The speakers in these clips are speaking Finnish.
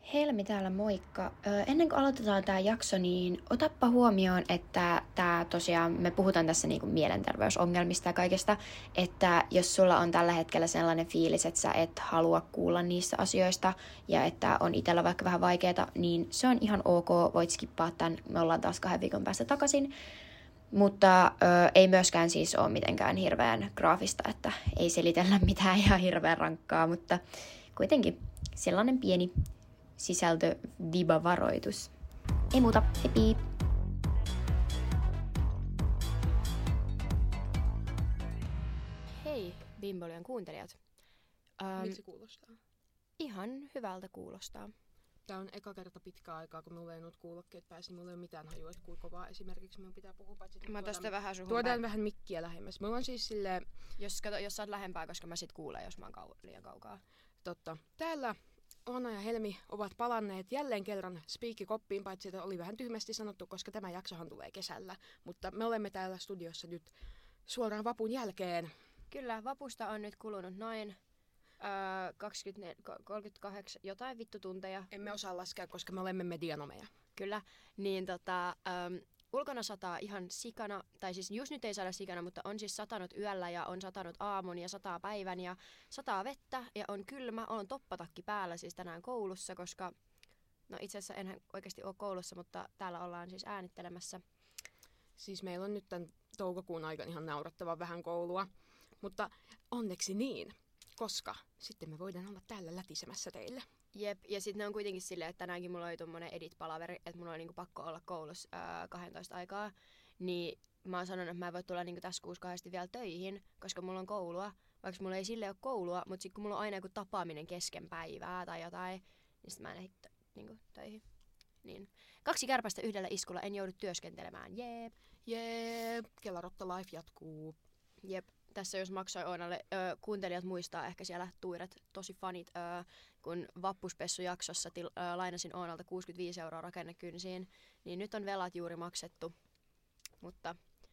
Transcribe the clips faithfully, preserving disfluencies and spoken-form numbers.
Helmi täällä, moikka. Ö, ennen kuin aloitetaan tämä jakso, niin otappa huomioon, että tää tosiaan, me puhutaan tässä niinku mielenterveysongelmista ja kaikesta, että jos sulla on tällä hetkellä sellainen fiilis, että sä et halua kuulla niistä asioista ja että on itsellä vaikka vähän vaikeaa, niin se on ihan ok, voit skippaa tämän, me ollaan taas kahden viikon päästä takaisin. Mutta ö, ei myöskään siis ole mitenkään hirveän graafista, että ei selitellä mitään ihan hirveän rankkaa, mutta kuitenkin sellainen pieni sisältö-viba-varoitus. Ei muuta, hepi! Hei, Bimbolian kuuntelijat. Ähm, Miltä se kuulostaa? Ihan hyvältä kuulostaa. Tää on eka kerta pitkä aikaa, kun mulla ei noita kuulokkeet pääsi, niin mulla ei ole mitään hajua, että kuinka kovaa esimerkiksi minun pitää puhua. Paitsi, mä tosta vähän suhun Tuodaan päin. vähän mikkiä lähemmäs. Mulla on siis silleen... Jos, kato, jos sä oot lähempää, koska mä sit kuulen, jos mä oon kau- liian kaukaa. Totta. Täällä Oona ja Helmi ovat palanneet jälleen kerran spiikkikoppiin, paitsi että oli vähän tyhmästi sanottu, koska tämä jaksohan tulee kesällä. Mutta me olemme täällä studiossa nyt suoraan vapun jälkeen. Kyllä, vapusta on nyt kulunut noin öö, kaksikymmentä, kolmekymmentäkahdeksan jotain vittu tunteja. Emme osaa laskea, koska me olemme medianomeja. Kyllä, niin tota... Öö, ulkona sataa ihan sikana, tai siis just nyt ei saada sikana, mutta on siis satanut yöllä ja on satanut aamun ja sataa päivän ja sataa vettä ja on kylmä. On toppatakki päällä siis tänään koulussa, koska no itse asiassa enhän oikeasti ole koulussa, mutta täällä ollaan siis äänittelemässä. Siis meillä on nyt tämän toukokuun aikana ihan naurattava vähän koulua, mutta onneksi niin, koska sitten me voidaan olla täällä lätisemässä teille. Jep, ja sitten ne on kuitenkin silleen, että tänäänkin mulla oli tommonen edit-palaveri, että mulla oli niinku pakko olla koulussa ää, kaksitoista aikaa. Niin mä oon sanonut, että mä en voi tulla niinku tässä kuussa kahdesti vielä töihin, koska mulla on koulua. Vaikka mulla ei silleen ole koulua, mutta sit kun mulla on aina joku tapaaminen kesken päivää tai jotain, niin sit mä en ehdi t- niinku töihin. Niin. Kaksi kärpästä yhdellä iskulla, en joudu työskentelemään, jep. Jep, Kelarotta Life jatkuu. Jep. Tässä jos maksoi Oonalle, ö, kuuntelijat muistaa ehkä siellä tuiret, tosi fanit, ö, kun Vappuspessu-jaksossa til, ö, lainasin Oonalta kuusikymmentäviisi euroa rakennekynsiin, niin nyt on velat juuri maksettu. Mutta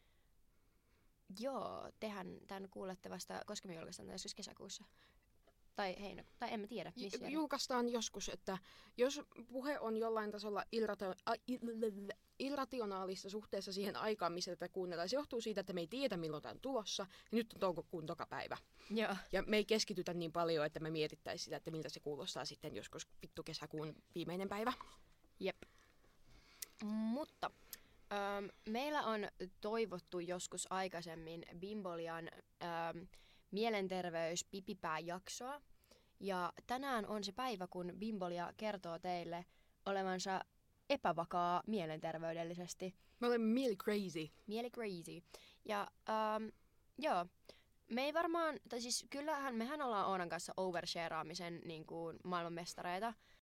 joo, tehän tämän kuulette vasta, koska me julkaistaan joskus kesäkuussa. Tai heinä, tai en mä tiedä. J- julkaistaan joskus, että jos puhe on jollain tasolla irrata- a- il- irrationaalista suhteessa siihen aikaan, missä tätä kuunnellaan. Se johtuu siitä, että me ei tiedä, milloin tämä on tulossa. Ja nyt on toukokuun tokapäivä. Joo. Ja me ei keskitytä niin paljon, että me mietittäisiin sitä, että miltä se kuulostaa sitten joskus vittu kesäkuun viimeinen päivä. Jep. Mutta ähm, meillä on toivottu joskus aikaisemmin Bimbolian ähm, mielenterveys-pipipää-jaksoa. Ja tänään on se päivä, kun Bimbolia kertoo teille olevansa epävakaa mielenterveydellisesti. Me olemme mieli crazy. Mieli crazy. Ja ähm, joo, me ei varmaan, tai siis kyllähän mehän ollaan Oonan kanssa overshareaamisen niin kuin maailmanmestareita.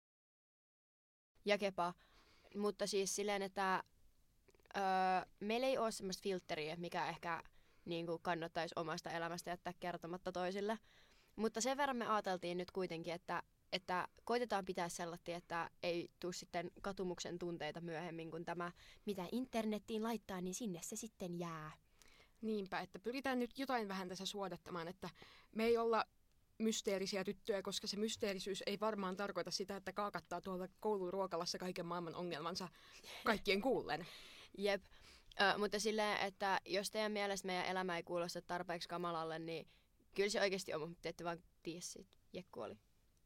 Ja kepa. Mutta siis silleen, että öö, meillä ei ole semmoista filtteriä, mikä ehkä niin kuin kannattaisi omasta elämästä jättää kertomatta toisille. Mutta sen verran me ajateltiin nyt kuitenkin, että, että koitetaan pitää sellaista, että ei tule sitten katumuksen tunteita myöhemmin, kun tämä, mitä internettiin laittaa, niin sinne se sitten jää. Niinpä, että pyritään nyt jotain vähän tässä suodattamaan, että me ei olla mysteerisiä tyttöjä, koska se mysteerisyys ei varmaan tarkoita sitä, että kaakattaa tuolla koulun ruokalassa kaiken maailman ongelmansa kaikkien kuullen. Jep, Ö, mutta silleen, että jos teidän mielestä meidän elämä ei kuulosta tarpeeksi kamalalle, niin kyllä se oikeasti on, mutta te ette vaan tiedä siitä. Jekku oli.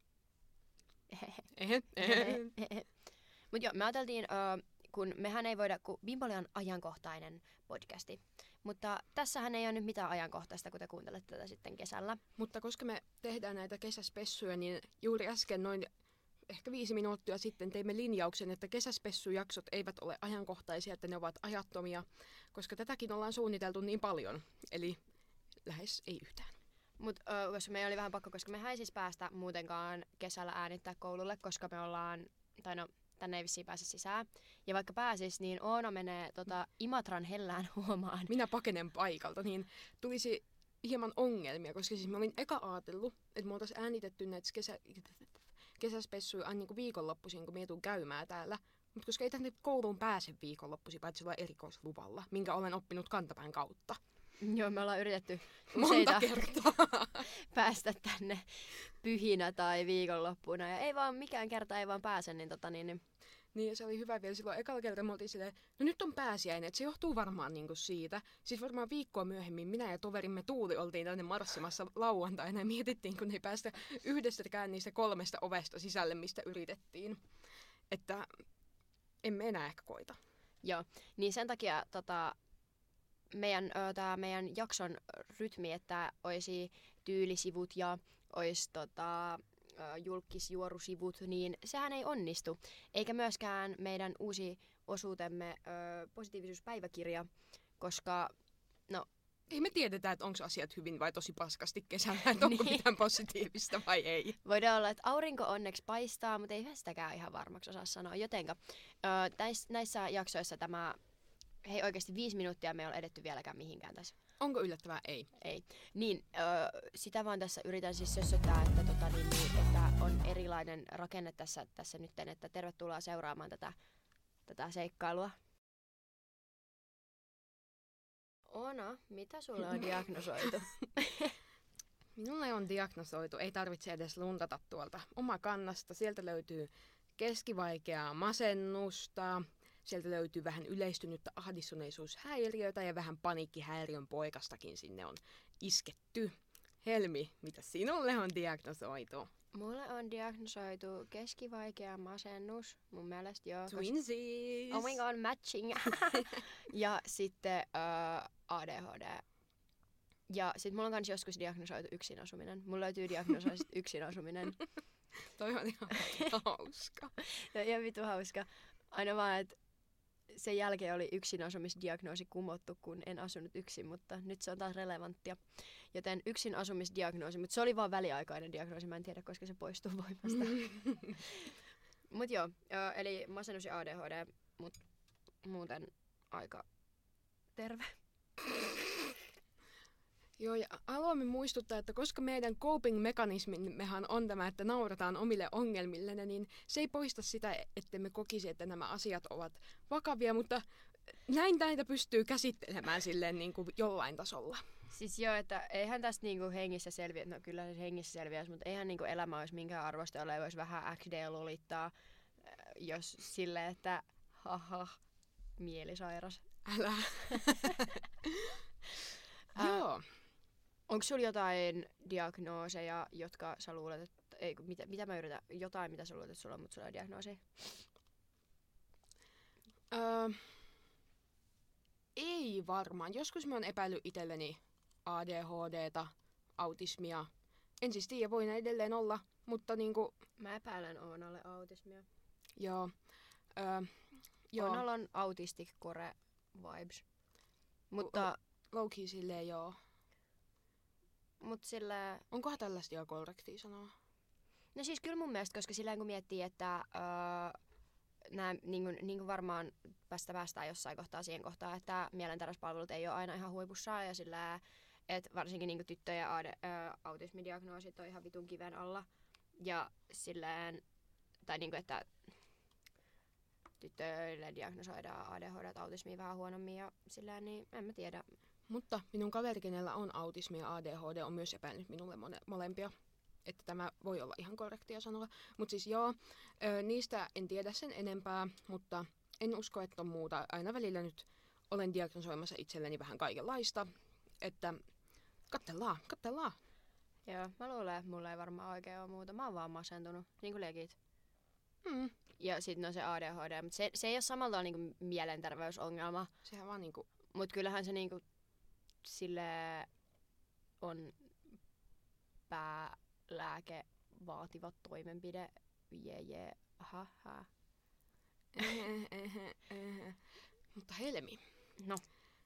Mutta joo, me ajateltiin, ö, kun mehän ei voida, kun Bimboli on ajankohtainen podcasti. Mutta tässähän ei ole nyt mitään ajankohtaista, kun te kuuntelette tätä sitten kesällä. Mutta koska me tehdään näitä kesäspessuja, niin juuri äsken noin ehkä viisi minuuttia sitten teimme linjauksen, että kesäspessujaksot eivät ole ajankohtaisia, että ne ovat ajattomia, koska tätäkin ollaan suunniteltu niin paljon. Eli lähes ei yhtään. Mutta koska meillä oli vähän pakko, koska me ei siis päästä muutenkaan kesällä äänittää koululle, koska me ollaan, tai no, tänne ei vissiin pääse sisään. Ja vaikka pääsis, niin Oona menee tota, Imatran hellään huomaan. Minä pakenen paikalta, niin tulisi hieman ongelmia, koska siis mä olin eka ajatellut, että me oltaisiin äänitetty näitä kesä, kesäspessuja aina niin viikonloppuisin, kun me tuun käymään täällä. Mutta koska ei tänne kouluun pääse viikonloppuisin, paitsi olla erikoisluvalla, minkä olen oppinut kantapään kautta. Joo, me ollaan yritetty Monta useita kertaa. päästä tänne pyhinä tai viikonloppuna. Ja ei vaan, mikään kerta ei vaan pääse, niin tota niin... niin Niin, ja se oli hyvä vielä silloin ekalla kertaa, me oltiin silleen, no nyt on pääsiäinen, että se johtuu varmaan niinku siitä. Siis varmaan viikkoa myöhemmin minä ja toverimme Tuuli oltiin tänne marssimassa lauantaina ja mietittiin, kun ei päästä yhdestäkään niistä kolmesta ovesta sisälle, mistä yritettiin. Että emme enää ehkä koita. Joo, niin sen takia tota, meidän, ö, tää meidän jakson rytmi, että olisi tyylisivut ja olisi tota, ö, julkisjuorusivut, niin sehän ei onnistu. Eikä myöskään meidän uusi osuutemme ö, positiivisuuspäiväkirja, koska no... Ei me tiedetä, että onko asiat hyvin vai tosi paskasti kesällä, että onko Niin. mitään positiivista vai ei. Voidaan olla, että aurinko onneksi paistaa, mutta ei sitäkään ihan varmaksi osaa sanoa. Jotenka ö, näis, näissä jaksoissa tämä, hei oikeasti viisi minuuttia me ei ole edetty vieläkään mihinkään tässä. Onko yllättävää? Ei. Ei. Niin, ö, sitä vaan tässä yritän siis sössöttää, että, tota, niin, niin, että on erilainen rakenne tässä, tässä nytten, että tervetuloa seuraamaan tätä, tätä seikkailua. Oona, mitä sulle on diagnosoitu? Minulle on diagnosoitu, ei tarvitse edes luntata tuolta omakannasta. Sieltä löytyy keskivaikeaa masennusta, sieltä löytyy vähän yleistynyttä ahdistuneisuushäiriötä ja vähän paniikkihäiriön poikastakin sinne on isketty. Helmi, mitä sinulle on diagnosoitu? Mulle on diagnosoitu keskivaikea masennus, mun mielestä joo. koska- Twinsies! Oh my god, matching! Ja sitten uh, A D H D. Ja sit mulla on kans joskus diagnosoitu yksin asuminen. Mulla löytyy diagnosoitu yksin asuminen. Toi on ihan hauska. Ja ihan vittu hauska. Aina vaan, että sen jälkeen oli yksin asumisdiagnoosi kumottu, kun en asunut yksin, mutta nyt se on taas relevanttia. Joten yksin asumisdiagnoosi, mutta se oli vaan väliaikainen diagnoosi, mä en tiedä, koska se poistuu voimasta. Mut joo, ö, eli masennus ja A D H D, mut muuten aika terve. Joo, ja haluamme muistuttaa, että koska meidän coping-mekanismimmehan on tämä, että naurataan omille ongelmillenne, niin se ei poista sitä, että me kokisi, että nämä asiat ovat vakavia, mutta näin näitä pystyy käsittelemään silleen niin kuin jollain tasolla. Siis joo, että eihän tästä niinku hengissä selviä, no kyllä se hengissä selviäisi, mutta eihän niinku elämä olisi minkään arvosta, jolla ei voisi vähän X D-lolittaa, äh, jos silleen, että haha, mielisairas. Älä. Ää, Joo. Onko sulla jotain diagnooseja, jotka sä luulet, että, ei, kun mitä, mitä mä yritän, jotain mitä sä luulet, että sulla on, mutta sulla on diagnoosi? Öö, ei varmaan. Joskus mä oon epäillyt itselleni A D H D:ta, autismia. En siis tiedä, voi ne edelleen olla, mutta niinku, Mä epäilen Oonalle autismia. joo. Öö, joo. Oonalla on autistic core vibes. Mutta, Low-key silleen joo. mut sillä... Onkohan tällaista jo korrektia sanoa? No siis kyllä mun mielestä, koska sillä kun miettii, että öö, nää, niin kuin, niin kuin varmaan päästä päästään jossain kohtaa siihen kohtaan, että mielenterveyspalvelut ei ole aina ihan huipussaan ja sillä, että varsinkin niin kuin tyttöjen A D, ö, autismidiagnoosit on ihan vitun kiven alla. Ja silleen, tai niin kuin, että tyttöille diagnosoidaan A D H D autismia vähän huonommin ja silleen, niin en mä tiedä. Mutta minun kaveri, kenellä on autismi ja A D H D, on myös epäillyt minulle mone- molempia. Että tämä voi olla ihan korrektia sanoa. Mutta siis joo, ö, niistä en tiedä sen enempää, mutta en usko, että on muuta. Aina välillä nyt olen diagnosoimassa itselleni vähän kaikenlaista. Että katsellaan, katsellaan. Joo, mä luulen, että mulla ei varmaan oikein ole muuta. Mä oon vaan masentunut, niin kuin legit. Mm, Ja sit no se A D H D, mutta se, se ei ole samalla tavalla niinku mielenterveysongelma. sehän vaan niinku, Mut kyllähän se niinku sille on päälääke vaativa toimenpide. Jee jee, aha, ha. mutta Helmi, No,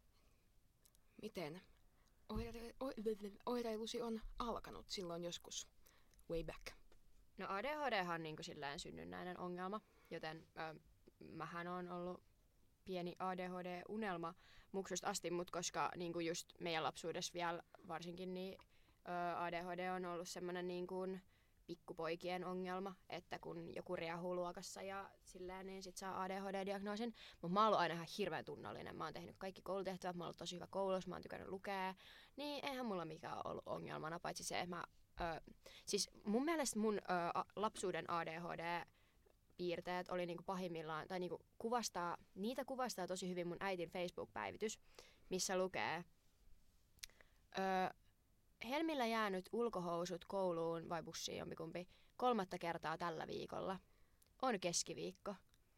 miten oire- oire- oireilusi on alkanut silloin joskus way back? no A D H D on niinku silleen synnynnäinen ongelma, joten ö, mähän on ollut pieni A D H D-unelma muksusta asti, mut koska niinku just meidän lapsuudessa vielä varsinkin niin ö, A D H D on ollut semmonen niinku pikkupoikien ongelma, että kun joku riehuu luokassa ja silleen, niin sit saa A D H D-diagnoosin. Mutta mä oon ollut aina ihan hirveän tunnollinen. Mä oon tehnyt kaikki koulutehtävät, mä oon ollut tosi hyvä koulussa, mä oon tykännyt lukea. Niin eihän mulla mikään ollut ongelmana, paitsi se, että mä... Ö, siis mun mielestä mun ö, a, lapsuuden A D H D-piirteet oli niinku pahimmillaan, tai niinku kuvastaa, niitä kuvastaa tosi hyvin mun äitin Facebook-päivitys, missä lukee... Ö, Helmillä jäänyt ulkohousut kouluun vai bussiin jompikumpi kolmatta kertaa tällä viikolla. On keskiviikko.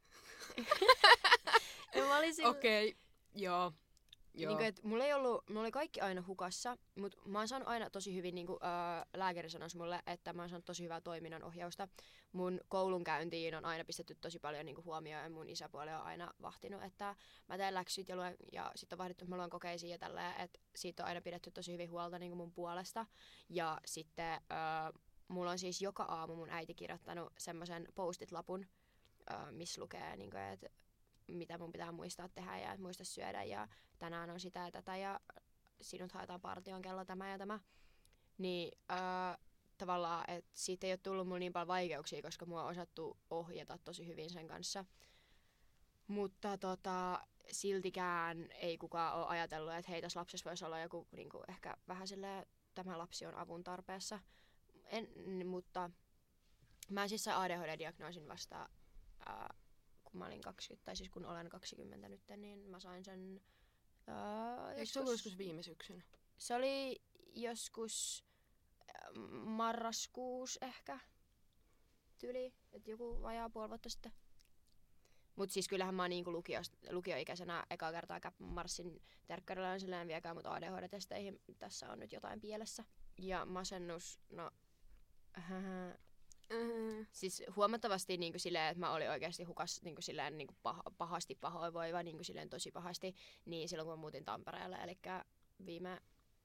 Sillä... Okei, okay, joo. joo. Niin kuin, mulla ei ollut, mulla oli kaikki aina hukassa, mutta mä oon saanut aina tosi hyvin, niin kuin ää, lääkäri sanoisi mulle, että mä oon saanut tosi hyvää toiminnanohjausta. Mun koulunkäyntiin on aina pistetty tosi paljon niin kuin huomioon ja mun isäpuoli on aina vahtinut, että mä teen läksyt ja luen, ja sit on vahdittu, että mä luen kokeisiin ja tälleen, että siitä on aina pidetty tosi hyvin huolta niin kuin mun puolesta. Ja sitten ää, mulla on siis joka aamu mun äiti kirjoittanut semmoisen post-it-lapun, ää, missä lukee, niin kuin, että mitä mun pitää muistaa tehdä ja muista syödä ja tänään on sitä ja tätä ja sinut haetaan partion kello tämä ja tämä. Niin ää, tavallaan, että siitä ei ole tullut mulle niin paljon vaikeuksia, koska mua on osattu ohjata tosi hyvin sen kanssa. Mutta tota, siltikään ei kukaan ole ajatellut, että hei, tässä lapsessa voisi olla joku niinku, ehkä vähän silleen, tämä lapsi on avun tarpeessa. En, mutta mä siis sain A D H D-diagnoosin vasta... Ää, kun mä olin kaksikymmentä, tai siis kun olen kaksikymmentä nyt, niin mä sain sen... Ää, Eikö se ollut joskus viime syksyn? Se oli joskus marraskuus ehkä tyli, että joku vajaa puoli vuotta sitten. Mut siis kyllähän mä niinku lukio, lukioikäisenä ekaa kertaa marssin terkkarilla silleen viekään mut A D H D-testeihin. Tässä on nyt jotain pielessä. Ja masennus, no... Mm-hmm. Siis huomattavasti niin kuin silleen, että mä olin oikeasti hukas niin kuin silleen, niin kuin pah- pahasti pahoinvoiva, niin kuin silleen tosi pahasti, niin silloin kun mä muutin Tampereelle, eli viime,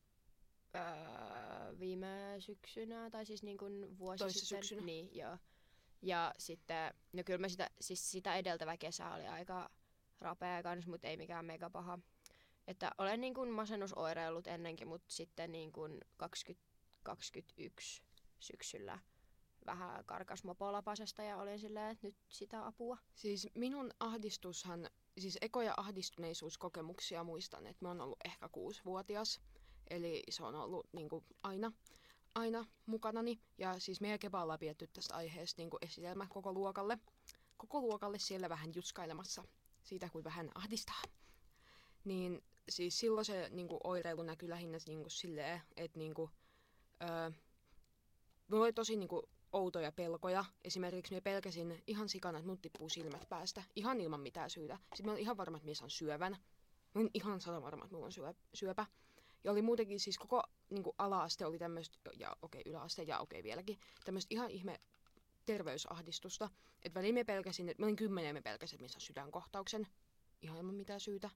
öö, viime syksynä, tai siis niin kuin vuosi Toissa sitten. syksynä. Niin, joo. Ja sitten, no kyllä mä sitä, siis sitä edeltävä kesä oli aika rapea kans, mutta ei mikään mega paha. Että olen niin kuin masennusoireillut ennenkin, mutta sitten niin kuin kaksituhattakaksikymmentäyksi syksyllä vähän karkas mopolapasesta ja olin silleen, että nyt sitä apua. Siis minun ahdistushan, siis ekoja ahdistuneisuuskokemuksia muistan, että mä oon ollut ehkä kuusivuotias. Eli se on ollut niin kuin aina, aina mukanani. Ja siis meidän Keballa on pidetty tästä aiheesta niin kuin esitelmä koko luokalle. Koko luokalle siellä vähän juskailemassa siitä, kuin vähän ahdistaa. Niin siis silloin se niin kuin oireilu näkyi lähinnä niin kuin silleen, että niin kuin, öö, mulla oli tosi niin kuin outoja pelkoja. Esimerkiksi minä pelkäsin ihan sikana, että minun tippuu silmät päästä. Ihan ilman mitään syytä. Sitten mä olin ihan varma, että minä saan syövän. Mä olin ihan sata varma, että minulla on syö, syöpä. Ja oli muutenkin siis koko niin kuin ala-aste oli tämmöistä, ja okei okay, yläaste ja okei okay, vieläkin, tämmöistä ihan ihme terveysahdistusta. Että väliin minä pelkäsin, että mä olin kymmenen ja minä pelkäsin, että minä saan sydänkohtauksen. Ihan ilman mitään syytä.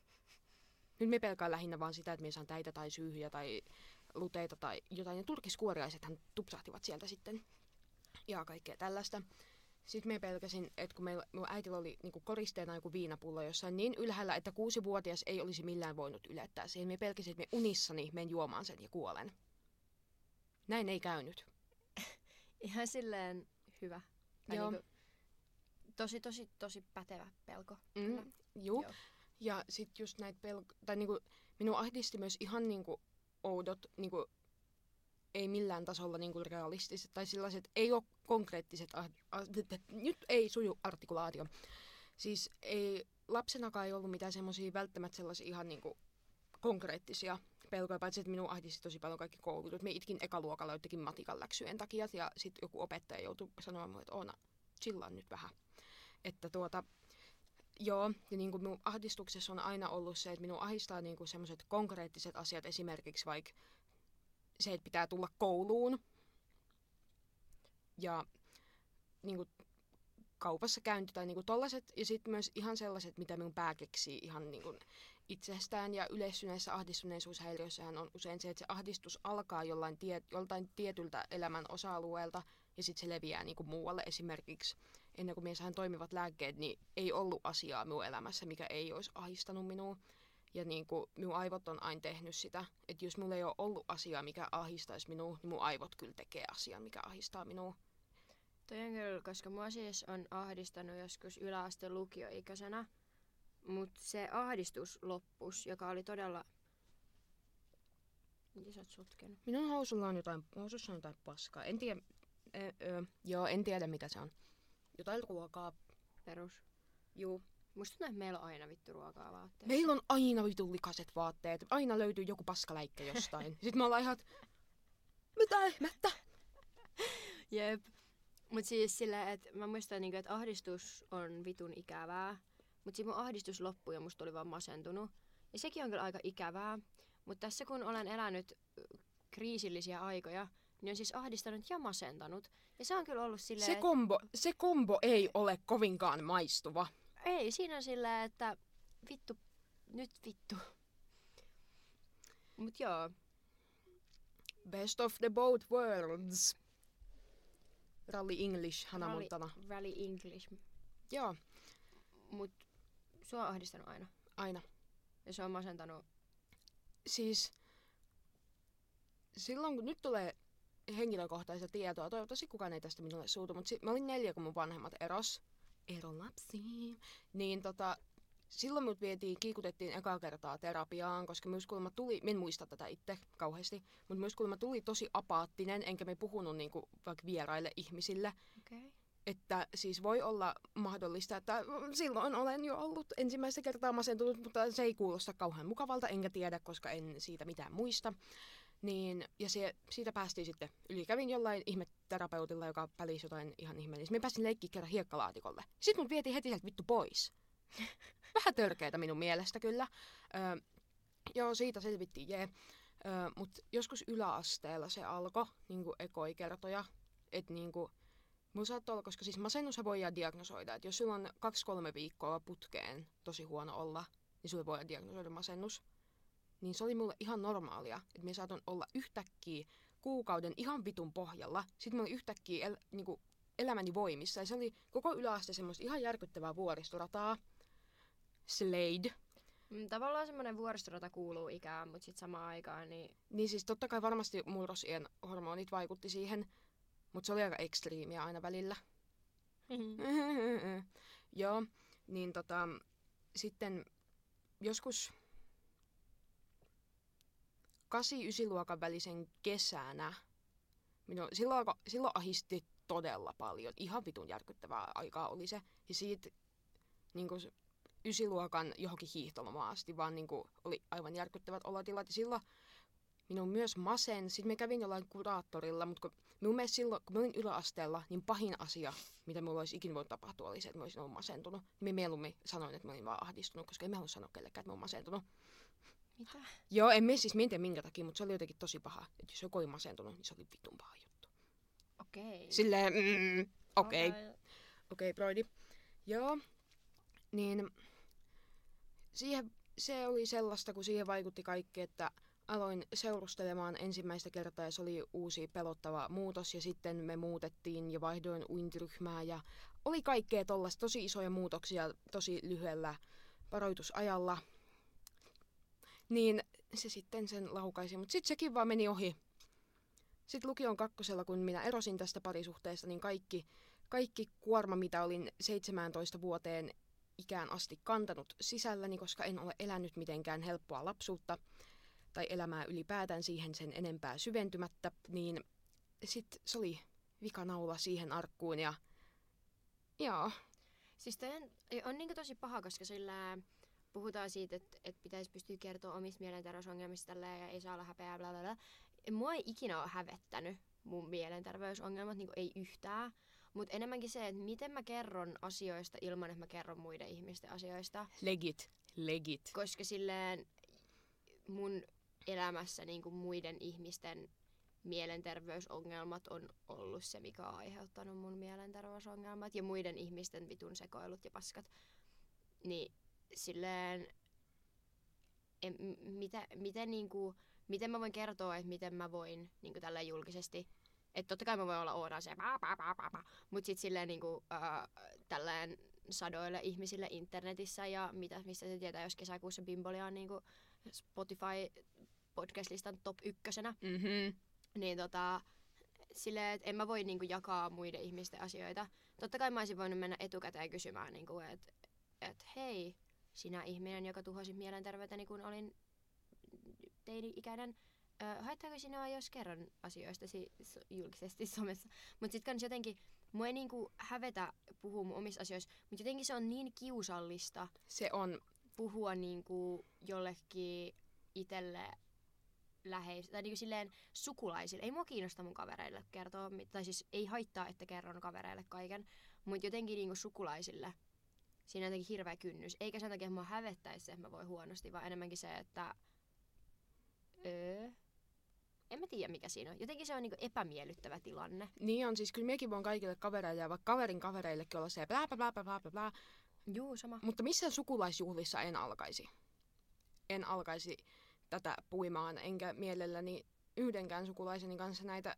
Nyt minä pelkään lähinnä vaan sitä, että minä saan täitä tai syyhyjä tai luteita tai jotain. Ja turkiskuoriaisethan tupsahtivat sieltä sitten. Ja kaikkea tällaista. Sitten me pelkäsin, että kun meillä, mun äitillä oli niinku koristeena joku viinapullo jossain niin ylhäällä, että kuusivuotias ei olisi millään voinut ylettää siihen. Me pelkäsin, että me unissani menen juomaan sen ja kuolen. Näin ei käynyt. Ihan silleen hyvä. Tai Joo. niinku, tosi, tosi, tosi pätevä pelko. Mm, juu. Joo. Ja sitten just näitä pelko... Tai niinku, minua ahdisti myös ihan niinku oudot... Niinku, ei millään tasolla niinku realistiset tai sellaiset, ei ole konkreettiset, ah, ah, nyt ei suju artikulaatio. Siis ei, lapsenakaan ei ollut mitään semmoisia välttämättä sellaisia ihan niinku konkreettisia pelkoja, paitsi että minun ahdisti tosi paljon kaikki koulut. Me itkin ekaluokalla jotenkin matikan läksyjen takia ja sitten joku opettaja joutui sanomaan mulle, että Oona, chillaan nyt vähän. Että tuota, joo, ja niinku minun ahdistuksessa on aina ollut se, että minun ahdistaa niinku semmoiset konkreettiset asiat, esimerkiksi vaikka se, että pitää tulla kouluun ja niinku, kaupassa käynti tai niinku, tollaset. Ja sitten myös ihan sellaiset, mitä minun pää keksii ihan niinku, itsestään. Ja yleistyneissä ahdistuneisuushäiriöissähän on usein se, että se ahdistus alkaa jollain tie, joltain tietyltä elämän osa-alueelta ja sitten se leviää niinku, muualle. Esimerkiksi ennen kuin minä sain toimivat lääkkeet, niin ei ollut asiaa minun elämässä, mikä ei olisi ahdistanut minua. Ja niinku, minun aivot on aina tehnyt sitä, että jos mulla ei ole ollut asiaa, mikä ahdistaisi minua, niin mun aivot kyllä tekee asian, mikä ahdistaa minua. Toi on kyllä, koska mua siis on ahdistanut joskus yläasteen lukioikäisenä, mutta se ahdistus loppus, joka oli todella... Mitä sä oot sotkenut? Minun housulla on jotain, housussa on jotain paskaa. En tiedä, ö, ö, joo, en tiedä mitä se on. Jotain ruokaa. Perus. Juu. Musta tuntuu, että meillä on aina vittu ruokaa vaatteessa. Meillä on aina vitun likaset vaatteet. Aina löytyy joku paskaläikkä jostain. Sitten me ollaan ihan, mitä ihmettä? Jep. Mut siis silleen, että mä muistan, niinku, että ahdistus on vitun ikävää. Mut sit mun ahdistus loppui ja musta oli vaan masentunut. Ja sekin on kyllä aika ikävää. Mut tässä kun olen elänyt kriisillisiä aikoja, niin on siis ahdistanut ja masentanut. Ja se on kyllä ollut silleen... Se kombo, se kombo ei ole kovinkaan maistuva. Ei, siinä on silleen, että vittu, nyt vittu. Mut joo. Best of the both worlds. Rally English, Hannah Rally, Montana. Rally English. Joo, Mut sua on ahdistanut aina. aina. Ja se on masentanut. Siis silloin kun nyt tulee henkilökohtaista tietoa, toivottavasti kukaan ei tästä minulle suutu, mutta si- mä olin neljä, kun mun vanhemmat eros. Erolapsi. Niin tota, silloin mut vietiin, kiikutettiin ekaa kertaa terapiaan, koska myös kuulemma tuli, en muista tätä itse kauheasti, mutta myös kuulemma tuli tosi apaattinen, enkä me puhunut niinku vaikka vieraille ihmisille. Okei. Okay. Että siis voi olla mahdollista, että silloin olen jo ollut ensimmäistä kertaa masentunut, mutta se ei kuulosta kauhean mukavalta, enkä tiedä, koska en siitä mitään muista. Niin, ja se, siitä päästiin sitten yli. Kävin jollain ihmeterapeutilla, joka pälisi jotain ihan ihmeellistä. Me pääsin leikkiä kerran hiekkalaatikolle. Sitten mut vietiin heti sieltä vittu pois. Vähän törkeätä minun mielestä kyllä. Öö, joo, siitä selvittiin, jee. Öö, Mutta joskus yläasteella se alkoi, niinku ekoi kertoja, että niinku... Mulla saattoi olla, koska siis masennushan voidaan diagnosoida, että jos sulla on kaksi kolme viikkoa putkeen tosi huono olla, niin sulle voidaan diagnosoida masennus. Niin se oli mulle ihan normaalia, että me saatoin olla yhtäkkiä kuukauden ihan vitun pohjalla. Sitten mä olin yhtäkkiä el, niinku, elämäni voimissa. Ja se oli koko yläaste semmoista ihan järkyttävää vuoristorataa. Slade. Mm, tavallaan semmoinen vuoristorata kuuluu ikään, mutta sitten samaan aikaan niin... Niin siis totta kai varmasti murrosien hormonit vaikutti siihen, mutta se oli aika ekstriimiä aina välillä. Joo, niin tota, sitten joskus kasi ysi luokan välisen kesänä, minun, silloin, silloin ahisti todella paljon. Ihan vitun järkyttävää aikaa oli se. Ja siitä niin kuin, ysiluokan johonkin hiihtolomaan asti vaan niin kuin, oli aivan järkyttävät olotilat. Ja silloin minun myös masen. Sitten me kävin jollain kuraattorilla, mutta kun minun mielestä silloin, kun mä olin yläasteella, niin pahin asia, mitä minulla olisi ikinä voinut tapahtua, oli se, että mä olisin ollut masentunut. Minä mieluummin sanoin, että mä olin vaan ahdistunut, koska en mä halua sanoa kellekään, että mä olen masentunut. Mitä? Joo, en mä siis, mä en tiedä minkä takia, mutta se oli jotenkin tosi paha. Että jos joku oli masentunut, niin se oli vitun paha juttu. Okei. Okay. Silleen, mm, okei. Okay. Okay. Okei, okay, Broidi. Joo, niin siihen, se oli sellaista, kun siihen vaikutti kaikki, että aloin seurustelemaan ensimmäistä kertaa ja se oli uusi pelottava muutos ja sitten me muutettiin ja vaihdoin uintiryhmää ja oli kaikkea tollaista tosi isoja muutoksia tosi lyhyellä varoitusajalla. Niin se sitten sen laukaisi, mutta sitten sekin vaan meni ohi. Sitten lukion kakkosella, kun minä erosin tästä parisuhteesta, niin kaikki, kaikki kuorma, mitä olin seitsemääntoista vuoteen ikään asti kantanut sisälläni, koska en ole elänyt mitenkään helppoa lapsuutta tai elämää ylipäätään siihen sen enempää syventymättä, niin sitten se oli vikanaula siihen arkkuun ja joo. Siis toi on, on niinku tosi paha, koska sillä puhutaan siitä, että et pitäisi pystyä kertoa omista mielenterveysongelmista tälleen ja ei saa olla häpeää, bla bla bla. Mua ei ikinä ole hävettänyt mun mielenterveysongelmat, niinku ei yhtään. Mutta enemmänkin se, että miten mä kerron asioista ilman, että mä kerron muiden ihmisten asioista. Legit, legit. Koska silleen mun elämässä niinku muiden ihmisten mielenterveysongelmat on ollut se, mikä on aiheuttanut mun mielenterveysongelmat. Ja muiden ihmisten vitun sekoilut ja paskat. Niin silleen, en, mitä, miten, niinku, miten mä voin kertoa, että miten mä voin niinku tälleen julkisesti. Että totta kai mä voin olla Oona se paa paa paa paa paa. Mut sit silleen niinku äh, tälleen sadoille ihmisille internetissä ja mitä, mistä se tietää, jos kesäkuussa Bimbolia on niinku Spotify podcast-listan top ykkösenä. Mm-hmm. Niin tota, silleen, että en mä voi niinku jakaa muiden ihmisten asioita. Totta kai mä olisin voinut mennä etukäteen kysymään, niinku, että et, hei, sinä ihminen, joka tuhosi mielenterveyteni, kun olin teini-ikäinen, ö, haittaako sinua, jos kerron asioista si- so- julkisesti somessa? Mut sit kans jotenkin, mua ei niinku hävetä puhua mun omista asioista, mut jotenkin se on niin kiusallista Se on. puhua niinku jollekin itelle läheis, tai niinku silleen sukulaisille. Ei mua kiinnosta mun kavereille kertoa, tai siis ei haittaa, että kerron kavereille kaiken, mutta jotenkin niinku sukulaisille siinä on jotenkin hirveä kynnys. Eikä sen takia, että mua hävettäisi se, että mä voin huonosti, vaan enemmänkin se, että öö, en mä tiedä mikä siinä on. Jotenkin se on niinku epämiellyttävä tilanne. Niin on, siis kyllä mekin voin kaikille kavereille ja vaikka kaverin kavereillekin olla se blää blää blää blää blää blää. Juu, sama. Mutta missään sukulaisjuhlissa en alkaisi. En alkaisi tätä puimaan, enkä mielelläni yhdenkään sukulaiseni kanssa näitä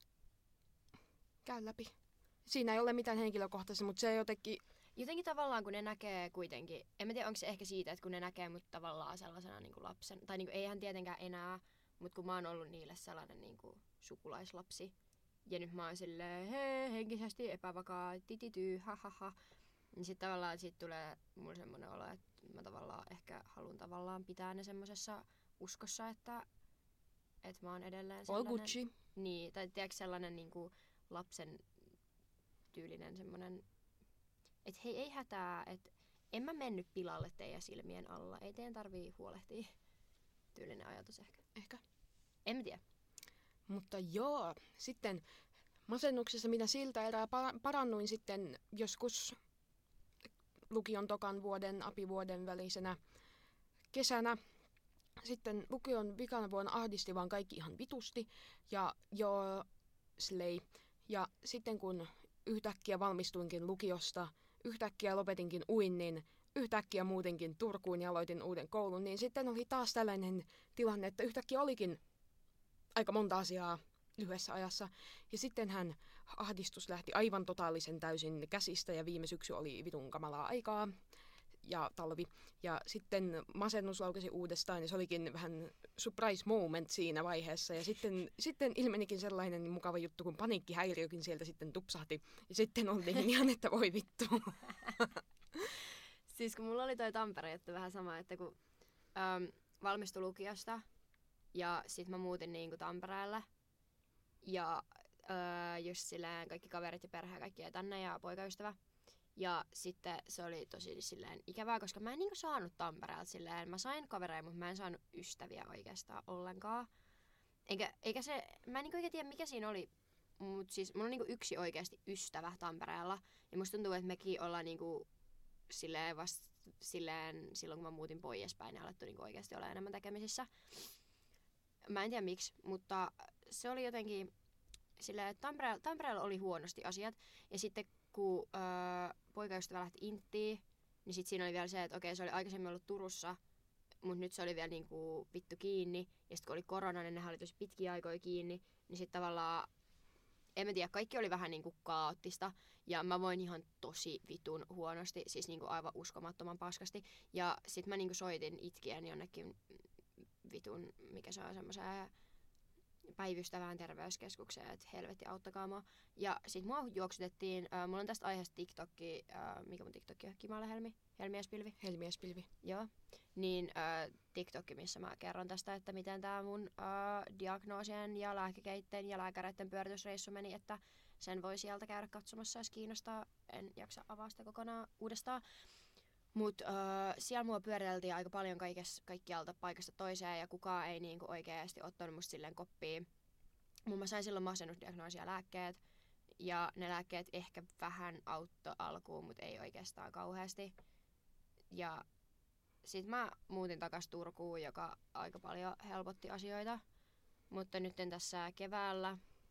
käy läpi. Siinä ei ole mitään henkilökohtaista, mutta se jotenkin... Jotenkin tavallaan kun ne näkee kuitenkin, en mä tiedä onko se ehkä siitä, että kun ne näkee mut tavallaan sellaisena niin kuin lapsen, tai niin kuin, eihän tietenkään enää, mutta kun mä oon ollut niille sellainen niin kuin sukulaislapsi, ja nyt mä oon silleen hei, henkisesti epävakaa, titityy, ha ha ha, niin sit tavallaan siitä tulee mulle semmonen olo, että mä tavallaan ehkä haluan tavallaan pitää ne semmosessa uskossa, että, että mä oon edelleen sellainen... All Gucci. Niin, tai tiedätkö sellainen niin kuin lapsen tyylinen semmonen, että hei ei hätää, että en mä mennyt pilalle teidän silmien alla, ei teidän tarvii huolehtia. Tyylinen ajatus ehkä. Ehkä. En mä tiedä. Mutta joo, sitten masennuksessa minä siltä erää pa- parannuin sitten joskus lukion tokan vuoden, apivuoden välisenä kesänä. Sitten lukion vikana vuonna ahdisti vaan kaikki ihan vitusti. Ja joo, slay. Ja sitten kun yhtäkkiä valmistuinkin lukiosta, yhtäkkiä lopetinkin uinnin, yhtäkkiä muutenkin Turkuun ja aloitin uuden koulun, niin sitten oli taas tällainen tilanne, että yhtäkkiä olikin aika monta asiaa lyhyessä ajassa. Ja sittenhän ahdistus lähti aivan totaalisen täysin käsistä ja viime syksy oli vitun kamalaa aikaa ja talvi. Ja sitten masennus laukesi uudestaan ja se olikin vähän surprise moment siinä vaiheessa. Ja sitten, sitten ilmenikin sellainen mukava juttu, kun paniikkihäiriökin sieltä sitten tupsahti. Ja sitten oltiin ihan, että voi vittu. Siis kun mulla oli toi Tampere juttu vähän sama, että kun äm, valmistui lukiosta ja sit mä muutin niinku Tampereelle ja öö, just silleen kaikki kaverit ja perhe ja kaikki jäi tänne ja poikaystävä. Ja sitten se oli tosi silleen ikävää, koska mä en niinku saanut Tampereelta silleen, mä sain kavereja, mutta mä en saanut ystäviä oikeastaan ollenkaan. Eikä, eikä se, mä en niinku oikein tiedä mikä siinä oli, mut siis mulla on niinku yksi oikeasti ystävä Tampereella. Ja musta tuntuu, että mekin ollaan niinku silleen vasta silleen silloin kun mä muutin poispäin ja alettu niinku oikeasti olla enemmän tekemisissä. Mä en tiedä miksi, mutta se oli jotenkin silleen, että Tampereella, Tampereella oli huonosti asiat. Ja sitten kun öö, poikaystävä lähti Inttiin, niin sit siinä oli vielä se, että okei, se oli aikaisemmin ollut Turussa, mutta nyt se oli vielä niinku vittu kiinni. Ja sitten kun oli korona, niin nehän oli tosi pitkiä aikoja kiinni. Niin sit tavallaan, en mä tiedä, kaikki oli vähän niinku kaoottista. Ja mä voin ihan tosi vitun huonosti, siis niinku aivan uskomattoman paskasti. Ja sit mä niinku soitin itkien jonnekin vitun, mikä se on semmoiseen päivystävään terveyskeskukseen, että helvetti auttakaa mua. Ja sit mua juoksutettiin, äh, mulla on tästä aiheesta TikTokki, äh, mikä mun TikTokki on? Kimale Helmi? Helmiäspilvi? Helmiäspilvi. Joo. Niin äh, TikTokki, missä mä kerron tästä, että miten tää mun äh, diagnoosien ja lääkekeitteen ja lääkäreiden pyöritysreissu meni, että sen voi sieltä käydä katsomassa, jos kiinnostaa. En jaksa avaa sitä kokonaan uudestaan. Mut öö, siellä mua pyöriteltiin aika paljon kaikes, kaikkialta paikasta toiseen ja kukaan ei niinku oikeasti ottanut musta silleen koppiin. Mun mä sain silloin masennusdiagnoosia ja lääkkeet ja ne lääkkeet ehkä vähän auttoi alkuun, mut ei oikeastaan kauheasti. Ja sit mä muutin takas Turkuun, joka aika paljon helpotti asioita. Mutta nyt tässä keväällä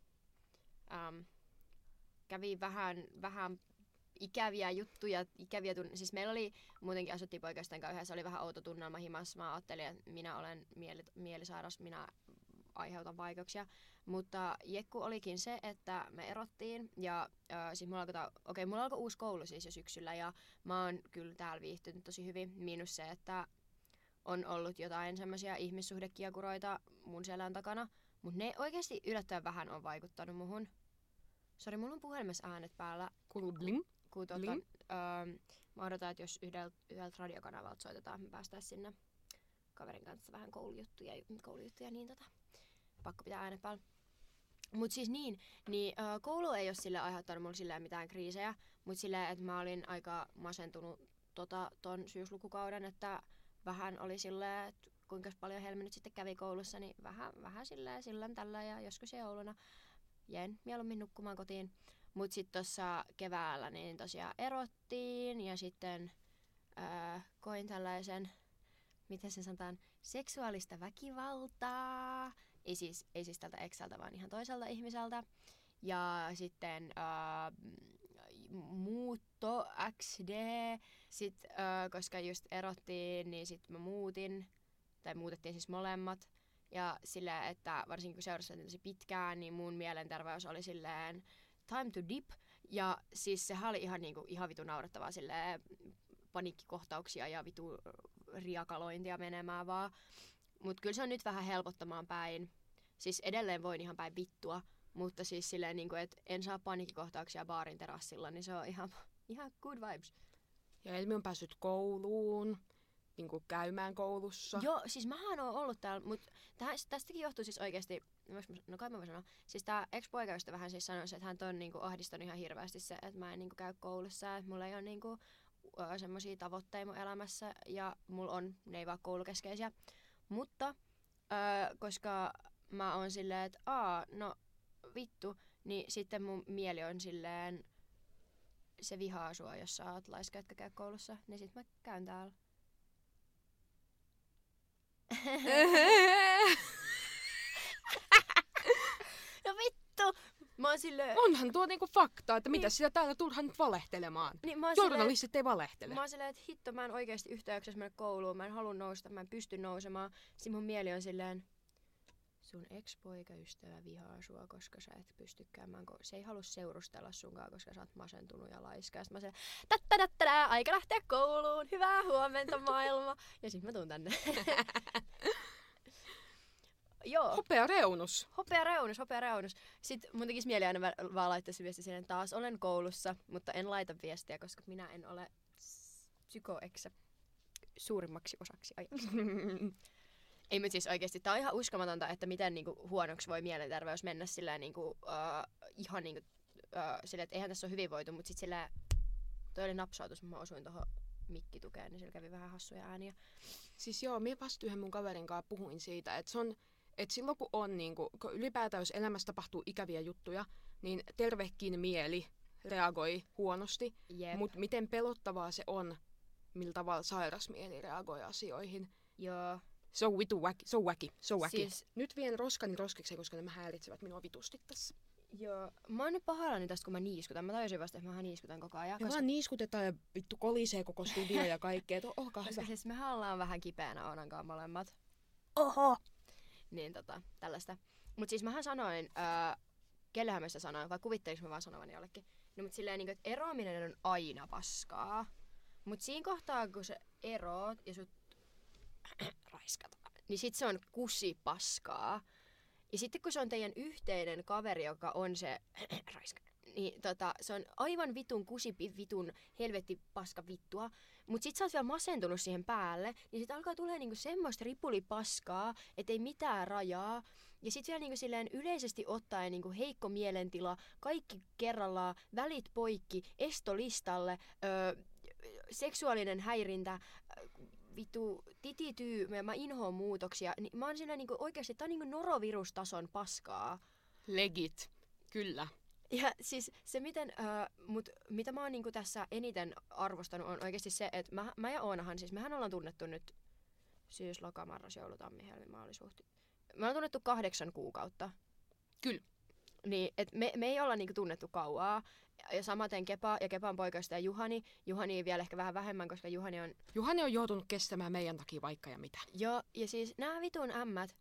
äm, kävi vähän, vähän ikäviä juttuja, ikäviä tunne. Siis meillä oli, muutenkin asuttiin poikaisten kanssa yhdessä, oli vähän outo tunnelma himassa. Mä ajattelin, että minä olen mieli, mielisairas, minä aiheuta vaikeuksia. Mutta jekku olikin se, että me erottiin ja äh, siis mulla alkoi, okei, okay, mulla alkoi uusi koulu siis jo syksyllä ja mä oon kyllä täällä viihtynyt tosi hyvin. Miinus se, että on ollut jotain semmoisia ihmissuhdekiekuroita mun selän takana, mutta ne oikeasti yllättävän vähän on vaikuttanut muhun. Sori, mulla on puhelimessa äänet päällä. Kuuluu bling. Kun tuota, öö, mä odotan, että jos yhdeltä, yhdeltä radiokanavalta soitetaan, me päästään sinne kaverin kanssa vähän koulujuttuja, koulujuttuja niin tota, pakko pitää äänet päällä. Mut siis niin, niin öö, koulu ei ole sille aiheuttanut mulle silleen mitään kriisejä, mut silleen, että mä olin aika masentunut tota, ton syyslukukauden, että vähän oli silleen, että kuinka paljon Helmi nyt sitten kävi koulussa, niin vähän, vähän silleen silloin tällä ja joskus jouluna jäin mieluummin nukkumaan kotiin. Mut sit tossa keväällä niin tosiaan erottiin ja sitten ää, koin tällaisen, miten sen sanotaan, seksuaalista väkivaltaa. Ei siis, ei siis tältä eksältä, vaan ihan toiselta ihmiseltä. Ja sitten ää, muutto X D. Sit, ää, koska just erottiin, niin sit mä muutin. Tai muutettiin siis molemmat. Ja silleen, että varsinkin kun seurasteltiin tosi pitkään, niin mun mielenterveys oli silleen time to dip. Ja siis sehän oli ihan, niinku, ihan vitu naurettavaa silleen paniikkikohtauksia ja vitu riakalointia menemään vaan. Mut kyllä se on nyt vähän helpottamaan päin. Siis edelleen voin ihan päin vittua, mutta siis silleen niinku, että en saa paniikkikohtauksia baarin terassilla, niin se on ihan, ihan good vibes. Ja Elmi on päässyt kouluun, niinku käymään koulussa. Joo, siis mähän oon ollut täällä, mutta tästäkin johtuu siis oikeesti, no kai mä voin sanoa, siis tää ex-poikaystävähän siis sanoi, että hän on niinku ahdistanut ihan hirveästi se, että mä en niinku käy koulussa, että mulla ei ole niinku semmosia tavoitteita mun elämässä ja mulla on, ne ei vaan koulukeskeisiä. Mutta, öö, koska mä oon silleen, että aa, no vittu, niin sitten mun mieli on silleen, se vihaa sua, jos sä oot laiska, etkä käy koulussa, niin sit mä käyn täällä. No vittu! Mä oon silleen... Onhan tuo niinku fakta, että niin. Mitä sitä täällä turhaan nyt valehtelemaan. Niin, journalistit silleen, ei valehtele. Mä oon silleen, että hitto, mä en oikeesti yhteyksessä mennä kouluun, mä en halua nousta, mä en pysty nousemaan. Sitten mun mieli on silleen, sun ex-poikaystävä vihaa sua, koska sä et pysty käymään kouluun. Se ei halua seurustella sunkaan, koska sä oot masentunut ja laiska. Ja sit mä silleen, tättätättädää, aika lähteä kouluun, hyvää huomenta maailma. Ja sit mä tuun tänne. Joo. Hopea reunus. Hopea reunus, hopea reunus. Sitten mun tekisi mieli aina vaan laittaa se viesti sinne, taas olen koulussa, mutta en laita viestiä, koska minä en ole psykoeksä suurimmaksi osaksi ajaksi. Ei, mutta siis oikeesti tää on ihan uskomatonta, että miten niinku huonoksi voi mielenterveys mennä silleen niinku, uh, ihan niinku, uh, silleen, että eihän tässä ole hyvin voitu, mutta sit silleen, toi oli napsautus, mä osuin tohon mikkitukeen, niin sillä kävi vähän hassuja ääniä. Siis joo, minä vasta yhden mun kaverin kanssa puhuin siitä, että se on, että silloin kun on niinku, kun ylipäätään jos elämässä tapahtuu ikäviä juttuja, niin tervekin mieli reagoi huonosti, Jep. Mutta miten pelottavaa se on, millä tavalla sairas mieli reagoi asioihin. Joo. Se on vitu wacky, se on wacky, se on wacky. Siis... Nyt vien roskani roskekseen, koska nämä häiritsevät minua vitusti tässä. Joo. Mä oon nyt pahoillani tästä, kun mä niiskutan. Mä tajusin vasta, että mä niiskutan koko ajan. Me koska... vaan niiskutetaan ja vittu kolisee koko studio ja kaikkea. Olkaa hyvä. Siis mehän ollaan vähän kipeänä Oonankaan molemmat. Oho! Niin tota, tällaista. Mut siis mähän sanoin, öö, kellehän mä sitä sanoin, vai kuvittelinko mä vaan sanovani jollekin. No mut silleen, niin että eroaminen on aina paskaa. Mut siinä kohtaa, kun sä eroot ja sut raiskataan, niin sit se on kussi paskaa. Ja sitten kun se on teidän yhteinen kaveri, joka on se raiska, niin tota, se on aivan vitun kusi vitun helvetti paska vittua. Mut sit sä oot vielä masentunut siihen päälle, niin sit alkaa tulee niinku semmoista ripulipaskaa, ettei mitään rajaa. Ja sit vielä niinku silleen yleisesti ottaen niinku heikko mielentila, kaikki kerrallaan, välit poikki, estolistalle, öö, seksuaalinen häirintä, vittu titityy, mä inhoon muutoksia. Niin mä oon silleen niinku oikeesti, tää on niinku norovirustason paskaa. Legit, kyllä. Ja siis se miten, äh, mut mitä mä oon niinku tässä eniten arvostanut on oikeesti se, että mä, mä ja Oonahan, siis mehän ollaan tunnettu nyt syys, loka, marras, joulu, tammi, helmi, maalisuhti. Me ollaan tunnettu kahdeksan kuukautta. Kyllä. Niin, et me, me ei olla niinku tunnettu kauaa. Ja samaten Kepa ja Kepan poikasta ja Juhani. Juhani vielä ehkä vähän vähemmän, koska Juhani on... Juhani on joutunut kestämään meidän takia vaikka ja mitä. Joo, ja siis nämä vitun ämmät,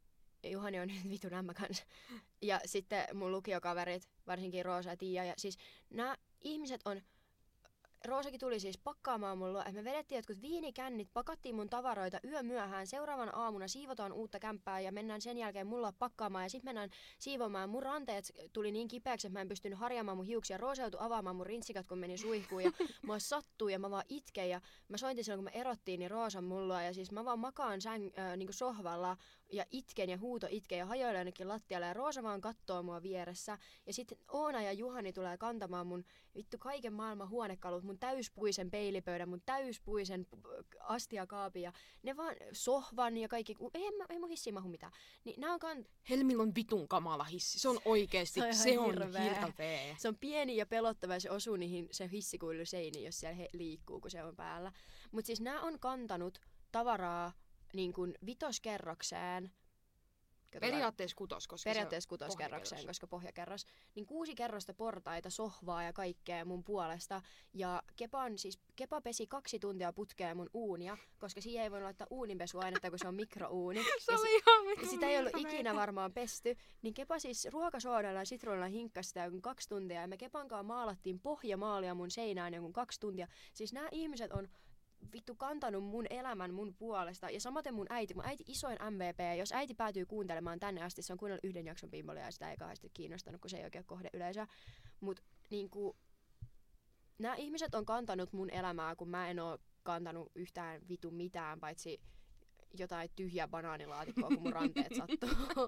Juhani on nyt vitun ämmä kanssa. Ja sitten mun lukiokaverit, varsinkin Roosa ja Tiia. Ja siis nämä ihmiset on... Roosakin tuli siis pakkaamaan mun luo, että me vedettiin jotkut viinikännit, pakattiin mun tavaroita yömyöhään, seuraavana aamuna siivotaan uutta kämppää ja mennään sen jälkeen mulla pakkaamaan ja sitten mennään siivoamaan. Mun ranteet tuli niin kipeäksi, että mä en pystynyt harjaamaan mun hiuksia. Roosa joutui avaamaan mun rintsikat, kun menin suihkuun ja mua sattuu ja mä vaan itken ja mä soitin silloin, kun me erottiin, niin Roosan mulla ja siis mä vaan makaan säng, äh, niinku sohvalla ja itken ja huuto itken ja hajoilen jonnekin lattialle ja Roosa vaan kattoo mua vieressä. Ja sitten Oona ja Juhani tulee kantamaan mun vittu kaiken maailman huonekalut, mun täyspuisen peilipöydän, mun täyspuisen astiakaapin ja ne vaan sohvan ja kaikki, ei, ei mun hissiin mahu mitään. Niin nää on kan... Helmillä on vitun kamala hissi, se on oikeesti, se on, se on hirveä. Se on pieni ja pelottava ja se osuu niihin se hissikuilu seiniin, jos siellä he liikkuu, kun se on päällä. Mut siis nää on kantanut tavaraa niin kuin vitoskerrokseen. Periaatteessa kutos, koska Periaatteessa kutoskerrokseen, koska pohjakerros. Niin kuusi kerrosta portaita, sohvaa ja kaikkea mun puolesta. Ja Kepan, siis Kepa pesi kaksi tuntia putkeen mun uunia, koska siihen ei voi laittaa uuninpesuainetta, kun se on mikrouuni. Se oli si- ihan sitä ei ollut ikinä varmaan pesty. Niin Kepa siis ruokasoodalla ja sitruunalla hinkkasi sitä jonkun kaksi tuntia. Ja me Kepankaan maalattiin pohjamaalia mun seinään jonkun kaksi tuntia. Siis nämä ihmiset on vittu kantanut mun elämän mun puolesta. Ja samaten mun äiti. Mun äiti isoin M V P. Jos äiti päätyy kuuntelemaan tänne asti, se on kuunnellut yhden jakson Pimmolia ja sitä ei kauheasti kiinnostanut, kun se ei oikein kohde yleisöä. Mut niinku... Nämä ihmiset on kantanut mun elämää, kun mä en oo kantanut yhtään vitu mitään, paitsi jotain tyhjää banaanilaatikkoa, kun mun ranteet sattuu.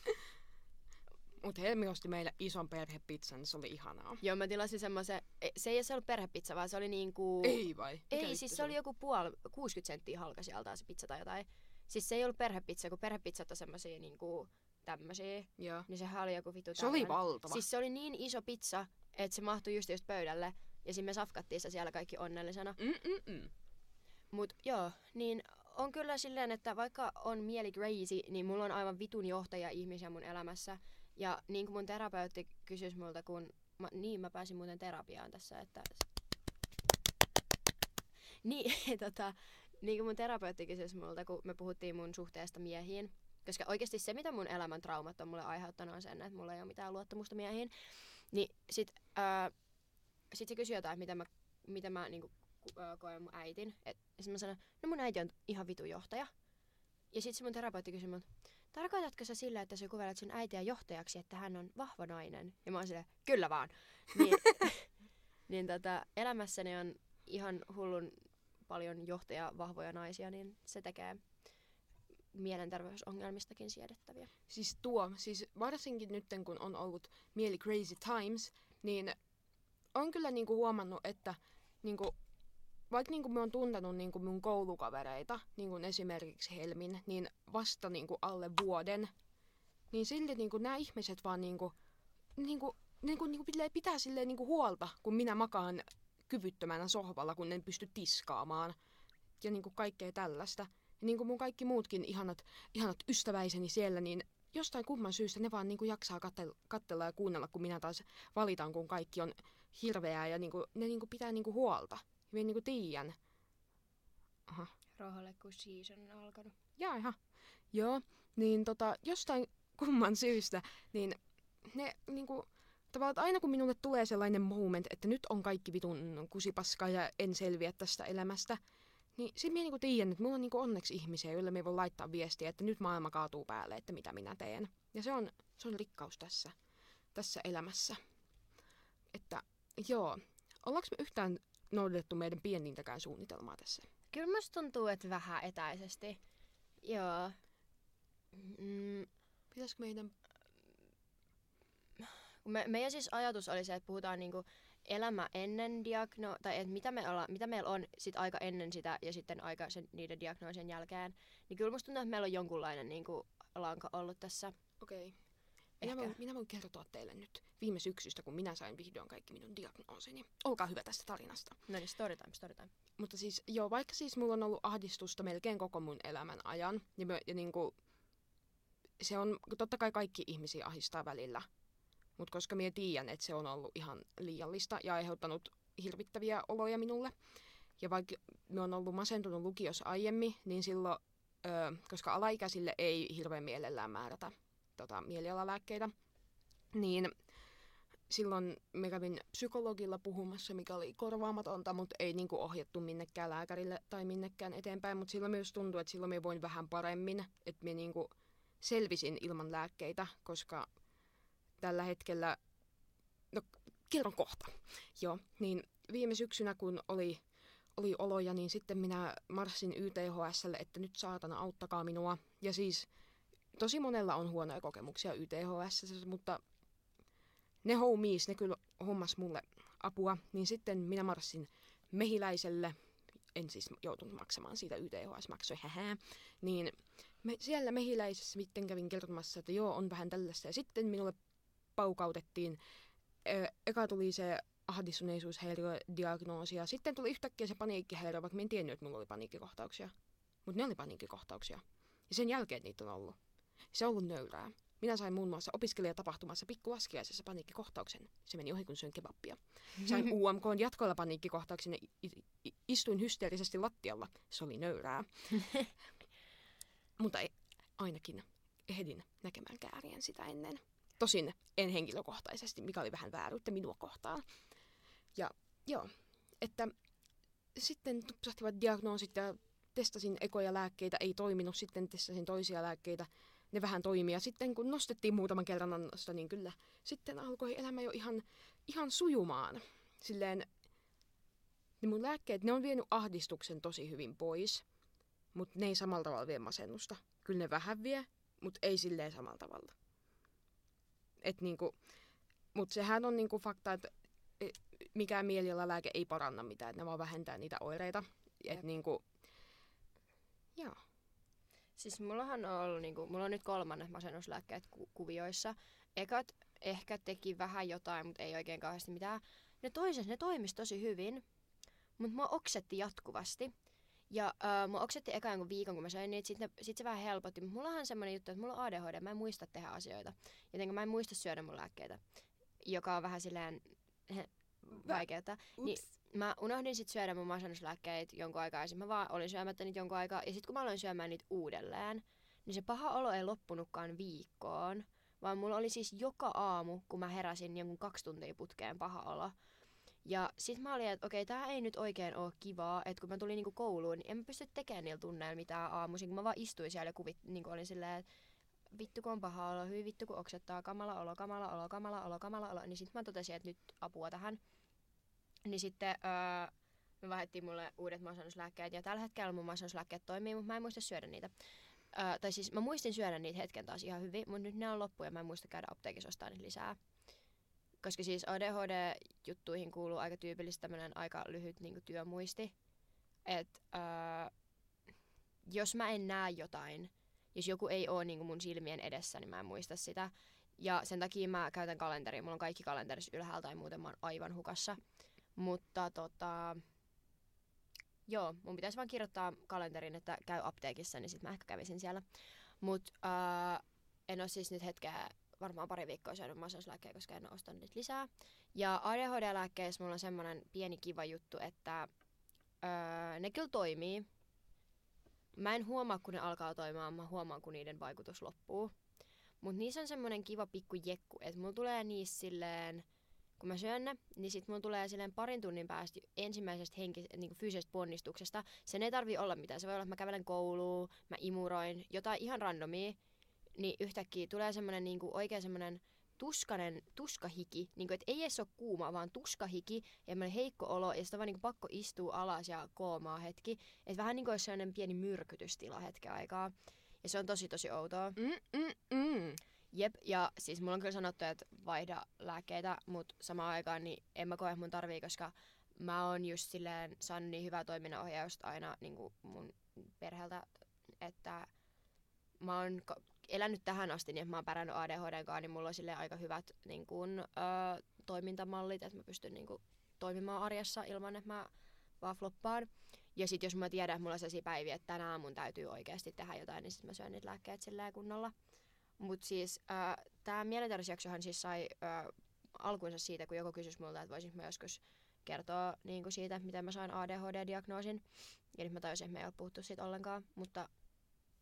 Mut Helmi osti meille ison perhepizzan, niin se oli ihanaa. Joo, mä tilasin semmoisen, se ei se ollut perhepizza, vaan se oli niinku... Ei vai? Mikä ei, siis se oli joku puoli, kuusikymmentä senttiä halka sieltä se pizza tai jotain. Siis se ei ollut perhepizza, kun perhepizzat on semmosia niinku tämmösiä. Joo. Niin sehän oli joku vitu Se oli valtava. Siis se oli niin iso pizza, että se mahtui just just pöydälle. Ja sitten me safkattiin se siellä kaikki onnellisena. Mm-mm-mm. Mut joo, niin on kyllä silleen, että vaikka on mieli crazy, niin mulla on aivan vitun johtaja ihmisiä mun elämässä. Ja niin kuin mun terapeutti kysyisi multa, kun... Mä, niin, mä pääsin muuten terapiaan tässä, että... Niin, tota... Niin kuin mun terapeutti kysyisi multa, kun me puhuttiin mun suhteesta miehiin. Koska oikeasti se, mitä mun elämän traumat on mulle aiheuttanut, on sen, että mulla ei ole mitään luottamusta miehiin. Niin sit... Ää, sit se kysyi jotain, mitä mä, mitä mä niinku, koen mun äitin. Et, ja sit mä sanoin, no mun äiti on ihan vitu johtaja. Ja sit se mun terapeutti kysyi multa, tarkoitatko sä sillä, että sä kuvailet sun äitiä johtajaksi, että hän on vahva nainen? Ja mä oon silleen, kyllä vaan. Niin, niin tota, elämässäni on ihan hullun paljon johtaja vahvoja naisia, niin se tekee mielenterveysongelmistakin siedettäviä. Siis tuo, siis varsinkin nyt kun on ollut mieli crazy times, niin on kyllä niinku huomannut, että niinku, vaikka niinku mä oon tuntenut niinku mun koulukavereita, niinku esimerkiksi Helmin, niin vasta niinku alle vuoden, niin silti niinku nämä ihmiset vaan niinku, niinku, niinku, niinku pitää silleen niinku huolta, kun minä makaan kyvyttömänä sohvalla, kun en pysty tiskaamaan ja niinku kaikkea tällaista. Ja niinku mun kaikki muutkin ihanat, ihanat ystäväiseni siellä, niin jostain kumman syystä ne vaan niinku jaksaa katsella, katsella ja kuunnella, kun minä taas valitan, kun kaikki on hirveää ja niinku, ne niinku pitää niinku huolta. Minä niinku tiiän. Aha. Roholekku season on alkanut. Jaa, ihan. Joo, niin tota, jostain kumman syystä, niin ne niinku, tavallaan aina kun minulle tulee sellainen moment, että nyt on kaikki vitun kusipaskaa ja en selviä tästä elämästä, niin sit minä niinku tiedän, että mulla on niinku onneksi ihmisiä, joille me voi laittaa viestiä, että nyt maailma kaatuu päälle, että mitä minä teen. Ja se on, se on rikkaus tässä, tässä elämässä. Että joo, ollaanko me yhtään noudatettu meidän pienintäkään suunnitelmaa tässä? Kyllä musta tuntuu, että vähän etäisesti. Joo. Mm. Pitäisikö meidän... Me, meidän siis ajatus oli se, että puhutaan niinku elämä ennen diagno... Tai että mitä, me olla, mitä meillä on sit aika ennen sitä ja sitten aika sen, niiden diagnoosien jälkeen. Niin kyllä musta tuntuu, että meillä on jonkunlainen niinku lanka ollut tässä. Okei. Okay. Minä voin, minä voin kertoa teille nyt viime syksystä, kun minä sain vihdoin kaikki minun diagnoosini. Olkaa hyvä tästä tarinasta. No niin, storytime, storytime. Mutta siis, joo, vaikka siis mulla on ollut ahdistusta melkein koko mun elämän ajan, ja, me, ja niinku, se on, totta kai kaikki ihmisiä ahdistaa välillä, mutta koska minä tiedän, että se on ollut ihan liiallista ja aiheuttanut hirvittäviä oloja minulle, ja vaikka minä on ollut masentunut lukiossa aiemmin, niin silloin öö, koska alaikäisille ei hirveän mielellään määrätä tota, mielialalääkkeitä, niin silloin me kävin psykologilla puhumassa, mikä oli korvaamatonta, mutta ei niinku ohjattu minnekään lääkärille tai minnekään eteenpäin. Mutta silloin myös tuntui, että silloin me voin vähän paremmin, että me niinku selvisin ilman lääkkeitä, koska tällä hetkellä, no kerron kohta, joo, niin viime syksynä kun oli, oli oloja, niin sitten minä marssin Y T H S:lle, että nyt saatana auttakaa minua. Ja siis tosi monella on huonoja kokemuksia Y T H S:ssä, mutta ne homies, ne kyllä hommas mulle apua, niin sitten minä marssin Mehiläiselle, en siis joutunut maksamaan siitä Y T H S-maksuja, hähää, niin me siellä Mehiläisessä sitten kävin kertomassa, että joo, on vähän tällaista, ja sitten minulle paukautettiin, ö, eka tuli se ahdistuneisuushäiriödiagnoosi, ja sitten tuli yhtäkkiä se paniikkihäiriö, vaikka mä en tiennyt, että mulla oli paniikkikohtauksia, mutta ne oli paniikkikohtauksia, ja sen jälkeen niitä on ollut. Se on ollut nöyrää. Minä sain muun muassa opiskelijatapahtumassa pikkulaskiaisessa paniikkikohtauksen. Se meni ohi, kun söin kebappia. Sain U M K:n jatkoilla paniikkikohtauksen ja istuin hysteerisesti lattialla. Se oli nöyrää. Mutta ei, ainakin ehdin näkemään käärien sitä ennen. Tosin en henkilökohtaisesti, mikä oli vähän vääryyttä minua kohtaan. Ja joo, että sitten tupsahtivat diagnoosit ja testasin ekoja lääkkeitä, ei toiminut. Sitten testasin toisia lääkkeitä. Ne vähän toimii. Ja sitten kun nostettiin muutaman kerran annosta, niin kyllä sitten alkoi elämä jo ihan, ihan sujumaan. Silleen, ne mun lääkkeet, ne on vienyt ahdistuksen tosi hyvin pois, mutta ne ei samalla tavalla vie masennusta. Kyllä ne vähän vie, mutta ei silleen samalla tavalla. Et niinku, mut sehän on niinku fakta, että mikään mielialalääke ei paranna mitään, että ne vaan vähentää niitä oireita. Et niinku, joo. Siis mullahan on ollut, niinku, mulla on nyt kolmannet masennuslääkkeet ku- kuvioissa. Ekat ehkä teki vähän jotain, mutta ei oikein kauheasti mitään. Ne toiset, ne toimis tosi hyvin, mutta mua oksetti jatkuvasti. Ja äh, mua oksetti eka jonkun viikon, kun mä söin niitä, sit, ne, sit se vähän helpotti. Mutta mullahan on semmonen juttu, että mulla on A D H D, mä en muista tehdä asioita. Jotenka mä en muista syödä mun lääkkeitä, joka on vähän silleen vaikeeta. Niin mä unohdin sit syödä mun masennuslääkkeitä jonkun aikaa, ja sit mä vaan olin syömättä niitä jonkun aikaa, ja sit kun mä aloin syömään niitä uudelleen, niin se paha olo ei loppunutkaan viikkoon, vaan mulla oli siis joka aamu, kun mä heräsin jonkun kaksi tuntia putkeen paha olo. Ja sit mä olin, että okei, tää ei nyt oikein oo kivaa, että kun mä tulin niinku kouluun, niin en mä pysty tekemään niillä tunneilla mitään aamuisin, kun mä vaan istuin siellä ja kuvit, niinku olin silleen, että vittu kun on paha olo, hyvin vittu kun oksettaa, kamala olo, kamala olo, kamala olo, kamala olo, niin sit mä totesin, että nyt apua tähän. Niin sitten öö, me vaihdettiin mulle uudet masennuslääkkeet, ja tällä hetkellä mun masennuslääkkeet toimii, mutta mä en muista syödä niitä. Öö, tai siis mä muistin syödä niitä hetken taas ihan hyvin, mutta nyt ne on loppu ja mä en muista käydä apteekissa ostaa niitä lisää. Koska siis A D H D-juttuihin kuuluu aika tyypillisesti tämmönen aika lyhyt niinku työmuisti. Et öö, jos mä en näe jotain, jos joku ei oo niinku mun silmien edessä, niin mä en muista sitä. Ja sen takia mä käytän kalenteria. Mulla on kaikki kalenterissa ylhäällä tai muuten mä oon aivan hukassa. Mutta tota, joo, mun pitäisi vaan kirjoittaa kalenterin, että käy apteekissa, niin sit mä ehkä kävisin siellä. Mut ää, en oo siis nyt hetkeä, varmaan pari viikkoa syönyt masennuslääkkeä, koska en oo ostanut niitä lisää. Ja A D H D-lääkkeissä mulla on semmonen pieni kiva juttu, että ää, ne kyllä toimii. Mä en huomaa, kun ne alkaa toimimaan, mä huomaan, kun niiden vaikutus loppuu. Mut niissä on semmonen kiva pikku jekku, että mulla tulee niissä silleen, kun mä syön ne, niin sit mun tulee silleen parin tunnin päästä ensimmäisestä henkis- niinku fyysisestä ponnistuksesta. Sen ei tarvii olla mitään. Se voi olla, että mä kävelen kouluun, mä imuroin, jotain ihan randomia. Niin yhtäkkiä tulee semmonen niinku oikein semmonen tuskanen tuskahiki. Niinku et ei edes oo kuuma, vaan tuskahiki ja semmonen heikko olo. Ja sitä vaan niinku pakko istua alas ja koomaa hetki. Et vähän niinku olisi sellainen pieni myrkytystila hetken aikaa. Ja se on tosi tosi outoa. Mm, mm, mm. Jep, ja siis mulla on kyllä sanottu, että vaihda lääkkeitä, mutta samaan aikaan niin en mä koe, että mun tarvii, koska mä oon just silleen saanut niin hyvää toiminnanohjausta aina niin kuin mun perheeltä, että mä oon ko- elänyt tähän asti, niin että mä oon pärännyt A D H D:n kanssa, niin mulla on silleen aika hyvät niin kuin, ö, toimintamallit, että mä pystyn niin kuin, toimimaan arjessa ilman, että mä vaan floppaan. Ja sit jos mä tiedän, että mulla on sellaisia päiviä, että tänään mun täytyy oikeasti tehdä jotain, niin sit mä syön niitä lääkkeet silleen kunnolla. Mut siis äh, tää mielenterveysjaksohan siis sai äh, alkuunsa siitä, kun joku kysyisi multa, että voisinko mä joskus kertoa niin siitä, miten mä sain A D H D-diagnoosin. Ja nyt mä tajusin, että me ei ole puhuttu siitä ollenkaan, mutta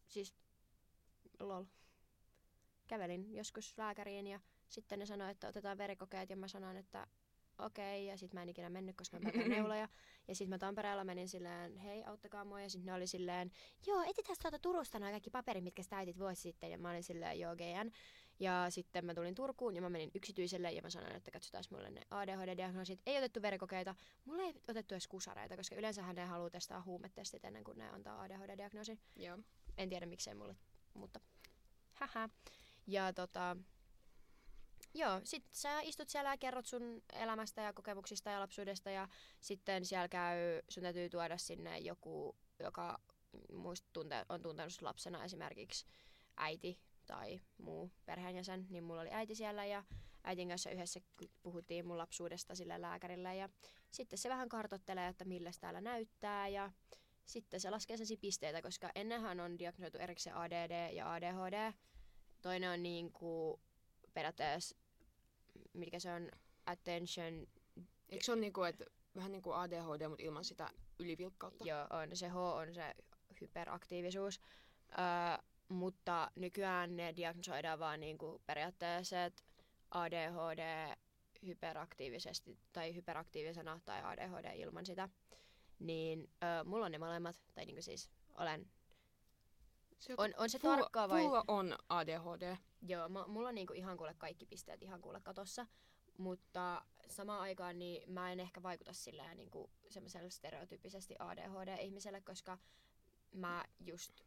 siis lol. Kävelin joskus lääkäriin ja sitten ne sanoi, että otetaan verikokeet ja mä sanoin, että okei. Okay. Ja sit mä en ikinä mennyt, koska mä pelkään neuloja. Ja sit mä Tampereella menin silleen, hei auttakaa mua. Ja sit ne oli silleen, joo etsitään tuolta Turusta nuo kaikki paperit, mitkä sä täytit vuosi sitten. Ja mä olin silleen, joo G N. Ja sitten mä tulin Turkuun ja mä menin yksityiselle ja mä sanoin, että katsotaan mulle ne A D H D-diagnoosit. Ei otettu verikokeita. Mulle ei otettu edes kusareita, koska yleensähän ne haluaa testaa huumetestit ennen kuin ne antaa A D H D-diagnoosin. Joo. En tiedä miksei mulle, mutta hähä. Ja tota, joo, sit sä istut siellä ja kerrot sun elämästä ja kokemuksista ja lapsuudesta ja sitten siellä käy, sun täytyy tuoda sinne joku, joka muist tunte, on tuntenut sut lapsena, esimerkiksi äiti tai muu perheenjäsen, niin mulla oli äiti siellä ja äitin kanssa yhdessä puhuttiin mun lapsuudesta sille lääkärille ja sitten se vähän kartoittelee, että millä täällä näyttää ja sitten se laskee sen pisteitä, koska ennenhän on diagnosoitu erikseen A D D ja A D H D. Toinen on niinku periaatteessa, mikä se on, attention. Eikö se ole niinku, että vähän niinku A D H D, mutta ilman sitä ylivilkkautta? Joo, on. Se H on se hyperaktiivisuus. Öö, mutta nykyään ne diagnosoidaan vaan niinku periaatteessa, että A D H D hyperaktiivisesti tai hyperaktiivisena tai A D H D ilman sitä. Niin öö, mulla on ne molemmat, tai niinku siis olen. Se on, on se fulla, tarkkaa vai? Fulla on A D H D. Joo, mä, mulla on niinku ihan kuule kaikki pisteet ihan kuule katossa. Mutta samaan aikaan niin mä en ehkä vaikuta sillä niinku semmoiselle stereotyyppisesti A D H D-ihmiselle, koska mä just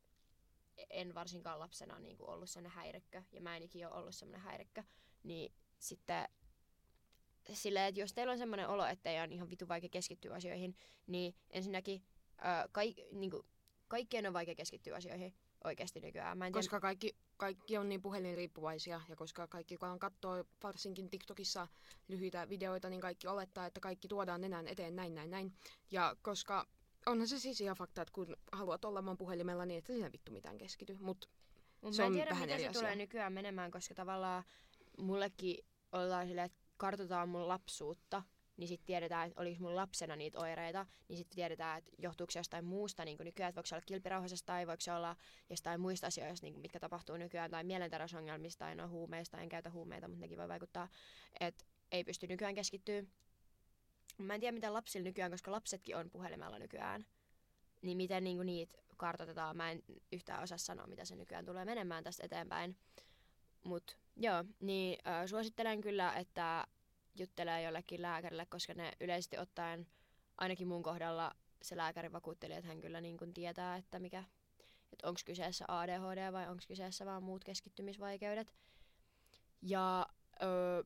en varsinkaan lapsena niinku ollut sellainen häirikkö, ja mä en ikinä ole ollut sellainen häirikkö, niin sitten silleen, että jos teillä on semmoinen olo, että teidän on ihan vitu vaikea keskittyä asioihin, niin ensinnäkin ää, kaik, niinku, kaikkien on vaikea keskittyä asioihin oikeasti nykyään. Mä en koska tiedä, kaikki, kaikki on niin puhelinriippuvaisia, ja koska kaikki, kun katsoo varsinkin TikTokissa lyhyitä videoita, niin kaikki olettaa, että kaikki tuodaan nenän eteen näin, näin, näin. Ja koska onhan se siis ihan fakta, että kun haluat olla vaan puhelimella, niin et sä siinä vittu mitään keskity. Mut Mut se mä en on tiedä, vähän miten eri se asia. tulee nykyään menemään, koska tavallaan mullekin ollaan silleen, että kartoitetaan mun lapsuutta, niin sitten tiedetään, että oliko mun lapsena niitä oireita, niin sitten tiedetään, että johtuuko se jostain muusta niin kuin nykyään, että voiko se olla kilpirauhasesta tai voiko se olla jostain muista asioista, niin kuin mitkä tapahtuu nykyään, tai mielenterveysongelmista tai no huumeista, en käytä huumeita, mutta nekin voi vaikuttaa, että ei pysty nykyään keskittyä. Mä en tiedä, mitä lapsilla nykyään, koska lapsetkin on puhelimella nykyään, niin miten niin kuin niitä kartoitetaan, mä en yhtään osaa sanoa, mitä se nykyään tulee menemään tästä eteenpäin. Mut joo, niin äh, suosittelen kyllä, että juttelee jollekin lääkärille, koska ne yleisesti ottaen, ainakin mun kohdalla se lääkäri vakuutteli, että hän kyllä niin kun tietää, että mikä, että onko kyseessä A D H D vai onko kyseessä vaan muut keskittymisvaikeudet. Ja öö,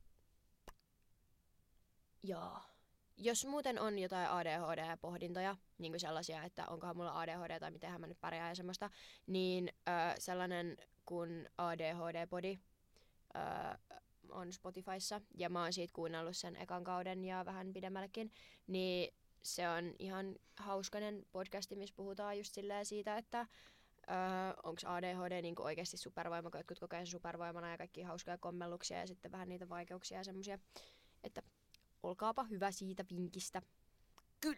joo. Jos muuten on jotain A D H D-pohdintoja, niin kuin sellaisia, että onkohan mulla A D H D tai mitenhän mä nyt pärjään ja semmoista, niin öö, sellainen kuin A D H D-podi öö, on Spotifyssa, ja mä oon siitä kuunnellut sen ekan kauden ja vähän pidemmällekin, niin se on ihan hauskainen podcasti, missä puhutaan just silleen siitä, että öö, onko A D H D niinku oikeasti supervoima, kun jotkut kokee sen supervoimana ja kaikki hauskoja kommelluksia ja sitten vähän niitä vaikeuksia ja semmosia, että olkaapa hyvä siitä vinkistä. Kyllä.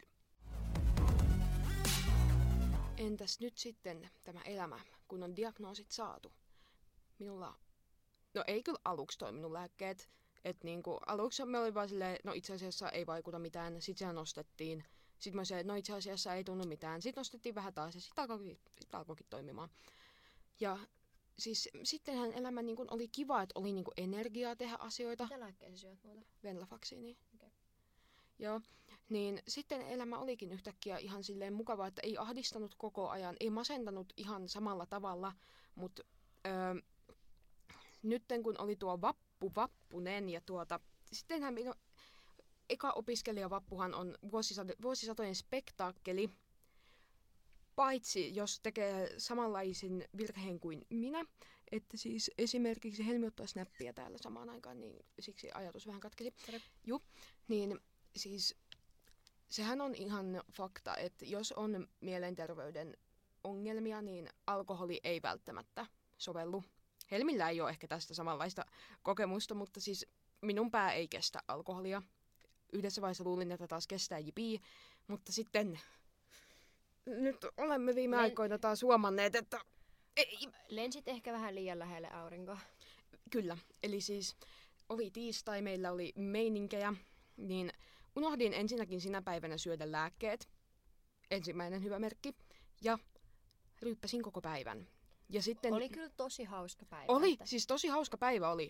Entäs nyt sitten tämä elämä, kun on diagnoosit saatu? Minulla, no ei kyllä aluksi toiminut lääkkeet. Että niinku, aluksi me oli vaan silleen, no itse asiassa ei vaikuta mitään, sit sehän nostettiin. Sitten mä sanoin, no itse asiassa ei tunnu mitään. Sitten nostettiin vähän taas ja sitten alkoikin, sit alkoikin toimimaan. Ja siis sittenhän elämä niinku oli kiva, että oli niinku energiaa tehdä asioita. Mitä lääkkeessä syöt muuta? Venlafaksiini. Okay. Joo, niin sitten elämä olikin yhtäkkiä ihan silleen mukavaa, että ei ahdistanut koko ajan, ei masentanut ihan samalla tavalla, mutta öö, nytten kun oli tuo vappu vappunen ja tuota, sittenhän minun eka opiskelijavappuhan on vuosisat- vuosisatojen spektaakkeli, paitsi jos tekee samanlaisen virheen kuin minä, että siis esimerkiksi Helmi ottaa snappia täällä samaan aikaan, niin siksi ajatus vähän katkesi. Juh, niin siis sehän on ihan fakta, että jos on mielenterveyden ongelmia, niin alkoholi ei välttämättä sovellu. Helmillä ei ole ehkä tästä samanlaista kokemusta, mutta siis minun pää ei kestä alkoholia. Yhdessä vaiheessa luulin, että taas kestää jipi, mutta sitten nyt olemme viime Len- aikoina taas huomanneet, että ei. Lensit ehkä vähän liian lähelle aurinkoa. Kyllä, eli siis oli tiistai, meillä oli meininkejä, niin unohdin ensinnäkin sinä päivänä syödä lääkkeet, ensimmäinen hyvä merkki, ja ryyppäsin koko päivän. Ja sitten Oli kyllä tosi hauska päivä. oli, Että... siis tosi hauska päivä oli,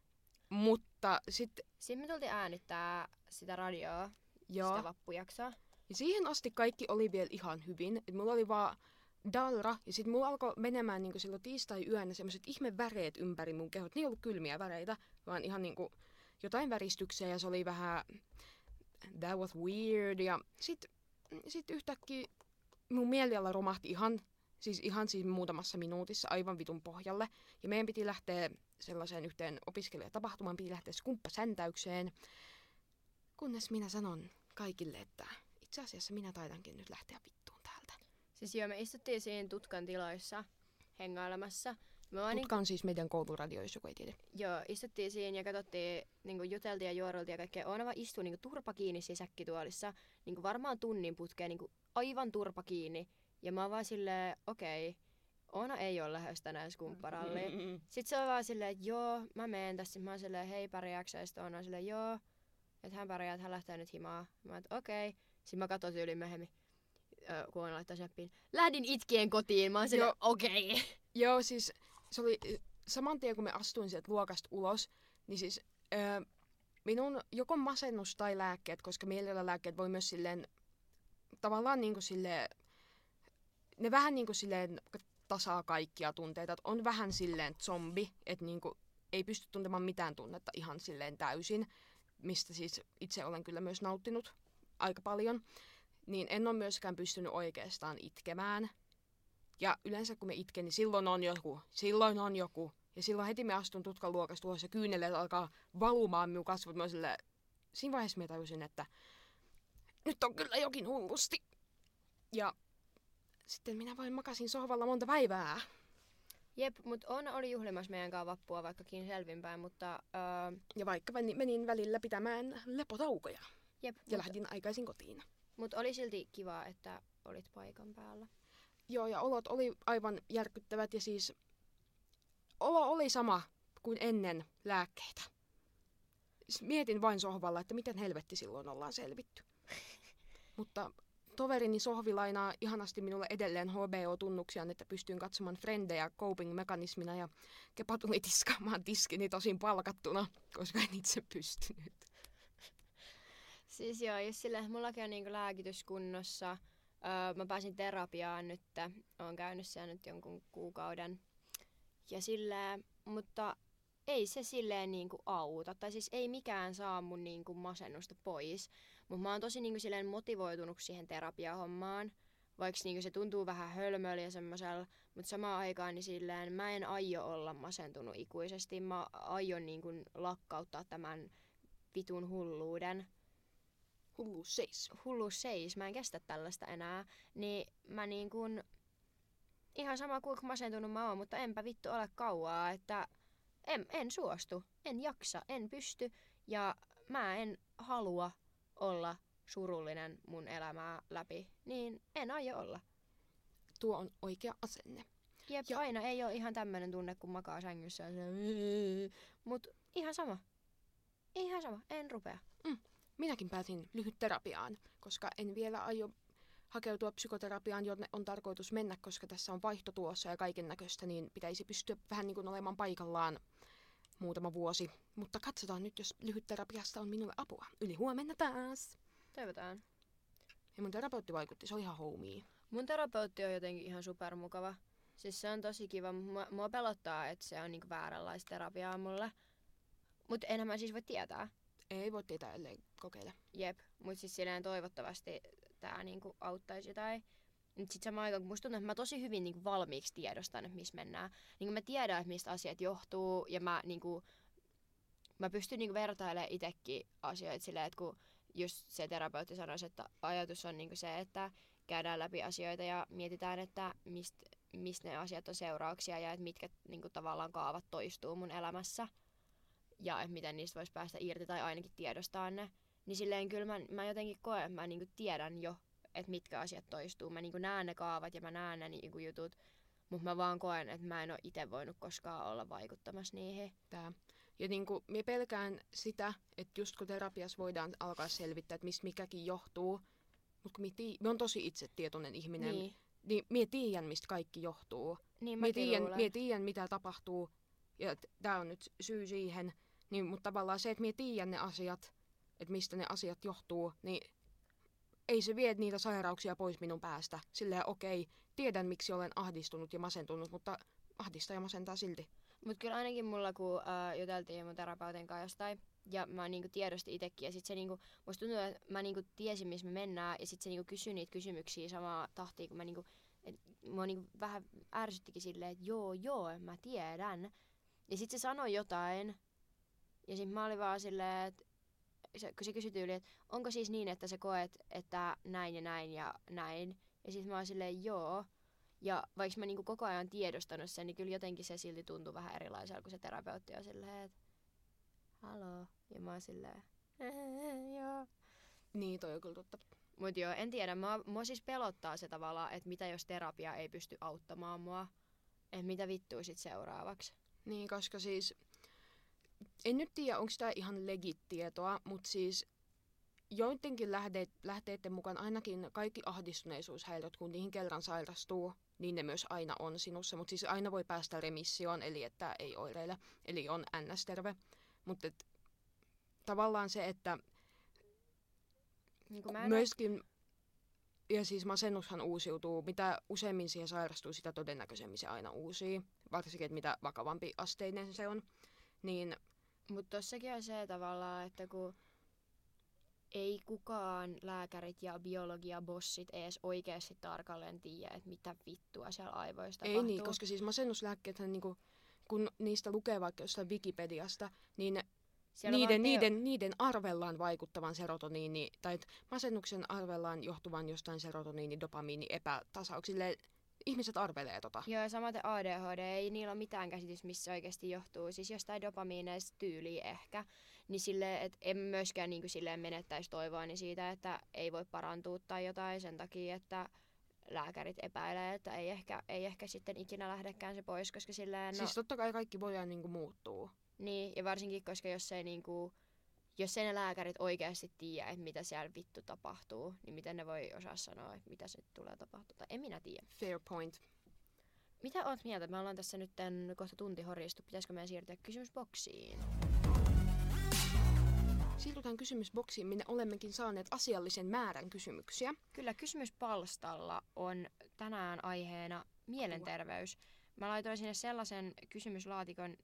mutta sitten Sitten me tultiin äänittää sitä radioa, joo, sitä vappujaksoa. ja siihen asti kaikki oli vielä ihan hyvin, että mulla oli vaan Dalra, ja sitten mulla alkoi menemään niinku silloin tiistai-yönä semmoiset ihme väreet ympäri mun kehot. Ne ei ollut kylmiä väreitä, vaan ihan niinku jotain väristyksiä, ja se oli vähän that was weird. Ja sit, sit yhtäkkiä mun mieliala romahti ihan, siis ihan siis muutamassa minuutissa aivan vitun pohjalle. Ja meidän piti lähteä sellaiseen yhteen opiskelijatapahtumaan, piti lähteä skumppasäntäykseen. Kunnes minä sanon kaikille, että itse asiassa minä taidankin nyt lähteä vittuun täältä. Siis joo, me istuttiin siinä Tutkan tiloissa hengailemassa. Me vaan Tutka on siis meidän kouluradio, jos joku ei tiedä. Joo, istuttiin siinä ja katsottiin, niin juteltiin ja juoreltiin ja kaikkea. Oona vaan istuu niin turpa kiinni siinä säkkituolissa, niin varmaan tunnin putkeen, niin aivan turpa kiinni. Ja mä oon vaan silleen, okei, okay, Oona ei ole lähes tänään skumpparalliin. Mm-hmm. Sitten se on vaan silleen, että joo, mä meen tässä. Sitten mä oon silleen, hei pärjääksä? Ja sitten Oona on silleen, joo, että hän pärjää, että hän lähtee nyt himaa. Mä oon, okei. Okay. Sitten mä katsoin yli myöhemmin, kun Oona laittaa snappiin. Lähdin itkien kotiin. Mä oon silleen, okei. Okay. Joo, siis se oli saman tien, kun me astuin sieltä luokasta ulos, niin siis öö, minun joko masennus tai lääkkeet, koska mielialalääkkeet voi myös silleen, tavallaan niinku silleen, ne vähän niinku silleen tasaa kaikkia tunteita, että on vähän silleen zombi, että niinku ei pysty tuntemaan mitään tunnetta ihan silleen täysin, mistä siis itse olen kyllä myös nauttinut aika paljon, niin en ole myöskään pystynyt oikeastaan itkemään. Ja yleensä kun me itken, niin silloin on joku, silloin on joku. Ja silloin heti me astun Tutkan luokasta ulos ja kyyneleet alkaa valumaan minun kasvot. Mä sille, siinä vaiheessa mä tajusin, että nyt on kyllä jokin hullusti. Ja sitten minä vain makasin sohvalla monta päivää. Jep, mutta Oona oli juhlimassa meidän kanssa vappua vaikkakin selvinpäin, mutta... Öö... Ja vaikka menin välillä pitämään lepotaukoja. Jep, ja mut... lähdin aikaisin kotiin. Mutta oli silti kiva, että olit paikan päällä. Joo, ja olot oli aivan järkyttävät ja siis olo oli sama kuin ennen lääkkeitä. Mietin vain sohvalla, että miten helvetti silloin ollaan selvitty. Mutta toverini sohvi lainaa ihanasti minulle edelleen H B O-tunnuksia, että pystyin katsomaan Frendejä coping-mekanismina ja Kepa tuli tiskaamaan tiskini tosin palkattuna, koska en itse pystynyt. Siis joo, jos sille, mullakin on niinku lääkitys kunnossa. Öö, mä pääsin terapiaan nyt, oon käynyt siellä nyt jonkun kuukauden. Ja silleen, mutta ei se silleen niinku auta. Tai siis ei mikään saa mun niinku masennusta pois. Mutta mä oon tosi niinku silleen motivoitunut siihen terapiahommaan. Vaikka niinku se tuntuu vähän hölmöllä ja semmosella. Mutta samaan aikaan niin silleen mä en aio olla masentunut ikuisesti. Mä aion niinku lakkauttaa tämän vitun hulluuden. Hulluus seis. Hulluus seis. Mä en kestä tällaista enää. Niin mä niin kuin... Ihan sama kuinka masentunut mä oon, mutta enpä vittu ole kauaa, että... En, en suostu. En jaksa. En pysty. Ja mä en halua olla surullinen mun elämää läpi. Niin en aio olla. Tuo on oikea asenne. Jep, ja aina ei ole ihan tämmönen tunne, kun makaa sängyssä. Mut ihan sama. Ihan sama. En rupea. Mm. Minäkin päätin lyhytterapiaan, koska en vielä aio hakeutua psykoterapiaan, jonne on tarkoitus mennä, koska tässä on vaihto tulossa ja kaiken näköistä, niin pitäisi pystyä vähän niin kuin olemaan paikallaan muutama vuosi. Mutta katsotaan nyt, jos lyhytterapiasta on minulle apua. Yli huomenna taas. Toivotaan. Ja mun terapeutti vaikutti, se oli ihan homie. Mun terapeutti on jotenkin ihan supermukava. Siis se on tosi kiva. Mua, mua pelottaa, että se on niinku vääränlaista terapiaa mulle. Mut enhän mä siis voi tietää. Ei voi tietää, ellei kokeile. Jep, mut siis silleen toivottavasti tää niinku auttaisi jotain. Mut sit samaan aikaan, kun musta tuntuu, että mä tosi hyvin niinku valmiiksi tiedostan, että missä mennään. Niinku mä tiedän, että mistä asiat johtuu ja mä niinku... Mä pystyn niinku vertailemaan itekin asioita silleen, että kun just se terapeutti sanoisi, että ajatus on niinku se, että käydään läpi asioita ja mietitään, että mistä mist ne asiat on seurauksia ja että mitkä niinku tavallaan kaavat toistuu mun elämässä. Ja että miten niistä voisi päästä irti tai ainakin tiedostaa ne. Niin silleen kyllä mä, mä jotenkin koen, että mä niinku tiedän jo, että mitkä asiat toistuu. Mä niinku näen ne kaavat ja mä näen ne niinku jutut, mutta mä vaan koen, että mä en ole itse voinut koskaan olla vaikuttamassa niihin. Tää. Ja niinku, mä pelkään sitä, että just kun terapiassa voidaan alkaa selvittää, että mistä mikäkin johtuu, mutta kun mä, tii- mä oon tosi itsetietoinen ihminen, Niin. niin mä tiedän, mistä kaikki johtuu. Niin Mä mäkin tiedän, luulen. mä tiedän, mitä tapahtuu, ja tämä on nyt syy siihen. Niin, mutta tavallaan se, että mä tiedän ne asiat, että mistä ne asiat johtuu, niin ei se vie niitä sairauksia pois minun päästä. Silleen okei, tiedän miksi olen ahdistunut ja masentunut, mutta ahdistaa ja masentaa silti. Mut kyllä ainakin mulla, kun äh, juteltiin mun terapeutin kanssa jostain, ja mä niinku tiedostin itekin, ja sit se niinku, musta tuntuu, että mä niinku tiesin, missä me mennään, ja sit se niinku kysyi niitä kysymyksiä samaa tahtia, kun mä niinku, et mua niinku vähän ärsyttikin silleen, että joo, joo, mä tiedän. Ja sit se sanoi jotain, ja sit mä olin vaan silleen, että se, kun se kysyi tyyliin, että onko siis niin, että sä koet, että näin ja näin ja näin. Ja sit mä olin silleen, joo. Ja vaikka mä niinku koko ajan tiedostanut sen, niin kyllä jotenkin se silti tuntui vähän erilaiselta, kun se terapeutti on silleen, että haloo. Ja mä oon silleen, joo. Niin, toi on kyllä totta. Mut joo, en tiedä. Mua, mua siis pelottaa se tavallaan, että mitä jos terapia ei pysty auttamaan mua. Että mitä vittua sit seuraavaksi. Niin, koska siis, en nyt tiedä, onko tämä ihan legit tietoa, mutta siis joidenkin lähteet, lähteiden mukaan ainakin kaikki ahdistuneisuushäiriöt, kun niihin kerran sairastuu, niin ne myös aina on sinussa. Mutta siis aina voi päästä remissioon, eli että ei oireile, eli on ns-terve. Mutta tavallaan se, että Niin mä en myöskin, ja siis masennushan uusiutuu, mitä useimmin siihen sairastuu, sitä todennäköisemmin se aina uusii. Varsinkin, että mitä vakavampi asteinen se on. Niin, Mutta tossakin on se tavallaan, että kun ei kukaan lääkärit ja biologia-bossit edes oikeasti tarkalleen tiedä, että mitä vittua siellä aivoissa tapahtuu. ei niin, koska siis masennuslääkkeethän, niinku, kun niistä lukee vaikka jostain Wikipediasta, niin Siellä vaan niiden, teo- niiden, niiden arvellaan vaikuttavan serotoniini, tai et masennuksen arvellaan johtuvan jostain serotoniini, dopamiini epätasauksille. Ihmiset arvelee tota. Joo, samaten A D H D, ei niillä ole mitään käsitys, missä oikeasti johtuu. Siis jostain dopamiineista tyyliä ehkä. Niin silleen, että en myöskään niin kuin silleen menettäisi toivoani siitä, että ei voi parantua tai jotain sen takia, että lääkärit epäilee, että ei ehkä, ei ehkä sitten ikinä lähdekään se pois, koska silleen, no, Siis totta kai kaikki voidaan niinku muuttua. niin, ja varsinkin, koska jos ei niinku, jos ei ne lääkärit oikeasti tiedä, että mitä siellä vittu tapahtuu, niin miten ne voi osaa sanoa, että mitä se tulee tapahtua. Tai en minä tiedä. Fair point. Mitä oot mieltä? Me ollaan tässä nyt tän kohta tunti horjistu. Pitäisikö meidän siirtyä kysymysboksiin? Siirrytään kysymysboksiin, minne olemmekin saaneet asiallisen määrän kysymyksiä. Kyllä, kysymyspalstalla on tänään aiheena mielenterveys. Mä laitoin sinne sellaisen kysymyslaatikon.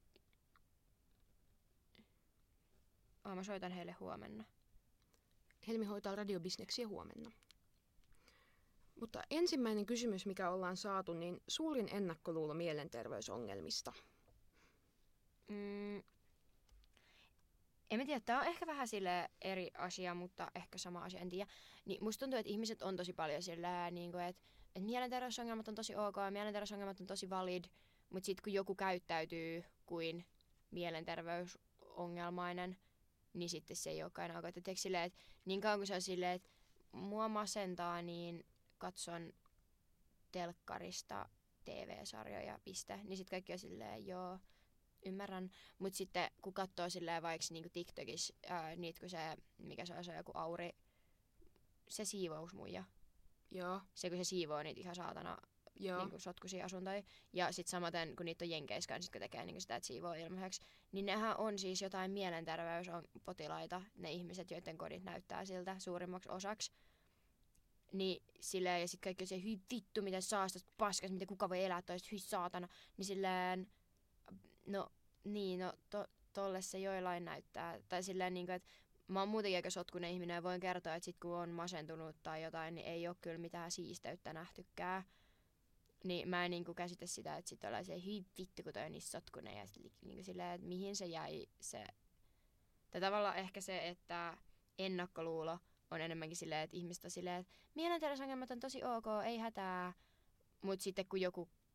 Oh, mä soitan heille huomenna. Helmi hoitaa radiobisneksiä huomenna. Mutta ensimmäinen kysymys, mikä ollaan saatu, niin suurin ennakkoluulo mielenterveysongelmista. Mm. En mä tiedä, tää on ehkä vähän sille eri asia, mutta ehkä sama asia, en tiedä. Niin musta tuntuu, että ihmiset on tosi paljon sillä, niin että et mielenterveysongelmat on tosi ok, mielenterveysongelmat on tosi valid, mutta sitten kun joku käyttäytyy kuin mielenterveysongelmainen, niin sitten se ei olekaan ok. Et tiedätkö silleen, että niin kauan kuin se on silleen, että mua masentaa, niin katson telkkarista T V-sarjoja, piste. Niin sitten kaikki on silleen, joo, ymmärrän. Mut sitten kun katsoo silleen vaikka niinku TikTokissa, ää, niitä kun se, mikä se on, se on joku Auri, se siivousmuija. Joo, Se kun se siivoo niitä ihan saatana joo. niinku sotkuisia asuntoja. Ja sit samaten kun niitä on jenkeissä kanssa, kun tekee niinku sitä, että siivoo ilmaiseksi. Niin nehän on siis jotain mielenterveyspotilaita, ne ihmiset, joiden kodit näyttää siltä suurimmaksi osaksi. Niin silleen, ja sit kaikki on se, hyi vittu, miten saastas paskas, miten kuka voi elää toista, hyi saatana. Niin silleen, no niin, no to, tolle se joillain näyttää. Tai silleen niinku, että mä oon muutenkin aika sotkunen ihminen ja voin kertoa, että sit kun on masentunut tai jotain, niin ei oo kyllä mitään siisteyttä nähtykään. Niin mä en niinku käsitä sitä, että sit ollaan se, hyi vittu, kun toi on niin sotkunen. Ja sit niinku silleen, että mihin se jäi se. Tai tavallaan ehkä se, että ennakkoluulo on enemmänkin silleen, että ihmiset on silleen, että mielenterveysongelmat on tosi ok, ei hätää. Mut sitten kun joku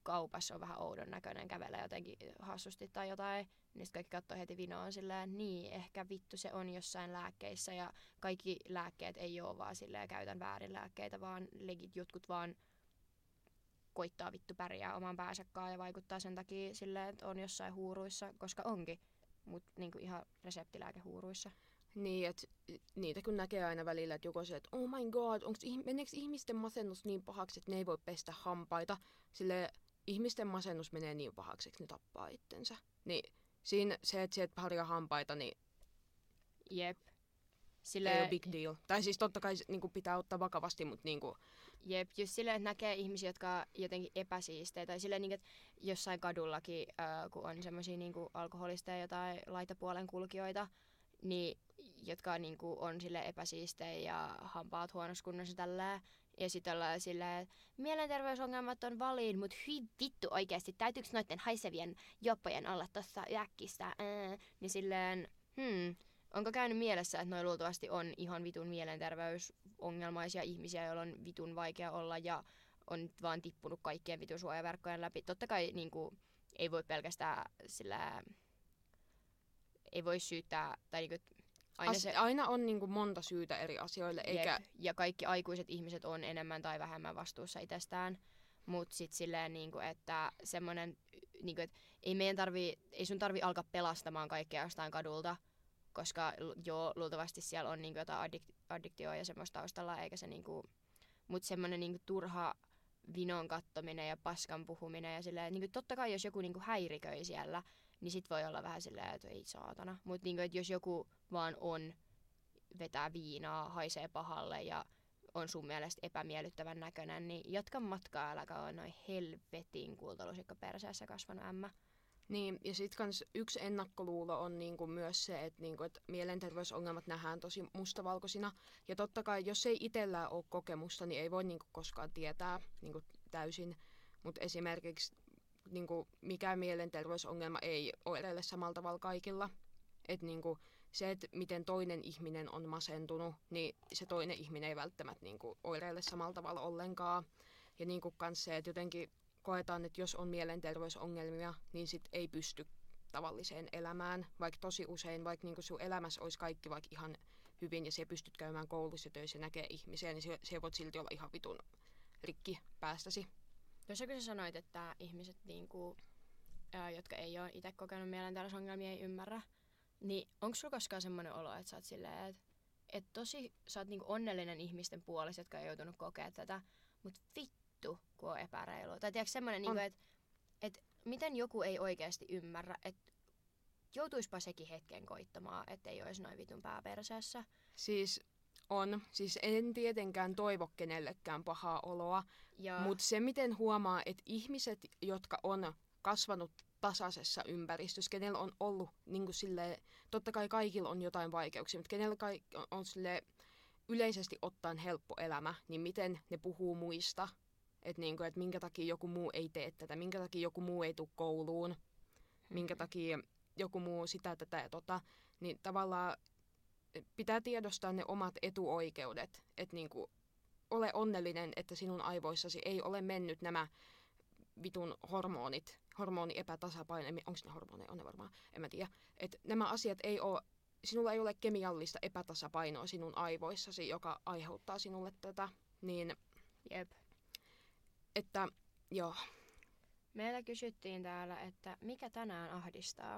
kaupassa on vähän oudon näköinen, kävelee jotenkin hassusti tai jotain, niin sitten kaikki katsoo heti vinoon silleen, niin ehkä vittu se on jossain lääkkeissä ja kaikki lääkkeet ei ole vaan silleen käytän väärin lääkkeitä, vaan legit jotkut vaan koittaa vittu pärjää oman päänsä ja vaikuttaa sen takia silleen, että on jossain huuruissa, koska onkin, mutta niinku ihan reseptilääkehuuruissa. Niin, että niitä kun näkee aina välillä, että joku on se, että oh my god, onks, meneekö ihmisten masennus niin pahaksi, että ne ei voi pestä hampaita? Sille ihmisten masennus menee niin pahaksi, että ne tappaa itsensä. Niin siinä se, että sieltä harjaa hampaita, niin Jep. Sille... ei ole big deal. Tai siis totta kai niin kuin pitää ottaa vakavasti, mutta niin kuin... Jep, just silleen, että näkee ihmisiä, jotka on jotenkin epäsiistejä. Tai silleen, että jossain kadullakin, äh, kun on semmoisia niin alkoholisteja tai laitapuolen kulkijoita, niin, jotka niin kuin, on sille epäsiistejä ja hampaat huonossa kunnossa tällä. Ja sitten ollaan silleen, että mielenterveysongelmat on valiin, mutta hyi vittu oikeasti, täytyykö noiden haisevien joppojen olla tossa yäkkissä? Äh, niin silleen, hmm, onko käynyt mielessä, että noi luultavasti on ihan vitun mielenterveysongelmaisia ihmisiä, joilla on vitun vaikea olla ja on vaan tippunut kaikkien vitun suojaverkkojen läpi. Totta kai niin kuin, ei voi pelkästään sillä... ei voi syyttää, tai niinku, aina, As, se, aina on niinku monta syytä eri asioille, eikä... Jep, ja kaikki aikuiset ihmiset on enemmän tai vähemmän vastuussa itsestään, mutta sitten silleen, niinku, että semmonen, niinku, että ei meidän tarvii, ei sun tarvii alkaa pelastamaan kaikkea jostain kadulta, koska joo, luultavasti siellä on niinku jotain addik- addiktioa ja semmoista taustalla, eikä se niinku, mutta semmonen niinku turha vinon kattominen ja paskan puhuminen ja silleen, niinku, totta kai jos joku niinku häiriköi siellä, niin sit voi olla vähän silleen, että ei saatana. Mutta niinku, jos joku vaan on, vetää viinaa, haisee pahalle ja on sun mielestä epämiellyttävän näköinen, niin jatka matkaa, äläkä ole noin helvetin kultalusikka perseessä kasvanut ämmä. Niin, ja sit kans yksi ennakkoluulo on niinku myös se, että niinku, et mielenterveysongelmat nähdään tosi mustavalkoisina. Ja totta kai, jos ei itsellään ole kokemusta, niin ei voi niinku koskaan tietää niinku täysin. Mutta esimerkiksi niinku, mikään mielenterveysongelma ei oireile samalla tavalla kaikilla. Et niinku, se, että miten toinen ihminen on masentunut, niin se toinen ihminen ei välttämättä niinku, oireile samalla tavalla ollenkaan. Ja niinku, kans se, että jotenkin koetaan, että jos on mielenterveysongelmia, niin sit ei pysty tavalliseen elämään. Vaikka tosi usein, vaikka niinku sun elämässä olisi kaikki vaikka ihan hyvin ja sä pystyt käymään koulussa töissä ja näkee ihmisiä, niin se voit silti olla ihan vitun rikki päästäsi. Tuossa kun sä sanoit, että ihmiset, niinku, ää, jotka ei ole itse kokenut mielenterveysongelmia, ei ymmärrä, niin onko sulla koskaan semmoinen olo, että sä oot silleen, että et tosi sä oot niinku onnellinen ihmisten puolesta, jotka ei joutunut kokea tätä, mutta vittu, kun on epäreilu. Tai tiedätkö semmoinen, niinku, että et miten joku ei oikeasti ymmärrä, että joutuispa sekin hetken koittamaan, ettei olisi noin vitun pääperseessä. Siis on. Siis en tietenkään toivo kenellekään pahaa oloa, mutta se miten huomaa, että ihmiset, jotka on kasvanut tasaisessa ympäristössä, kenellä on ollut niin kuin silleen, totta kai kaikilla on jotain vaikeuksia, mutta kenellä on, on silleen, yleisesti ottaen helppo elämä, niin miten ne puhuu muista, että niinku, et minkä takia joku muu ei tee tätä, minkä takia joku muu ei tule kouluun, hmm. minkä takia joku muu sitä, tätä ja tota, niin tavallaan pitää tiedostaa ne omat etuoikeudet, että niinku, ole onnellinen, että sinun aivoissasi ei ole mennyt nämä vitun hormonit, hormoniepätasapaino, onko ne hormoneja, on ne varmaan, en mä tiedä, että nämä asiat ei ole, sinulla ei ole kemiallista epätasapainoa sinun aivoissasi, joka aiheuttaa sinulle tätä, niin Jep. Että, joo. Meillä kysyttiin täällä, että mikä tänään ahdistaa?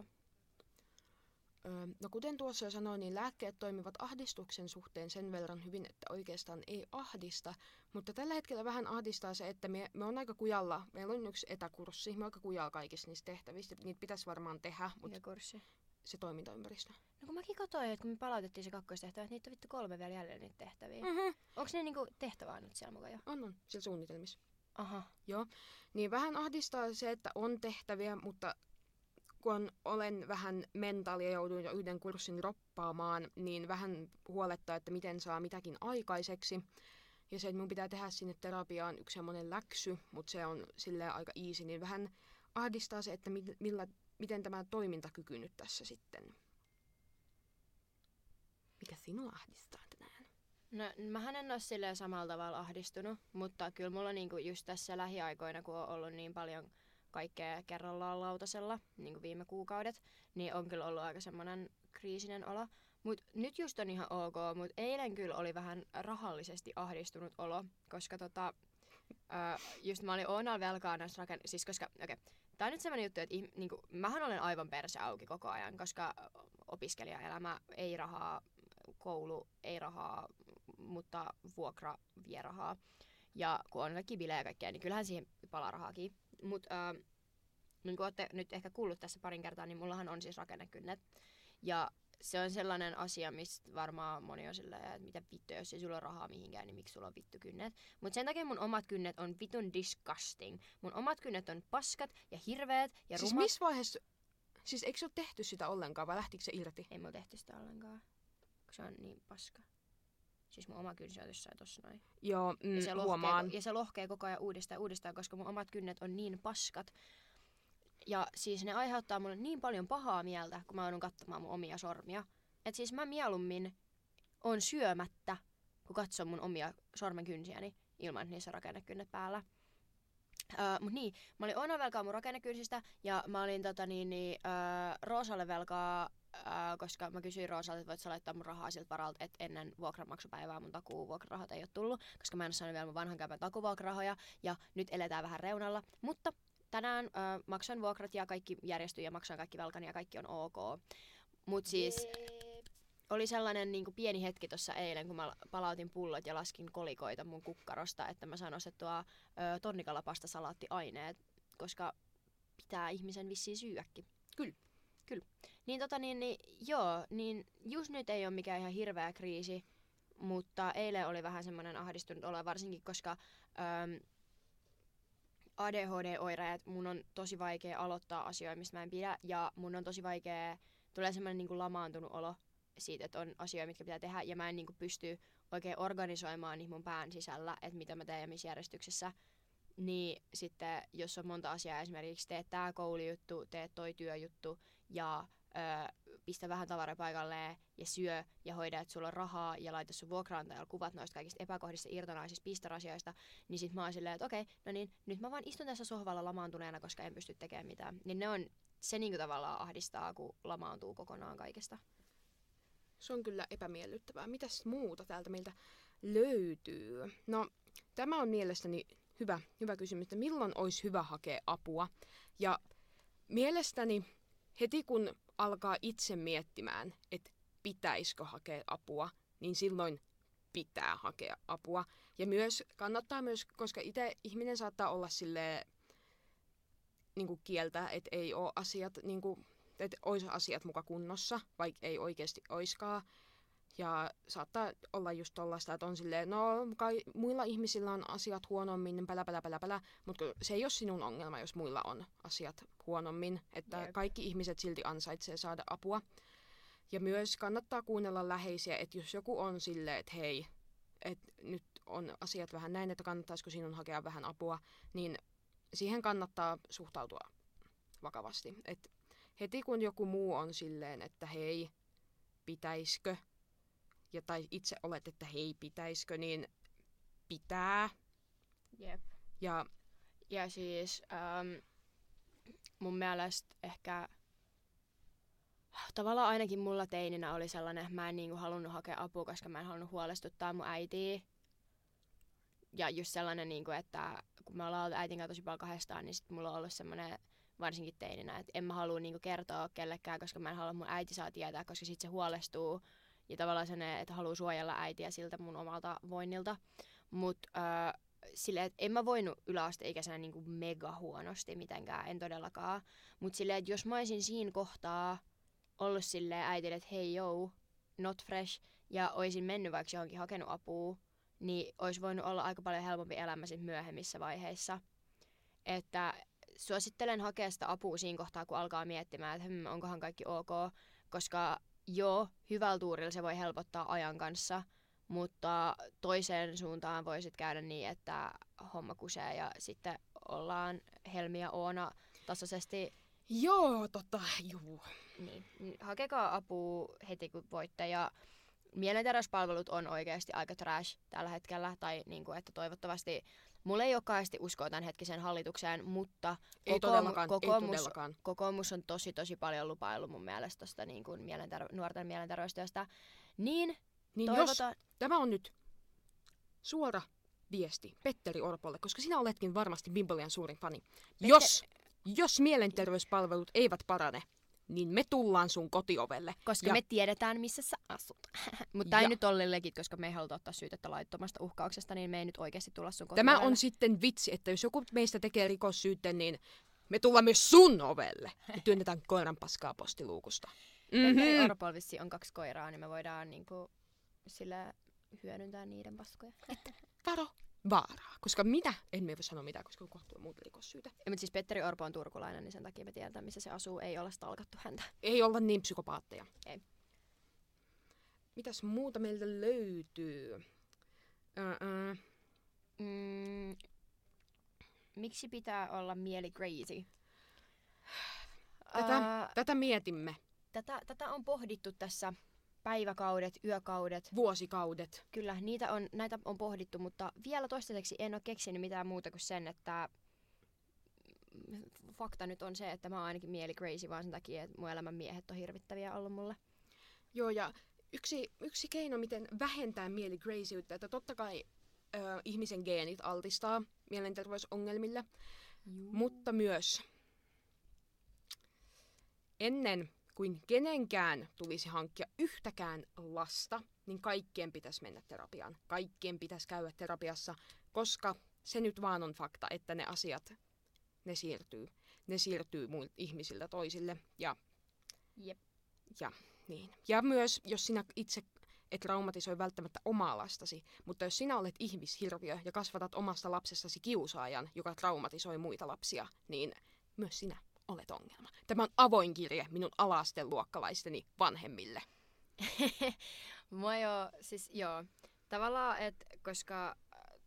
Öö, no kuten tuossa jo sanoin, niin lääkkeet toimivat ahdistuksen suhteen sen verran hyvin, että oikeastaan ei ahdista. Mutta tällä hetkellä vähän ahdistaa se, että me, me on aika kujalla. Meillä on yksi etäkurssi, me on aika kujalla kaikissa niistä tehtävistä. Niitä pitäisi varmaan tehdä, mutta kurssi? Se toimintaympäristö. No kun mäkin katsoin, että kun me palautettiin se kakkostehtävä, että niitä on vittu kolme vielä jäljellä niitä tehtäviä. Mm-hmm. Onko ne niinku tehtävää nyt siellä mukaan jo? On, on. Siellä suunnitelmissa. Aha. Joo. Niin vähän ahdistaa se, että on tehtäviä, mutta kun olen vähän mentaalia ja jouduin jo yhden kurssin roppaamaan, niin vähän huolettaa, että miten saa mitäkin aikaiseksi. Ja se, että mun pitää tehdä sinne terapiaan yksi semmoinen läksy, mutta se on silleen aika easy, niin vähän ahdistaa se, että millä, miten tämä toimintakyky nyt tässä sitten. Mikä sinua ahdistaa tänään? No, mähän en ole silleen samalla tavalla ahdistunut, mutta kyllä mulla niinku just tässä lähiaikoina, kun on ollut niin paljon kaikkea kerrallaan lautasella, niin kuin viime kuukaudet, niin on kyllä ollut aika semmoinen kriisinen olo. Mut nyt just on ihan ok, mut eilen kyllä oli vähän rahallisesti ahdistunut olo, koska tota, ää, just mä olin Oonalla velkaa näistä raken... Siis koska, okei, okay, tää on nyt semmoinen juttu, että ih- niinku, mähän olen aivan perse auki koko ajan, koska opiskelijaelämä ei rahaa, koulu ei rahaa, mutta vuokra vie rahaa. Ja kun on kaikki bilejä ja kaikkea, niin kyllähän siihen palaa rahaakin. Mut äh, niin kuin olette nyt ehkä kuullut tässä parin kertaa, niin mullahan on siis rakennekynnet. Ja se on sellainen asia, mistä varmaan moni on silleen, että mitä vittu, jos ei sulla ole rahaa mihinkään, niin miksi sulla on vittu kynnet. Mut sen takia mun omat kynnet on vitun disgusting. Mun omat kynnet on paskat ja hirveet ja Siis rumat. missä vaiheessa, siis eikö se ole tehty sitä ollenkaan vai lähtikö se irti? Ei mulla tehty sitä ollenkaan, kun se on niin paska. Siis mun oma kynsi on jossain tossa noin. Joo, mm, Ja se, huomaan. lohkee, ja se lohkee koko ajan uudestaan ja uudestaan, koska mun omat kynnet on niin paskat. Ja siis ne aiheuttaa mulle niin paljon pahaa mieltä, kun mä joudun katsomaan mun omia sormia. Et siis mä mieluummin on syömättä, kun katson mun omia sormenkynsiäni ilman, että niissä on rakennekynnet päällä. Uh, mut niin, mä olin Oona velkaa mun rakennekynsistä ja mä olin tota niin, niin uh, Roosalle velkaa, uh, koska mä kysyin Roosalta, että voit sä laittaa mun rahaa siltä varalta, että ennen vuokranmaksupäivää mun takuvuokrarahat ei ole tullut, koska mä en ole saanut vielä mun vanhan käypän takuvuokrarahoja ja nyt eletään vähän reunalla. Mutta tänään uh, maksan vuokrat ja kaikki järjestyy ja maksan kaikki velkani ja kaikki on ok. Mut siis oli sellainen niin kuin pieni hetki tuossa eilen, kun mä palautin pullot ja laskin kolikoita mun kukkarosta, että mä saan ostettua ö, tonnikalapasta salaattiaineet, koska pitää ihmisen vissiin syödäkin. Kyllä. Kyllä. Niin tota niin, niin joo, niin just nyt ei ole mikään ihan hirveä kriisi, mutta eilen oli vähän semmoinen ahdistunut olo, varsinkin koska öm, A D H D-oireet, mun on tosi vaikea aloittaa asioita, mistä mä en pidä, ja mun on tosi vaikea, tulee semmoinen niin kuin lamaantunut olo siitä, että on asioita, mitkä pitää tehdä, ja mä en niin kuin pysty oikein organisoimaan niitä mun pään sisällä, että mitä mä teen ja missä järjestyksessä. Niin sitten, jos on monta asiaa, esimerkiksi teet tää koulijuttu, teet toi työjuttu, ja ö, pistä vähän tavaraa paikalleen, ja syö, ja hoida, että sulla on rahaa, ja laita sun vuokraantajalle kuvat noista kaikista epäkohdista, irtonaisista pistorasioista, niin sit mä oon silleen, että okei, no niin, nyt mä vaan istun tässä sohvalla lamaantuneena, koska en pysty tekemään mitään. Niin ne on, se niinku tavallaan ahdistaa, kun lamaantuu kokonaan kaikesta. Se on kyllä epämiellyttävää. Mitäs muuta täältä meiltä löytyy? No, tämä on mielestäni hyvä, hyvä kysymys, että milloin olisi hyvä hakea apua. Ja mielestäni heti kun alkaa itse miettimään, että pitäisikö hakea apua, niin silloin pitää hakea apua. Ja myös kannattaa myös, koska itse ihminen saattaa olla silleen niin kuin kieltä, että ei ole asiat niin kuin että olisi asiat muka kunnossa, vaikka ei oikeasti oiskaan. Ja saattaa olla just tollaista, että on silleen, no kai muilla ihmisillä on asiat huonommin, niin pälä, pälä, pälä, pälä. Mutta se ei ole sinun ongelma, jos muilla on asiat huonommin. Että Jep. kaikki ihmiset silti ansaitsee saada apua. Ja myös kannattaa kuunnella läheisiä, että jos joku on silleen, että hei, että nyt on asiat vähän näin, että kannattaisiko sinun hakea vähän apua, niin siihen kannattaa suhtautua vakavasti. Että heti kun joku muu on silleen, että hei, pitäiskö, ja tai itse olet, että hei, pitäiskö, niin pitää. Jep. Ja, ja siis ähm, mun mielestä ehkä tavallaan ainakin mulla teininä oli sellainen, että mä en niinku halunnut hakea apua, koska mä en halunnut huolestuttaa mun äitiä. Ja just sellainen, niinku, että kun me ollaan ollut äitin kanssa tosi paljon kahdestaan, niin sit mulla on ollut semmoinen varsinkin teininä, että en mä halua niinku kertoa kellekään, koska mä en halua, että mun äiti saa tietää, koska sit se huolestuu. Ja tavallaan sellainen, että haluaa suojella äitiä siltä mun omalta voinnilta. Mut äh, silleen, että en mä voinut yläasteikäisenä niinku mega huonosti mitenkään, en todellakaan. Mut silleen, että jos mä olisin siinä kohtaa ollut silleen äitille, että hei joo, not fresh, ja oisin mennyt vaikka johonkin hakenut apua, niin olisi voinut olla aika paljon helpompi elämä sit myöhemmissä vaiheissa. Että suosittelen hakea sitä apua siinä kohtaa, kun alkaa miettimään, että hmm, onkohan kaikki ok, koska joo, hyvällä tuurilla se voi helpottaa ajan kanssa, mutta toiseen suuntaan voi sit käydä niin, että homma kusee ja sitten ollaan Helmi ja Oona tasaisesti. joo, tota, juu. Niin, hakekaa apua heti kun voitte ja mielenterveyspalvelut on oikeasti aika trash tällä hetkellä, tai niinku, että toivottavasti, mulla ei ole kauheasti uskoa tämän hetkisen hallitukseen, mutta Ei kokoomu- todellakaan, ei kokoomus, todellakaan. kokoomus on tosi tosi paljon lupaillut mun mielestä tosta niinku mielenter- nuorten mielenterveystyöstä, niin, Niin toivotaan... jos, tämä on nyt suora viesti Petteri Orpolle, koska sinä oletkin varmasti Bimbolian suurin fani. Petter- Jos, jos mielenterveyspalvelut eivät parane, niin me tullaan sun kotiovelle. Koska ja me tiedetään, missä sä asut. Mutta ei Ja- nyt ole legit, koska me ei haluta ottaa syytettä laittomasta uhkauksesta, niin me ei nyt oikeasti tulla sun Tämä kotiovelle. on sitten vitsi, että jos joku meistä tekee rikossyytteen, niin me tullaan myös sun ovelle. Me työnnetään koiran paskaa postiluukusta. Petteri Mhm. Orpolla vissiin on kaksi koiraa, niin me voidaan niinku sillä hyödyntää niiden paskoja. Varo vaaraa. Koska mitä? En me voi sanoa mitään, koska kohtuu muuta rikossyytä. Mutta siis Petteri Orpo on turkulainen, niin sen takia me tiedetään, missä se asuu. Ei olla stalkattu häntä. Ei olla niin psykopaatteja. Ei. Mitäs muuta meiltä löytyy? Uh-uh. Mm, miksi pitää olla mieli crazy? Tätä, Ää, tätä mietimme. tätä, tätä on pohdittu tässä päiväkaudet, yökaudet. Vuosikaudet. Kyllä, niitä on, näitä on pohdittu, mutta vielä toistaiseksi en ole keksinyt mitään muuta kuin sen, että fakta nyt on se, että mä oon ainakin mieli crazy vaan sen takia, että mun elämän miehet on hirvittäviä ollut mulle. Joo, ja yksi, yksi keino, miten vähentää mielicrazyyttä, että totta kai ö, ihmisen geenit altistaa mielenterveysongelmille, Juu. mutta myös ennen kuin kenenkään tulisi hankkia yhtäkään lasta, niin kaikkien pitäisi mennä terapiaan. Kaikkien pitäisi käydä terapiassa, koska se nyt vaan on fakta, että ne asiat, ne siirtyy. Ne siirtyy muilta ihmisiltä toisille. Ja, Jep. ja, niin. ja myös, jos sinä itse et traumatisoi välttämättä omaa lastasi, mutta jos sinä olet ihmishirviö ja kasvatat omasta lapsestasi kiusaajan, joka traumatisoi muita lapsia, niin myös sinä olet ongelma. Tämä on avoin kirje minun ala-asteen luokkalaisteni vanhemmille. Mua joo, siis joo. Tavallaan, että koska,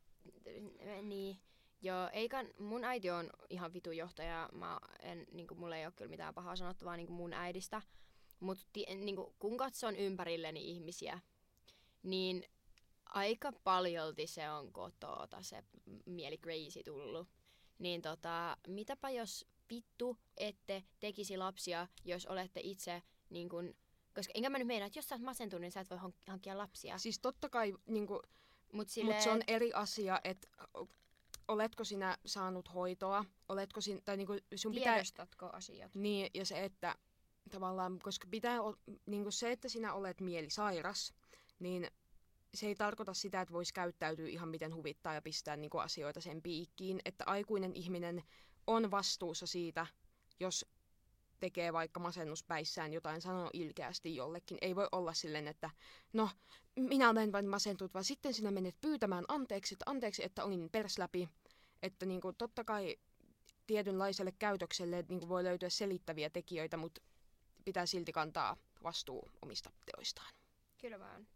äh, niin, joo, eikä, mun äiti on ihan vitu johtaja, mä en, niinku, mulla ei ole kyllä mitään pahaa sanottavaa niinku mun äidistä, mutta niinku, kun katson ympärilleni ihmisiä, niin aika paljolti se on kotoota se mieli crazy tullut. Niin tota, mitäpä jos vittu ette tekisi lapsia, jos olette itse niin kun, koska enkä mä nyt meinaa, että jos sä oot masentunut, niin sä et voi hank- hankkia lapsia. Siis totta kai, niinku, Mut, silleen, mutta se on eri asia, että oletko sinä saanut hoitoa, oletko sinä, tai niinku sun pitää... tiedostatko asiat? Niin, ja se, että tavallaan, koska pitää, niinku se, että sinä olet mielisairas, niin se ei tarkoita sitä, että voisi käyttäytyä ihan miten huvittaa ja pistää niinku asioita sen piikkiin, että aikuinen ihminen on vastuussa siitä, jos tekee vaikka masennuspäissään jotain, sanoo ilkeästi jollekin. Ei voi olla silleen, että no, minä olen vain masentunut, vaan sitten sinä menet pyytämään anteeksi, että anteeksi, että olin pers läpi. Että niinku, totta kai tietynlaiselle käytökselle niinku, voi löytyä selittäviä tekijöitä, mutta pitää silti kantaa vastuu omista teoistaan. Kyllä vaan.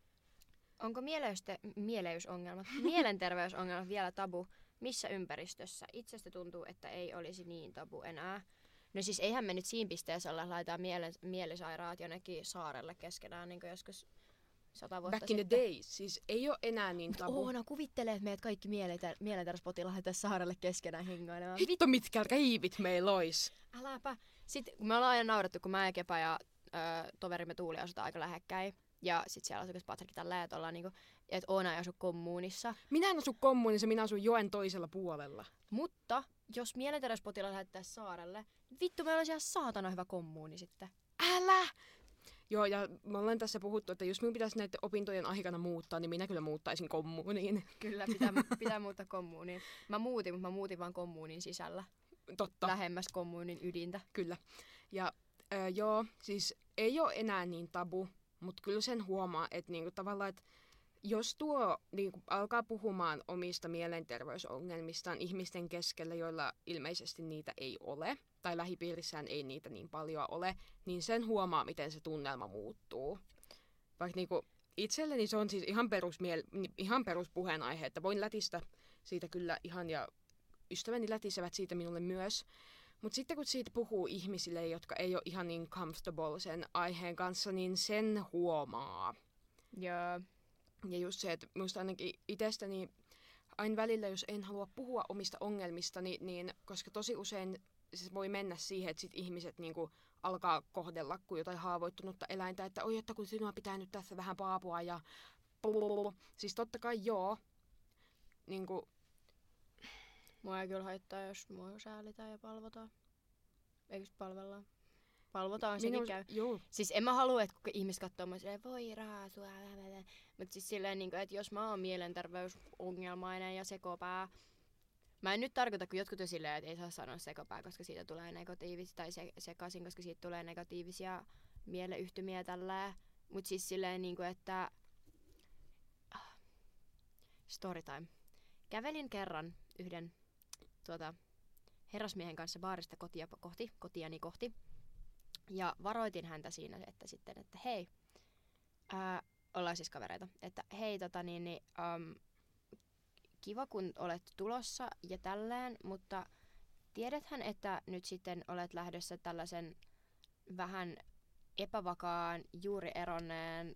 Onko mieleyste- mieleysongelmat, mielenterveysongelmat vielä tabu? Missä ympäristössä? Itsestä tuntuu, että ei olisi niin tabu enää. No siis eihän me nyt siinä pisteessä olla, laitetaan mielen, mielisairaat jonnekin saarelle keskenään, niin kuin joskus sata vuotta Back in the sitten. days, siis ei ole enää niin tabu. Oona kuvittelee, että meidät kaikki mielenter- mielenterveyspotilaat laitetaan saarelle keskenään hengailemaan. Hitto mitkä reivit meillä ois. Äläpä. Sitten kun me ollaan aina naurattu, kun mä ja Kepa ja ö, toverimme Tuuli asutaan aika lähekkäin. Ja sit siellä asukas Patrick tälleen, että ollaan niinku, että Oona ei asu kommunissa. Minä en asu kommunissa, minä asun joen toisella puolella. Mutta jos mielenterveyspotilaat lähettäisiin saarelle, vittu meillä olisi ihan saatana hyvä kommuuni sitten. Älä! Joo, ja me ollaan tässä puhuttu, että jos minun pitäisi näiden opintojen aikana muuttaa, niin minä kyllä muuttaisin kommuuniin. Kyllä, pitää, pitää muuttaa kommuuniin. Mä muutin, mutta mä muutin vaan kommuunin sisällä. Totta, Lähemmäs kommuunin ydintä. kyllä. Ja äh, joo, siis ei ole enää niin tabu, mutta kyllä sen huomaa, että niinku, tavallaan, että jos tuo niinku, alkaa puhumaan omista mielenterveysongelmistaan ihmisten keskellä, joilla ilmeisesti niitä ei ole, tai lähipiirissään ei niitä niin paljon ole, niin sen huomaa, miten se tunnelma muuttuu. Vaikka niinku, itselleni se on siis ihan, perusmiel- ihan peruspuheenaihe, että voin lätistä siitä kyllä ihan, ja ystäväni lätisevät siitä minulle myös. Mutta sitten kun siitä puhuu ihmisille, jotka ei ole ihan niin comfortable sen aiheen kanssa, niin sen huomaa. Joo. Ja just se, että musta ainakin itsestäni aina välillä, jos en halua puhua omista ongelmistani, niin koska tosi usein se voi mennä siihen, että sit ihmiset niinku alkaa kohdella kuin jotain haavoittunutta eläintä, että oi, että kun sinua pitää nyt tässä vähän paapua ja blablabla. Siis totta kai joo. Niinku, Mua ei kyllä haittaa, jos mua säälitään ja palvotaan. Eikö sit palvellaan? Palvotaan, sekin minun, käy. joo. Siis en mä halua, että ihmiset katsoo mua silleen, voi raasua, mutta siis silleen, niin kuin, että jos mä oon mielenterveysongelmainen ja sekopää, mä en nyt tarkoita, kun jotkut on silleen, että ei saa sanoa sekopää, koska siitä tulee negatiivisia, tai se, sekaisin, koska siitä tulee negatiivisia mieleyhtymiä tällä. Mut siis silleen, niin kuin, että storytime. Kävelin kerran yhden tuota, herrasmiehen kanssa baarista kotia kohti, kotiani kohti. Ja varoitin häntä siinä, että sitten, että hei, ää, ollaan siis kavereita, että hei, tota niin, niin äm, kiva kun olet tulossa ja tälleen, mutta tiedäthän, että nyt sitten olet lähdössä tällaisen vähän epävakaan, juuri eronneen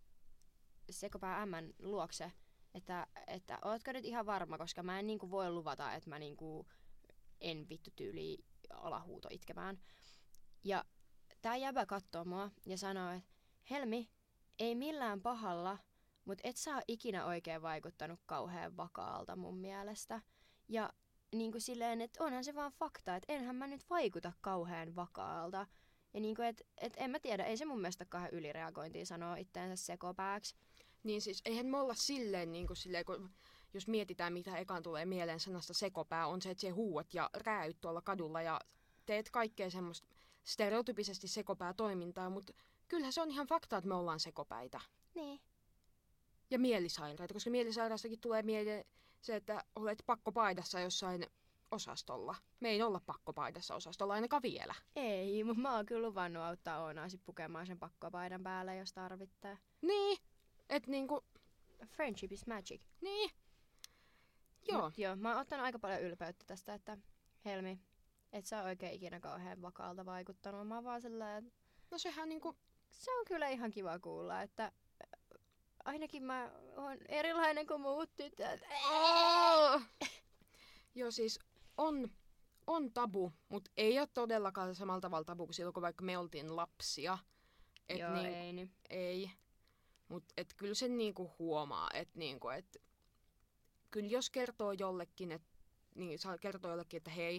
sekopää ämmän luokse, että, että ootko nyt ihan varma, koska mä en niinku voi luvata, että mä niinku en vittu tyyliin alahuuto itkemään. Ja tää jäbä kattoo mua ja sanoo, että Helmi, ei millään pahalla, mut et sä oo ikinä oikein vaikuttanut kauhean vakaalta mun mielestä. Ja niinku silleen, että onhan se vaan fakta, että enhän mä nyt vaikuta kauhean vakaalta. Ja niinku, että et en mä tiedä, ei se mun mielestä kahden ylireagointia sanoo itteensä sekopääksi. Niin siis eihän me olla silleen, niin kuin silleen, kun jos mietitään mitä ekaan tulee mieleen sanasta sekopää, on se, että se huuat ja rääyt tuolla kadulla ja teet kaikkea semmoista stereotypisesti sekopää toimintaa, mutta kyllähän se on ihan fakta, että me ollaan sekopäitä. Niin. Ja mielisairaita, koska mielisairaastakin tulee mieleen se, että olet pakkopaidassa jossain osastolla. Me ei olla pakkopaidassa osastolla ainakaan vielä. Ei, mutta mä oon kyllä luvannut auttaa Oonaa sit pukemaan sen pakkopaidan päälle, jos tarvittaa. Niin, et niinku... Friendship is magic. Niin. Joo. Mut joo, mä oon ottanut aika paljon ylpeyttä tästä, että Helmi, et sä oikein ikinä kauhean vakaalta vaikuttanut. Mä oon vaan sellainen, No sehän niinku... se on kyllä ihan kiva kuulla, että ainakin mä oon erilainen kuin muut tytöt. Oh! Joo, siis on, on tabu, mutta ei ole todellakaan samalla tavalla tabu kuin silloin, kun vaikka me oltiin lapsia. Et Joo, niin, ei niin. Ei. Mutta et kyllä sen niinku huomaa, että niinku, et, kyllä jos kertoo jollekin, et, niin saa kertoa jollekin, että hei,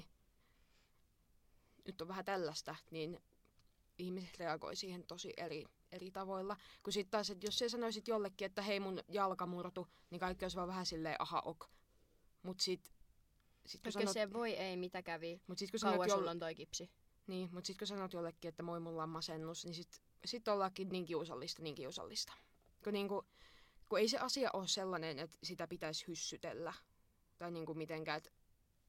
nyt on vähän tällaista, niin ihmiset reagoi siihen tosi eri, eri tavoilla. Kun sit taas, että jos sä sanoisit jollekin, että hei mun jalka murtu, niin kaikki olisi vaan vähän silleen aha ok. Mut sit, sit kun Koska sanot, se voi ei, mitä kävi. mut sit, kun sanot Kauan jolle, sulla on toi kipsi. niin, mut sit kun sanot jollekin, että moi mulla on masennus, niin sit, sit ollaankin niin kiusallista, niin kiusallista. Kun, niinku, kun ei se asia ole sellainen, että sitä pitäisi hyssytellä. Tai niinku mitenkään, että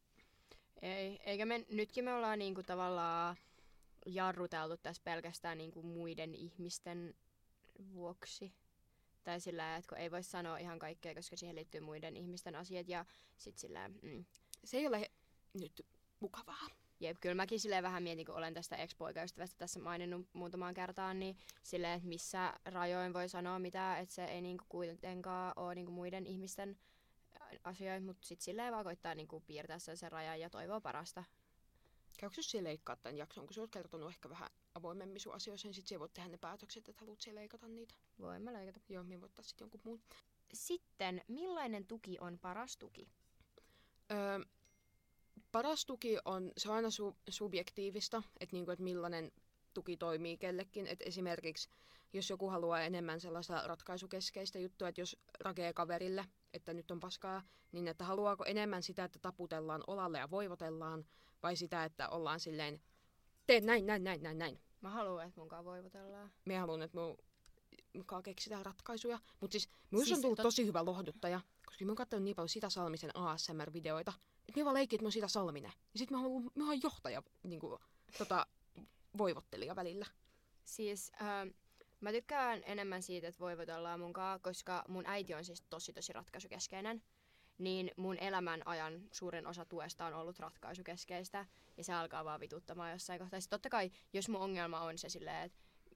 Ei, eikä me, nytkin me ollaan niinku tavallaan jarruteltu tässä pelkästään niinku muiden ihmisten vuoksi. Tai sillä, että kun ei voi sanoa ihan kaikkea, koska siihen liittyy muiden ihmisten asiat ja sit sillä, mm, se ei ole nyt mukavaa. jep, kyllä mäkin silleen vähän mietin, kun olen tästä ex-poikaystävästä tässä maininnut muutamaan kertaan, niin silleen, että missä rajoin voi sanoa mitä, että se ei niinku kuitenkaan ole niinku muiden ihmisten asioita, mutta sitten silleen vaan koittaa niinku piirtää sen rajan ja toivoo parasta. Käykö jos siellä leikkaa tämän jakson, kun sä oot kertonut ehkä vähän avoimemmin sun asioissa, niin sit siellä voit tehdä ne päätökset, että haluat siellä leikata niitä. Voimme leikata. Joo, minä voit taas sit jonkun muun. Sitten, millainen tuki on paras tuki? Öö, paras tuki on, se on aina su- subjektiivista, että niinku, et millainen tuki toimii kellekin. Et esimerkiksi jos joku haluaa enemmän sellaista ratkaisukeskeistä juttua, että jos rakee kaverille, että nyt on paskaa, niin että haluaako enemmän sitä, että taputellaan olalle ja voivotellaan, vai sitä, että ollaan silleen, tee näin, näin, näin, näin, näin. Mä haluan, että munkaan voivotellaan. Me haluan, että mun mukaan keksitään ratkaisuja. Mutta siis minusta Siis on tullut tot- tosi hyvä lohduttaja, koska mä oon katsonut niin paljon Sitä Salmisen A S M R-videoita, että mä vaan leikin, että mä oon Sitä Salminen. Ja sit mä oon, mä oon johtaja, niinku, tota, voivottelija välillä. Siis ähm, mä tykkään enemmän siitä, että voivotellaan munkaan, koska mun äiti on siis tosi tosi ratkaisukeskeinen. Niin mun elämän ajan suurin osa tuesta on ollut ratkaisukeskeistä. Ja se alkaa vaan vituttamaan jossain kohtaa. Siis totta kai, jos mun ongelma on se silleen, että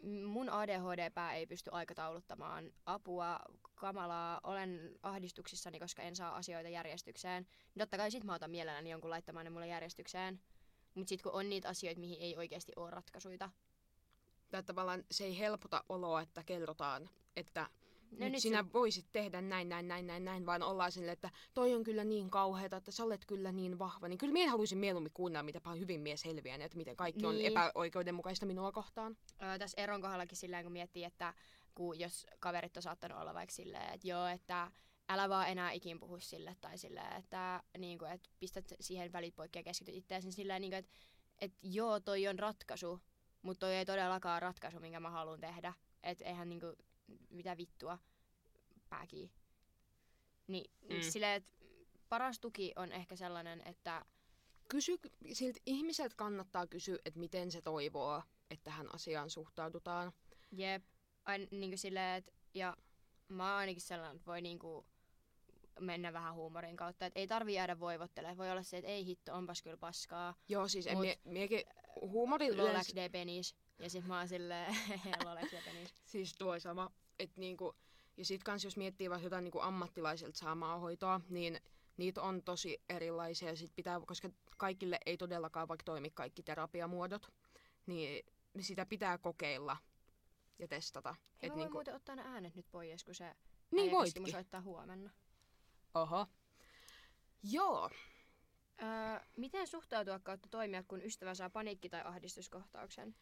mun A D H D-pää ei pysty aikatauluttamaan apua, kamalaa, olen ahdistuksissani, koska en saa asioita järjestykseen. Totta kai sit mä otan mielelläni jonkun laittamaan ne mulle järjestykseen. Mut sit kun on niitä asioita, mihin ei oikeasti ole ratkaisuja. Tai tavallaan se ei helpota oloa, että kerrotaan, että No nyt, nyt sinä se- voisit tehdä näin, näin, näin, näin, näin, vaan ollaan silleen, että toi on kyllä niin kauheata, että sä olet kyllä niin vahva. Niin kyllä minä haluaisin mieluummin kuunnella, mitä pahan hyvin mies selviää, että miten kaikki on Niin. epäoikeudenmukaista minua kohtaan. Öö, tässä eron kohdallakin silleen, kun miettii, että kun jos kaverit on saattanut olla vaikka silleen, että joo, että älä vaan enää ikin puhu sille, tai silleen, että, niin kuin, että pistät siihen välit poikki ja keskityt itseäsi, niin silleen, niin kuin, että, että joo, toi on ratkaisu, mutta toi ei todellakaan ratkaisu, minkä mä haluan tehdä. Että eihän niin kuin, mitä vittua, pääkiin. Niin Mm. silleen, että paras tuki on ehkä sellainen, että Kysy, siltä ihmiseltä kannattaa kysyä, että miten se toivoo, että tähän asiaan suhtaudutaan. jep, ain, niin kuin silleen, että, ja mä oon ainakin sellainen, että voi niinku mennä vähän huumorin kautta. Et ei tarvii jäädä voivottelemaan. Voi olla se, että ei hitto, onpas kyllä paskaa. Joo, siis en Mut- mie, miekin huumorilla Lolex yleensä, de penis. Ja sit mä oon silleen, Lolex de penis. siis tuo sama, että niinku, ja sit kans jos miettii vaikka jotain niinku ammattilaiselta saamaa hoitoa, niin niitä on tosi erilaisia, ja sit pitää, koska kaikille ei todellakaan vaikka toimi kaikki terapiamuodot, niin sitä pitää kokeilla ja testata. Hei, Et mä voin niinku, muuten ottaa ne äänet nyt pois, kun se niin äijä käski mun voitkin. soittaa huomenna. Oho. Joo. Öö, miten suhtautua kautta toimia, kun ystävä saa paniikki- tai ahdistuskohtauksen?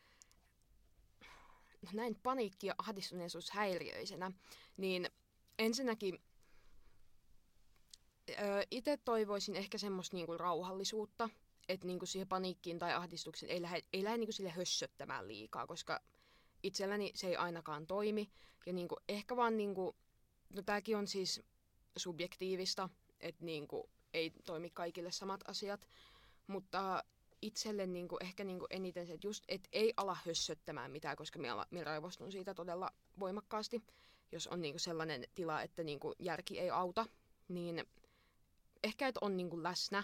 Näin paniikki- ja ahdistuneisuushäiriöisenä, niin ensinnäkin itse toivoisin ehkä semmoista niinku rauhallisuutta, että niinku siihen paniikkiin tai ahdistukseen ei lähde, ei lähde niinku sille hössöttämään liikaa, koska itselläni se ei ainakaan toimi. Ja niinku ehkä vaan, niinku, no tääkin on siis subjektiivista, että niinku ei toimi kaikille samat asiat, mutta itselle niinku ehkä niinku eniten se, että just et ei ala hössöttämään mitään, koska minä, minä raivostun siitä todella voimakkaasti. Jos on niinku sellainen tila, että niinku järki ei auta, niin ehkä et on niinku läsnä.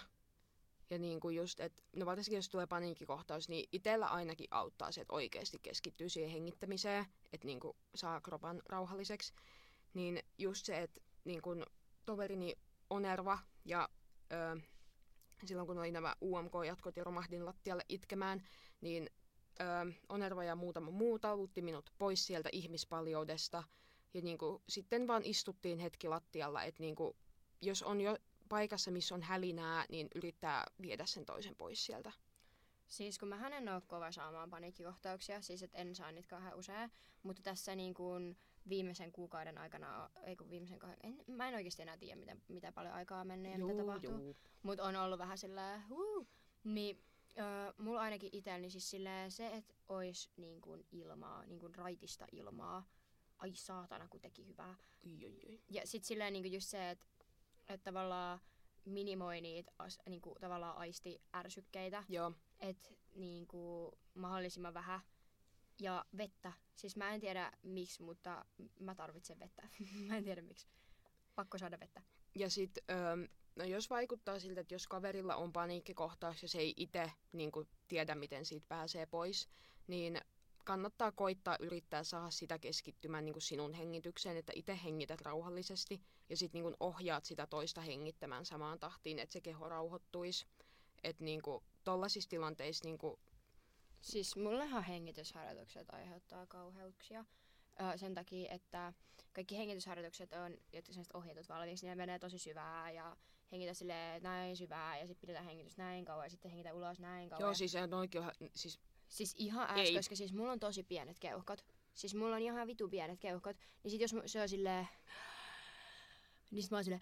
Ja niinku just, että no varsinkin jos tulee paniikkikohtaus, niin itsellä ainakin auttaa se, että oikeasti keskittyy siihen hengittämiseen, että niinku saa kropan rauhalliseksi. Niin just se, että niinku toverini Onerva ja öö, silloin kun oli nämä U M K-jatkot ja romahdin lattialle itkemään, niin öö, Onerva ja muutama muu talutti minut pois sieltä ihmispaljoudesta. Ja niinku, sitten vaan istuttiin hetki lattialla, että niinku, jos on jo paikassa, missä on hälinää, niin yrittää viedä sen toisen pois sieltä. Siis kun mähän en oo kova saamaan paniikkikohtauksia, siis et en saa niitä kauhean usein, mutta tässä niin kuin viimeisen kuukauden aikana, ei kun viimeisen kahden, en, mä en oikeasti enää tiedä, mitä, mitä paljon aikaa on mennyt ja mitä tapahtuu. Mutta on ollut vähän sillä huu, niin öö, mulla ainakin itselleni siis silleen se, että ois niin kuin ilmaa, niin kuin raitista ilmaa. Ai saatana, kun teki hyvää. Oi, oi, oi. Ja sit silleen niin kuin just se, että et tavallaan minimoi niitä as, niin kuin, tavallaan aistiärsykkeitä. Joo. Että niinku mahdollisimman vähän. Ja vettä. Siis mä en tiedä miksi, mutta mä tarvitsen vettä. Mä en tiedä miksi. Pakko saada vettä. Ja sit, öö, no jos vaikuttaa siltä, että jos kaverilla on paniikkikohtaus ja se ei itse niin tiedä, miten siitä pääsee pois, niin kannattaa koittaa yrittää saada sitä keskittymään niin sinun hengitykseen, että itse hengität rauhallisesti ja sitten niin ohjaat sitä toista hengittämään samaan tahtiin, että se keho rauhoittuisi. Että niin tollaisissa tilanteissa niin kuin, Siis mullehan hengitysharjoitukset aiheuttaa kauheuksia. Öö, sen takia, että kaikki hengitysharjoitukset on, jotka sen ohjatut valmiiksi, niin ne menee tosi syvää ja hengitä silleen näin syvää ja sitten pidetään hengitys näin kauan ja sitten hengitä ulos näin kauan. joo, siis on oikein, siis Siis ihan ääs, koska siis mulla on tosi pienet keuhkot. Siis mulla on ihan vitu pienet keuhkot. Niin sit jos se on silleen... Niin sit mä oon silleen...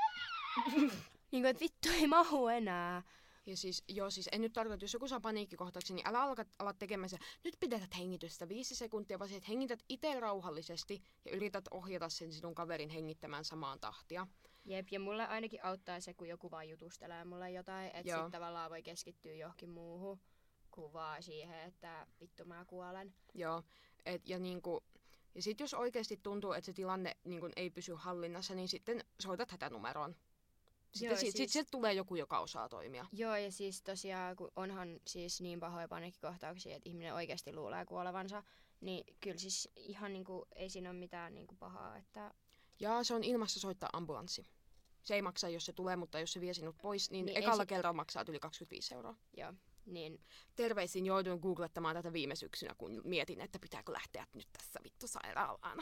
niinku et vittu ei mahu enää. ja siis, joo, siis en nyt tarkoita, jos joku saa paniikkikohtauksen, niin älä alka, ala tekemään se, nyt pidetät hengitystä viisi sekuntia, vaan se, että hengität itse rauhallisesti ja yrität ohjata sen sinun kaverin hengittämään samaan tahtia. Jep, ja mulle ainakin auttaa se, kun joku vaan jutustelee mulle jotain, että Joo. sit tavallaan voi keskittyä johonkin muuhun kuin vaan siihen, että vittu mä kuolen. Joo, et, ja niinku, ja sit jos oikeasti tuntuu, että se tilanne niinku ei pysy hallinnassa, niin sitten soitat hätänumeroon. Sitten sit, siis... sit tulee joku, joka osaa toimia. Joo, ja siis tosiaan, kun onhan siis niin pahoja paniikkikohtauksia, että ihminen oikeasti luulee kuolevansa, niin kyllä siis ihan niinku, ei siinä ole mitään niinku pahaa, että... Ja se on ilmassa soittaa ambulanssi. Se ei maksa, jos se tulee, mutta jos se vie sinut pois, niin, niin ekalla se... kerralla maksaa yli kaksikymmentäviisi euroa. Joo, niin... Terveisin jouduin googlettamaan tätä viime syksynä, kun mietin, että pitääkö lähteä nyt tässä vittu sairaalaan.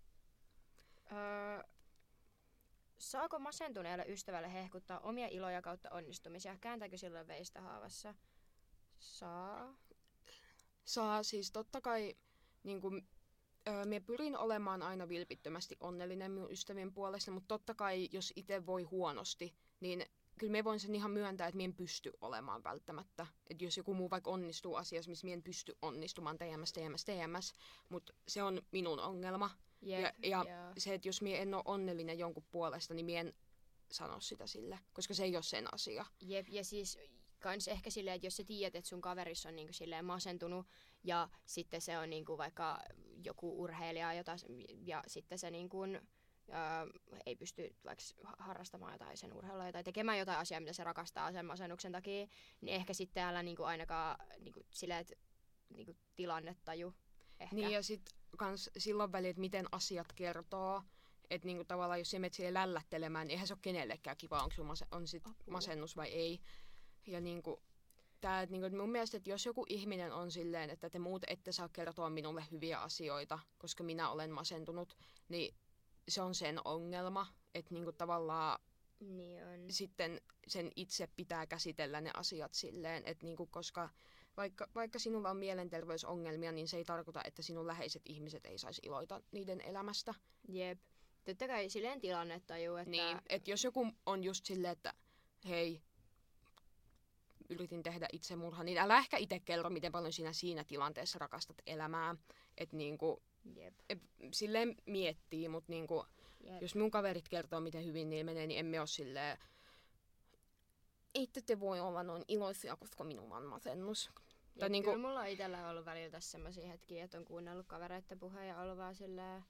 Öö, saako masentuneelle ystävälle hehkuttaa omia iloja kautta onnistumisia? Kääntääkö silloin veistä haavassa? Saa. Saa, siis totta kai niin kun, öö, me pyrin olemaan aina vilpittömästi onnellinen minun ystävien puolesta, mutta totta kai jos itse voi huonosti, niin kyllä me voin sen ihan myöntää, että mie en pysty olemaan välttämättä. Että jos joku muu vaikka onnistuu asiassa, missä mie en pysty onnistumaan, tms, tms, tms, mutta se on minun ongelma. Jep, ja ja yeah. se, että jos mie en ole onnellinen jonkun puolesta, niin mie en sano sitä sille, koska se ei ole sen asia. Jep, ja siis kans ehkä silleen, että jos sä tiedät, että sun kaverissa on niinku silleen masentunut ja sitten se on niinku vaikka joku urheilija jota, ja sitten se niinku, ää, ei pysty vaikka harrastamaan jotain sen urheilua tai tekemään jotain asiaa, mitä se rakastaa sen masennuksen takia, niin ehkä sitten älä niinku ainakaan niinku silleen, että niinku tilannetaju. Ehkä. Niin ja sit kans silloin väliin, että miten asiat kertoo. Että niinku tavallaan jos sä menet siihen lällättelemään, niin eihän se ole kenellekään kiva, onko sulla mas- on sit masennus vai ei. Ja niinku, tää, et niinku, mun mielestä, että jos joku ihminen on silleen, että te muut ette saa kertoa minulle hyviä asioita, koska minä olen masentunut, niin se on sen ongelma. Että niinku tavallaan niin on. Sitten sen itse pitää käsitellä ne asiat silleen, että niinku, koska Vaikka, vaikka sinulla on mielenterveysongelmia, niin se ei tarkoita, että sinun läheiset ihmiset ei saisi iloita niiden elämästä. Jep. Totta kai silleen tilannetaju, että... Niin, että jos joku on just silleen, että hei, yritin tehdä itsemurha, niin älä ehkä itse kerro, miten paljon sinä siinä tilanteessa rakastat elämää. Että niinku, Jep. et, silleen miettii, mutta niinku, jos mun kaverit kertoo, miten hyvin niin menee, niin emme ole silleen, ette te voi olla noin iloisia, koska minulla on masennus. Ja niinku... Kyllä mulla on itsellä ollut välillä tässä semmosia hetkiä, että on kuunnellut kavereiden puheen ja ollut vaan silleen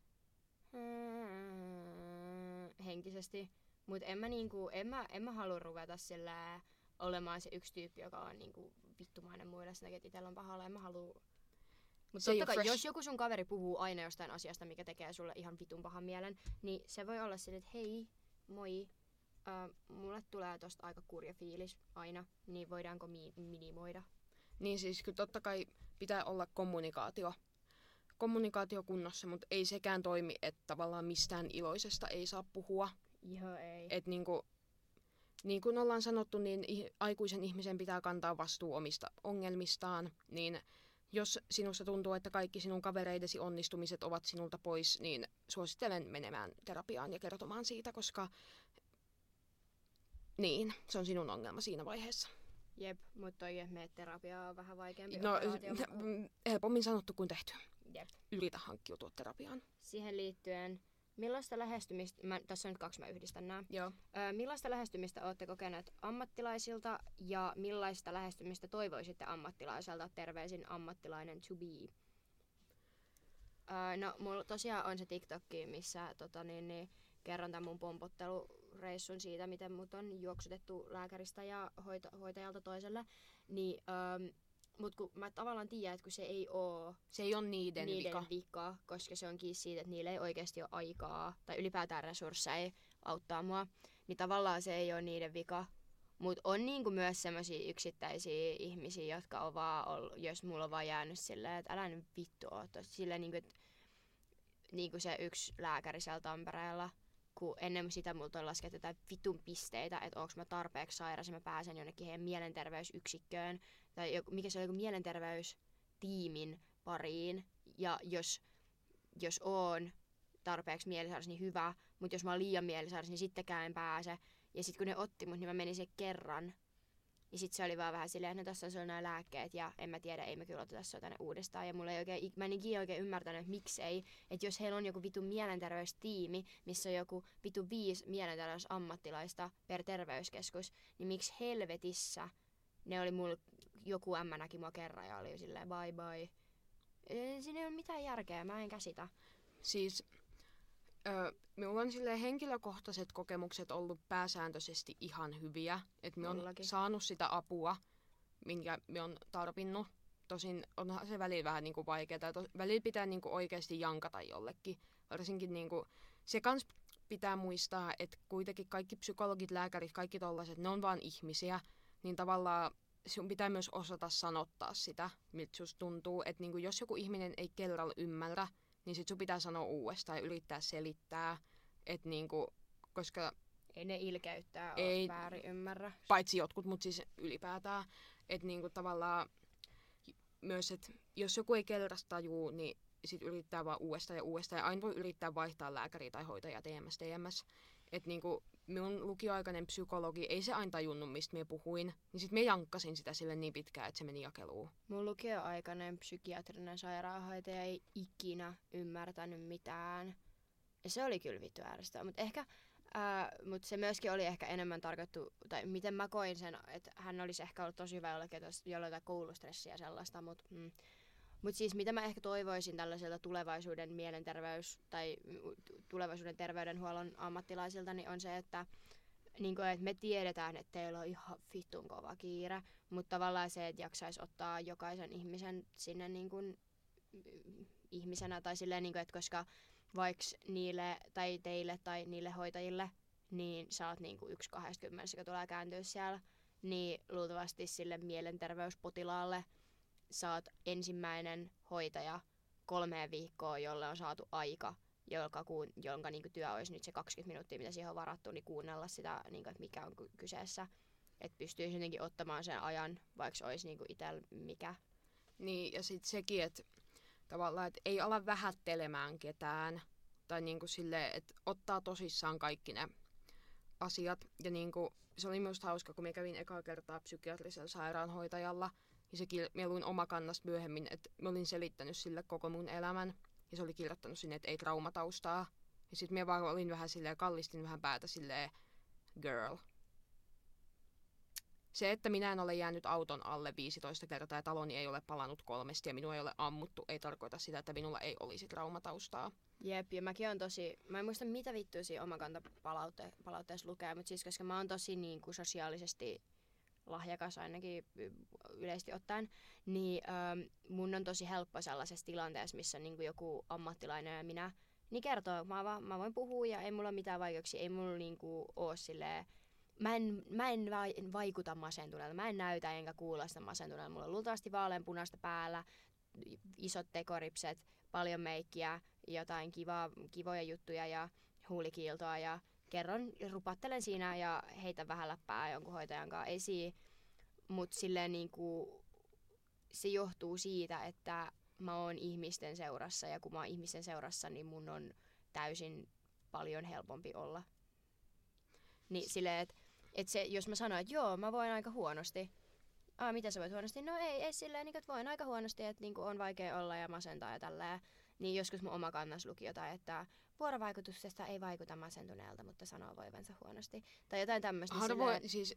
henkisesti. Mut en mä, niinku, en mä, en mä halua ruveta silleen olemaan se yksi tyyppi, joka on niinku vittumainen muille sen takia, että itsellä on pahalla. En mä halua... Mut totta kai, fresh. Jos joku sun kaveri puhuu aina jostain asiasta, mikä tekee sulle ihan vitun pahan mielen, niin se voi olla silleen, että hei, moi. Uh, mulle tulee tosta aika kurja fiilis aina, niin voidaanko mi- minimoida? Niin siis kyllä totta kai pitää olla kommunikaatio. Kommunikaatio kunnossa, mutta ei sekään toimi, että tavallaan mistään iloisesta ei saa puhua. Joo, ei. Et niinku, niin kuin ollaan sanottu, niin aikuisen ihmisen pitää kantaa vastuu omista ongelmistaan, niin jos sinusta tuntuu, että kaikki sinun kavereidesi onnistumiset ovat sinulta pois, niin suosittelen menemään terapiaan ja kertomaan siitä, koska niin, se on sinun ongelma siinä vaiheessa. Jep, mutta toi, että meet terapiaa on vähän vaikeampi no, operaatio. Helpommin sanottu kuin tehty. Jep. Yritä hankkiutua terapiaan. Siihen liittyen, millaista lähestymistä, mä, tässä on nyt kaksi, mä yhdistän nämä. Joo. Ö, millaista lähestymistä olette kokeneet ammattilaisilta ja millaista lähestymistä toivoisitte ammattilaiselta? Terveisin ammattilainen to be. Ö, no, mulla tosiaan on se TikTokki, missä tota, niin, niin, kerron tämän mun pompottelureissun siitä, miten mut on juoksutettu lääkäristä ja hoita- hoitajalta toiselle. Niin, öm, mut kun mä tavallaan tiedän, että kun se ei oo se ei ole niiden, niiden vika. vika, koska se on kiinni siitä, että niillä ei oikeasti ole aikaa tai ylipäätään resursseja auttaa mua, niin tavallaan se ei ole niiden vika. Mut on niinku myös semmosia yksittäisiä ihmisiä, jotka on vaan ollut, jos mulla on vaan jäänyt silleen, että älä nyt vittu oo. Silleen niinku, että niinku se yksi lääkäri siellä Tampereella, kun ennen sitä multa on laskettu jotain vitun pisteitä, että onko mä tarpeeksi sairas ja mä pääsen jonnekin heidän mielenterveysyksikköön tai joku, mikä se on, joku mielenterveystiimin pariin. Ja jos, jos oon tarpeeksi mielisairas, niin hyvä, mutta jos mä oon liian mielisairas, niin sittenkään en pääse. Ja sitten kun ne otti mut, niin mä menin sen kerran. Ja sit se oli vaan vähän silleen, että no tossa on sulla nämä lääkkeet ja en mä tiedä, ei mä kyllä oteta sua tänne uudestaan. Ja mulla ei oikein, mä en ikinä oikein ymmärtänyt, että miksei. Että jos heillä on joku vitun mielenterveystiimi, missä on joku vitun viisi mielenterveysammattilaista per terveyskeskus, niin miksi helvetissä ne oli mulla, joku ämmä näki mua kerran ja oli silleen bye bye. Siinä ei ole mitään järkeä, mä en käsitä. Siis Öö, minulla on silleen henkilökohtaiset kokemukset ollut pääsääntöisesti ihan hyviä. Että minä olen saanut sitä apua, minkä minä olen tarvinnut. Tosin onhan se välillä vähän niinku vaikeaa. To- välillä pitää niinku oikeasti jankata jollekin. Varsinkin niinku, se kans pitää muistaa, että kuitenkin kaikki psykologit, lääkärit, kaikki tollaiset, ne on vaan ihmisiä. Niin tavallaan sun pitää myös osata sanottaa sitä, miltä susta tuntuu. Että niinku, jos joku ihminen ei kerralla ymmärrä, niin sit sun pitää sanoa uudestaan ja yrittää selittää. Että niinku, koska... Ei ne ilkeyttää ei, ole väärin ymmärrä. Paitsi jotkut, mutta siis ylipäätään. Että niinku tavallaan myös, että jos joku ei kerrasta tajuu, niin sit yrittää vaan uudestaan ja uudestaan. Ja aina voi yrittää vaihtaa lääkäriä tai hoitajaa T M S, T M S. Että niinku minun lukioaikainen psykologi, ei se aina tajunnut, mistä minä puhuin. Niin sit minä jankkasin sitä sille niin pitkään, että se meni jakeluun. Mun lukioaikainen psykiatrinen sairaanhoitaja ei ikinä ymmärtänyt mitään. Ja se oli kyllä vittu ärsyttävää. Mutta ehkä... Uh, mutta se myöskin oli ehkä enemmän tarkoittu, tai miten mä koin sen, että hän olisi ehkä ollut tosi hyvä jollekin, jolla jotain koulustressiä ja sellaista, mutta mm. mut siis mitä mä ehkä toivoisin tällaiselta tulevaisuuden mielenterveys- tai tulevaisuuden terveydenhuollon ammattilaisilta, niin on se, että, niin kun, että me tiedetään, että teillä on ihan vittun kova kiire, mutta tavallaan se, että jaksaisi ottaa jokaisen ihmisen sinne niin kun, ihmisenä, tai silleen, niin kun, että koska vaikka niille tai teille tai niille hoitajille, niin sä oot niinku yksi kahdestakymmenestä, joka tulee kääntyä siellä, niin luultavasti sille mielenterveyspotilaalle sä oot ensimmäinen hoitaja kolmeen viikkoon, jolle on saatu aika, jonka, jonka niinku työ olisi nyt se kaksikymmentä minuuttia, mitä siihen on varattu, niin kuunnella sitä, niinku, että mikä on kyseessä. Että pystyisi jotenkin ottamaan sen ajan, vaikka olisi niinku itsellä mikä. Niin, ja sitten sekin, että tavallaan, että ei ala vähättelemään ketään. Tai niinku silleen, että ottaa tosissaan kaikki ne asiat. Ja niinku, se oli myös hauska, kun mä kävin ekaa kertaa psykiatrisella sairaanhoitajalla. Ja se kil- mä luin omakannasta myöhemmin, että mä olin selittänyt sille koko mun elämän. Ja se oli kirjoittanut sinne, että ei traumataustaa. Ja sit mä vaan olin vähän silleen, kallistin vähän päätä silleen, girl. Se, että minä en ole jäänyt auton alle viisitoista kertaa ja taloni ei ole palannut kolmesti ja minua ei ole ammuttu, ei tarkoita sitä, että minulla ei olisi traumataustaa. Jep, ja mäkin on tosi, mä en muista mitä vittua siinä omakantapalautteessa lukee, mutta siis koska mä oon tosi niin kuin sosiaalisesti lahjakas ainakin yleisesti ottaen, niin ähm, mun on tosi helppo sellaisessa tilanteessa, missä on niin kuin joku ammattilainen ja minä, niin kertoo, mä, va, mä voin puhua ja ei mulla ole mitään vaikeuksia, ei mulla niin kuin ole silleen, Mä en, mä en vaikuta masentuneelta, mä en näytä enkä kuulla sitä masentuneelta. Mulla on luultavasti vaaleanpunaista päällä, isot tekoripset, paljon meikkiä, jotain kivaa, kivoja juttuja ja huulikiiltoa ja kerron, rupattelen siinä ja heitän vähän läppää jonkun hoitajan kanssa esiin. Mut silleen niinku, se johtuu siitä, että mä oon ihmisten seurassa ja kun mä oon ihmisten seurassa, niin mun on täysin paljon helpompi olla. Niin silleen, että et se, jos mä sanoin, että joo, mä voin aika huonosti. Aa, mitä sä voit huonosti? No ei, ei silleen, niin, että voin aika huonosti, että niin on vaikea olla ja masentaa ja tälleen. Niin joskus mun oma kannas luki jotain, että vuorovaikutuksesta ei vaikuta masentuneelta, mutta sanoo voivansa huonosti. Tai jotain tämmöistä. Harvoin, silleen... siis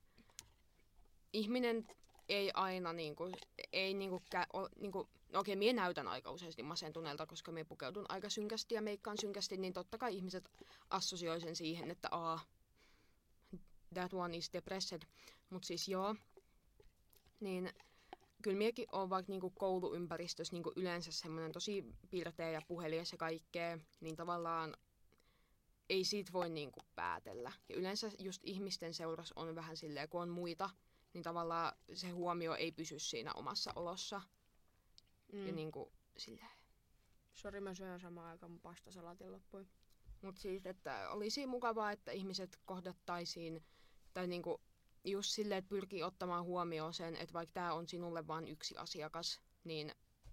ihminen ei aina niinku, ei niinku, kä, o, niinku no okei, mie näytän aika useasti masentuneelta, koska mie pukeudun aika synkästi ja meikkaan synkästi, niin totta kai ihmiset assosioi sen siihen, että aa, that one is depressed. Mut siis joo, niin kyllä miekin on vaikka niinku kouluympäristössä niinku yleensä semmoinen tosi pirteä ja puhelias ja kaikkea, niin tavallaan ei siitä voi niinku päätellä. Ja yleensä just ihmisten seurassa on vähän silleen, kun on muita, niin tavallaan se huomio ei pysy siinä omassa olossa. Mm. Ja niinku silleen. Sori, mä syön samaan aikaan mun pastasalatin loppuun. Mut siis, että olisi mukavaa, että ihmiset kohdattaisiin, tai niinku just silleen, että pyrkii ottamaan huomioon sen, että vaikka tää on sinulle vain yksi asiakas, niin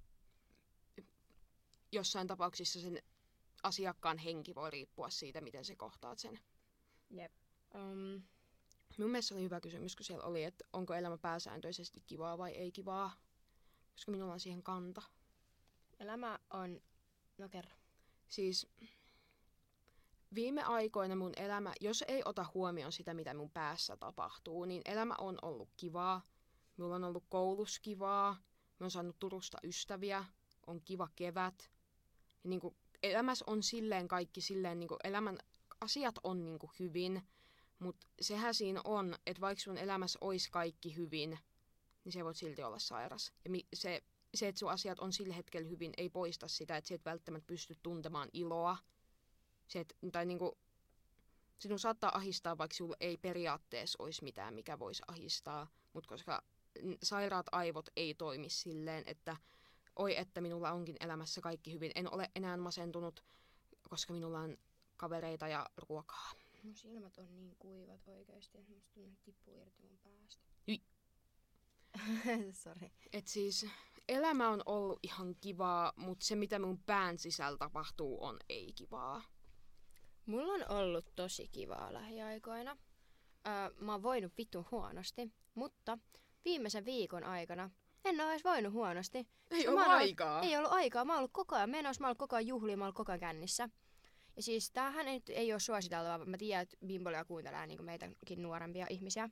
jossain tapauksissa sen asiakkaan henki voi riippua siitä, miten sä kohtaat sen. Jep. Um. Mun mielestä oli hyvä kysymys, kun siellä oli, että onko elämä pääsääntöisesti kivaa vai ei kivaa, koska minulla on siihen kanta. Elämä on, no kerro. Siis viime aikoina mun elämä, jos ei ota huomioon sitä, mitä mun päässä tapahtuu, niin elämä on ollut kivaa. Mulla on ollut koulussa kivaa, mä oon saanut Turusta ystäviä, on kiva kevät. Ja niin kuin elämässä on silleen kaikki silleen, niinku elämän asiat on niinku hyvin, mutta sehän siinä on, että vaikka sun elämässä olisi kaikki hyvin, niin se voit silti olla sairas. Ja mi- se, se, että sun asiat on sillä hetkellä hyvin, ei poista sitä, että sä et välttämättä pysty tuntemaan iloa. Se, et, tai niinku, sinun saattaa ahistaa, vaikka sinulla ei periaatteessa olisi mitään, mikä voisi ahistaa, mutta koska sairaat aivot ei toimi silleen, että oi, että minulla onkin elämässä kaikki hyvin. En ole enää masentunut, koska minulla on kavereita ja ruokaa. Mun silmät on niin kuivat oikeesti, että musta tuntuu, että tippuu irti mun päästä. Hyi. Sori. Et siis elämä on ollut ihan kivaa, mutta se mitä mun pään sisällä tapahtuu on ei kivaa. Mulla on ollut tosi kivaa lähiaikoina. Öö, mä oon voinut vitun huonosti, mutta viimeisen viikon aikana en oo edes voinut huonosti. Ei Mä ollut oon ollut- aikaa. Ei ollut aikaa. Mä oon ollut koko ajan menossa, mä oon ollut koko ajan juhliin, mä oon ollut koko ajan kännissä. Ja siis tämähän ei, ei ole suositeltavaa. Mä tiedän, että Bimbolia kuuntelee niin meitäkin nuorempia ihmisiä.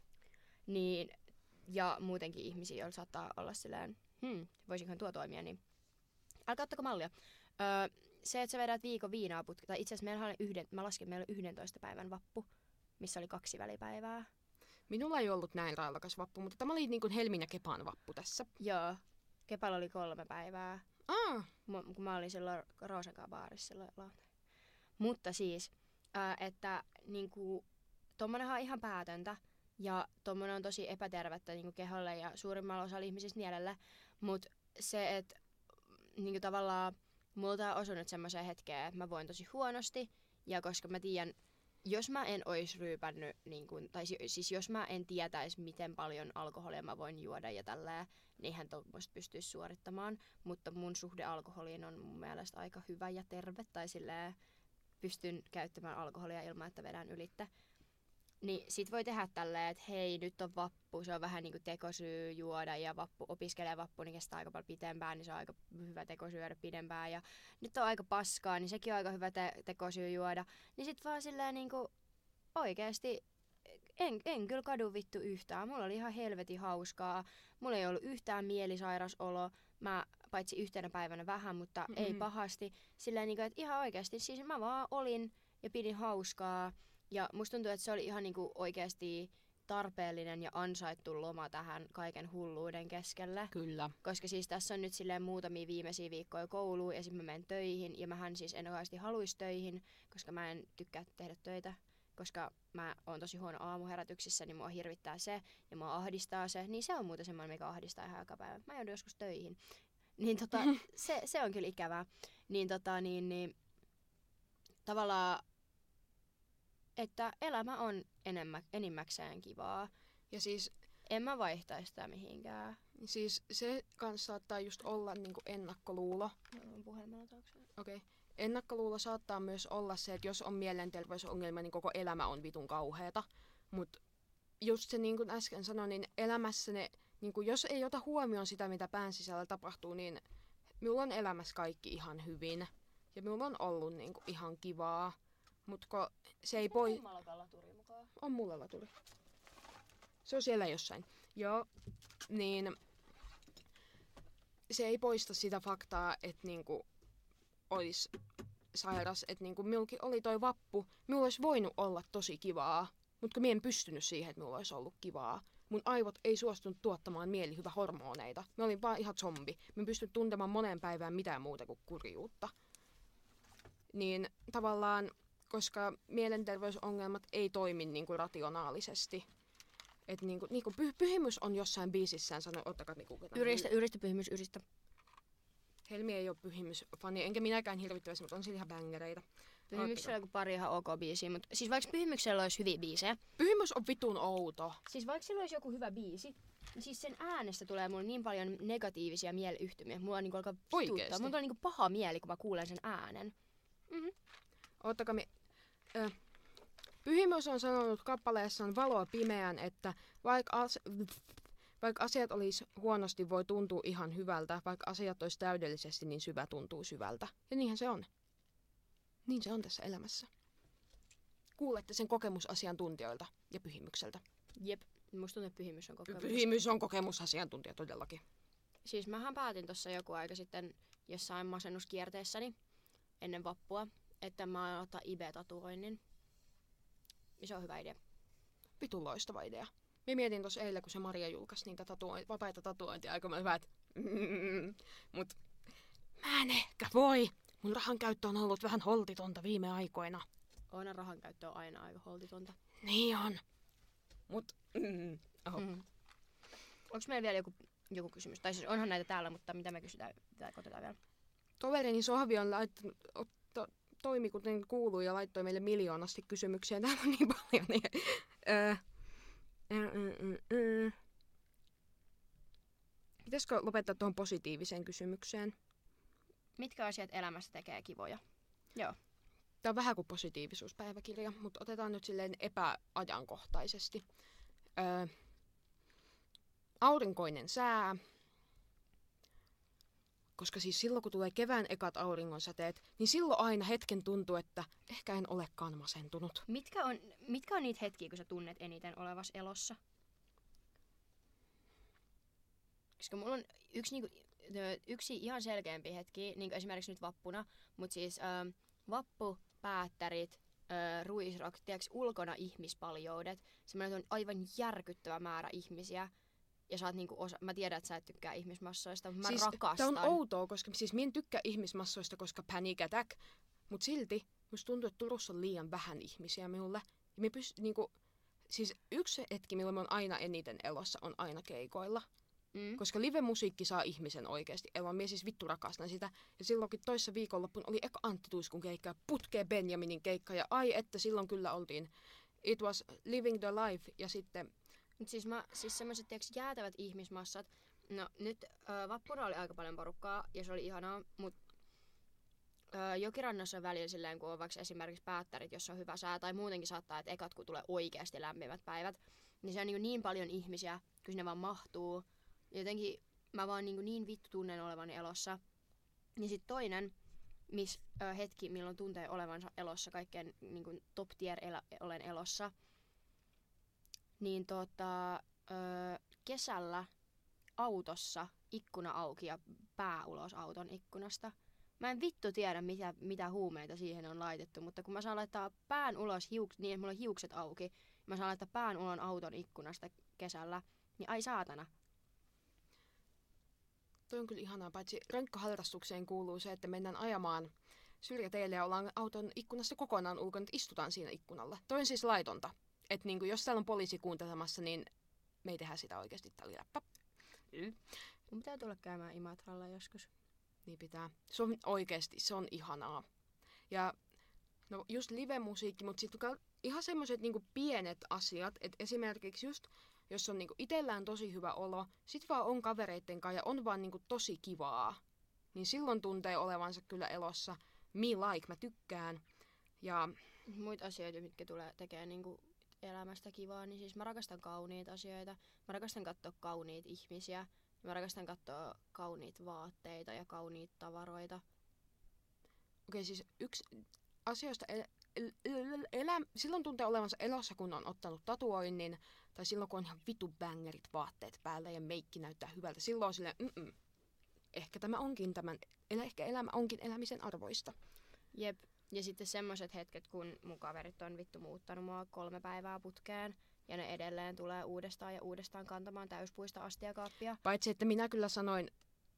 Niin, ja muutenkin ihmisiä, joilla saattaa olla silleen, hmm, voisikohan tuo toimia, niin älkää ottako mallia. Öö, se, että sä vedät viikon viinaa putki, tai itse asiassa meillä oli yhden, mä lasken, meillä oli yhdentoista päivän vappu, missä oli kaksi välipäivää. Minulla ei ollut näin railakas vappu, mutta tämä oli niin kuin Helmin ja Kepan vappu tässä. Joo, Kepalla oli kolme päivää, Ah, mu- kun mä olin silloin Roosankaan baarissa silloin lauantaina. Mutta siis, ää, että niinku, tommonenhan on ihan päätöntä, ja tommonen on tosi epätervettä niinku keholle ja suurimmalla osalla ihmisistä mielelle, mutta se, että niinku tavallaan multa on osunut semmoiseen hetkeen, että mä voin tosi huonosti, ja koska mä tiedän, jos mä en ois ryypännyt, niin kun, tai si- siis jos mä en tietäisi, miten paljon alkoholia mä voin juoda ja tälleen, niin eihän tuommoista pystyisi suorittamaan. Mutta mun suhde alkoholiin on mun mielestä aika hyvä ja terve, tai silleen pystyn käyttämään alkoholia ilman, että vedän ylittä. Niin sit voi tehdä tälleen, että hei, nyt on vappu, se on vähän niinku tekosyy juoda, ja vappu, opiskelee vappu, niin kestää aika paljon pitempään, niin se on aika hyvä tekosyy juoda pidempään, ja nyt on aika paskaa, niin sekin on aika hyvä te- tekosyy juoda. Niin sit vaan silleen niinku oikeesti, en, en kyllä kadu vittu yhtään. Mulla oli ihan helvetin hauskaa, mulla ei ollut yhtään mielisairas olo, mä paitsi yhtenä päivänä vähän, mutta Mm-mm. ei pahasti. Silleen niinku, että ihan oikeesti, siis mä vaan olin ja pidin hauskaa. Ja musta tuntuu, että se oli ihan niinku oikeasti tarpeellinen ja ansaittu loma tähän kaiken hulluuden keskelle. kyllä. Koska siis tässä on nyt silleen muutamia viimeisiä viikkoja kouluun ja sitten mä menen töihin. Ja mähän siis en oikeasti haluaisi töihin, koska mä en tykkää tehdä töitä. Koska mä oon tosi huono aamuherätyksissä, niin mua hirvittää se ja mua ahdistaa se. Niin se on muuten semmoinen, mikä ahdistaa ihan joka päivä. Mä joudun joskus töihin. Niin tota, se, se on kyllä ikävää. Niin tota, niin, niin tavallaan että elämä on enemmä, enimmäkseen kivaa. Ja siis, En mä vaihtaisi sitä mihinkään. siis se kanssa saattaa just olla niinku ennakkoluulo. Mulla on puhelimella tauksella. Okei. Okay. Ennakkoluulo saattaa myös olla se, että jos on mielenterveysongelma, niin koko elämä on vitun kauheata. Mutta just se, niin kuin äsken sanoin, niin elämässä ne, niin kuin jos ei ota huomioon sitä, mitä pään sisällä tapahtuu, niin minulla on elämässä kaikki ihan hyvin. Ja minulla on ollut niin kuin ihan kivaa. Mutta se ei poi... laturi mukaan? On mulla laturi. Se on siellä jossain. Joo, niin se ei poista sitä faktaa, että niinku ois sairas. Että niinku minullakin oli toi vappu. Minulla olisi voinut olla tosi kivaa, mutta minä en pystynyt siihen, että minulla olisi ollut kivaa. Mun aivot ei suostunut tuottamaan mielihyvähormoneita. Mä olin vaan ihan zombi. Mä en pystynyt tuntemaan moneen päivään mitään muuta kuin kurjuutta. Niin tavallaan, koska mielenterveysongelmat ei toimi niinku rationaalisesti. Että niinku, niinku py, Pyhimys on jossain biisissään sanoi, ottakaa niinku... Yristä, yristä pyhimys, yristä. Helmi ei ole Pyhimys-fani, enkä minäkään hirvittävästi, mutta on sillä ihan bängereitä. Pyhimyksellä on joku pari ihan ok biisiä, mutta siis vaikka Pyhimyksellä olisi hyviä biisejä, Pyhimys on vitun outo. siis vaikka sillä olisi joku hyvä biisi, niin siis sen äänestä tulee mulle niin paljon negatiivisia mieleyhtymiä. Mulla on niinku alkaa vituttaa. Oikeesti? Mulla on niinku paha mieli, kun mä kuulen sen äänen. Mhm. Ottakaa me... Ö, Pyhimys on sanonut kappaleessaan Valoa pimeään, että vaikka, as, vaikka asiat olisi huonosti, voi tuntua ihan hyvältä. Vaikka asiat olisi täydellisesti, niin syvä tuntuu syvältä. Ja niinhän se on. Niin se on tässä elämässä. Kuulette sen kokemusasiantuntijoilta ja Pyhimykseltä. Jep. Musta tuntuu, että Pyhimys on kokemus. Pyhimys on kokemusasiantuntija todellakin. Siis mähän päätin tuossa joku aika sitten jossain masennuskierteessäni, ennen vappua, että mä aion ottaa I B-tatuoinnin. Ja se on hyvä idea. Vitun loistava idea. Mä mietin tuossa eilen, kun se Maria julkaisi niitä tatuointi, vapaita tatuointia, aika mä hyvät. Mm, mut mä en ehkä voi. Mun rahan käyttö on ollut vähän holtitonta viime aikoina. Oona rahan käyttö on aina aika holtitonta. Niin on. Mut, mm, oho. Mm. Onks meillä vielä joku, joku kysymys? Tai siis onhan näitä täällä, mutta mitä me kysytään, mitä otetaan vielä? Toverini Sohvi on laittanut, otta, toimi kuten kuuluu ja laittoi meille miljoonasti kysymyksiä. Täällä on niin paljon. Niin, öö, öö, öö, öö. Pitäisikö lopettaa tuohon positiiviseen kysymykseen? Mitkä asiat elämässä tekee kivoja? Joo. Tämä on vähän kuin positiivisuuspäiväkirja, mutta otetaan nyt silleen epäajankohtaisesti. Öö, aurinkoinen sää. Koska siis silloin, kun tulee kevään ekat auringonsäteet, niin silloin aina hetken tuntuu, että ehkä en olekaan masentunut. Mitkä on, mitkä on niitä hetkiä, kun sä tunnet eniten olevas elossa? Koska mulla on yksi, niinku, yksi ihan selkeämpi hetki, niin esimerkiksi nyt vappuna, mutta siis ähm, vappu, päättärit, äh, ruisrock, tiedätkö, ulkona ihmispaljoudet, semmoinen on aivan järkyttävä määrä ihmisiä. Ja sä oot niinku osa, mä tiedän, että sä et tykkää ihmismassoista, mutta mä siis rakastan. Tää on outoa, koska siis mä en tykkää ihmismassoista, koska panic attack, mut silti musta tuntuu, että Turussa on liian vähän ihmisiä minulle. Ja mä pyst, niinku, siis yksi hetki, milloin mä oon aina eniten elossa, on aina keikoilla. Mm. Koska live-musiikki saa ihmisen oikeesti eloon. Mä siis vittu rakastan sitä. Ja silloinkin toissa viikonloppuna oli eka Antti Tuiskun keikka ja Putkee Benjaminin keikka. Ja ai että silloin kyllä oltiin. It was living the life. Ja sitten... Mut siis, mä, siis semmoiset jäätävät ihmismassat. No nyt äh, vappuna oli aika paljon porukkaa ja se oli ihanaa. Mut äh, Jokirannassa on välillä silleen, kun on vaikka esimerkiksi päättärit, jossa on hyvä sää. Tai muutenkin saattaa, että ekat kun tulee oikeasti lämpimät päivät. Niin se on niin, niin paljon ihmisiä, kun sinne vaan mahtuu. Jotenkin mä vaan niin, niin vittu tunnen olevani elossa. Ja sit toinen mis, ö, hetki, milloin tuntee olevansa elossa, kaikkein niin top tier elä, olen elossa. Niin tota, ö, kesällä autossa ikkuna auki ja pää ulos auton ikkunasta. Mä en vittu tiedä, mitä, mitä huumeita siihen on laitettu, mutta kun mä saan laittaa pään ulos hiuks, niin, että mulla on hiukset auki, mä saan laittaa pään ulos auton ikkunasta kesällä, niin ai saatana. Toi on kyllä ihanaa, paitsi rankkaharrastukseen kuuluu se, että mennään ajamaan syrjäteille ja ollaan auton ikkunasta kokonaan ulkona, että istutaan siinä ikkunalla. Toi on siis laitonta. Että niinku, jos täällä on poliisi kuuntelemassa, niin me ei tehdä sitä oikeasti tällä läppä. Mm. Mun pitää tulla käymään Imatralla joskus. Niin pitää. Se on oikeasti, se on ihanaa. Ja no just live-musiikki, mutta sitten ihan semmoiset niinku pienet asiat, että esimerkiksi just jos on niinku itsellään tosi hyvä olo, sit vaan on kavereitten kanssa ja on vaan niinku tosi kivaa, niin silloin tuntee olevansa kyllä elossa. Me like, mä tykkään. Ja muita asioita, mitkä tulee tekemään niinku elämästä kivaa, niin siis mä rakastan kauniita asioita. Mä rakastan katsoa kauniita ihmisiä. Mä rakastan katsoa kauniita vaatteita ja kauniita tavaroita. Okei, siis yksi asioista el- el- el- elä- silloin tuntee olevansa elossa, kun on ottanut tatuoinnin, tai silloin, kun on ihan vitu bangerit vaatteet päällä ja meikki näyttää hyvältä. Silloin on silleen, mm ehkä tämä onkin tämän, ehkä elämä onkin elämisen arvoista. Jep. Ja sitten semmoiset hetket, kun mun kaverit on vittu muuttanut mua kolme päivää putkeen, ja ne edelleen tulee uudestaan ja uudestaan kantamaan täyspuista astiakaappia. Paitsi, että minä kyllä sanoin,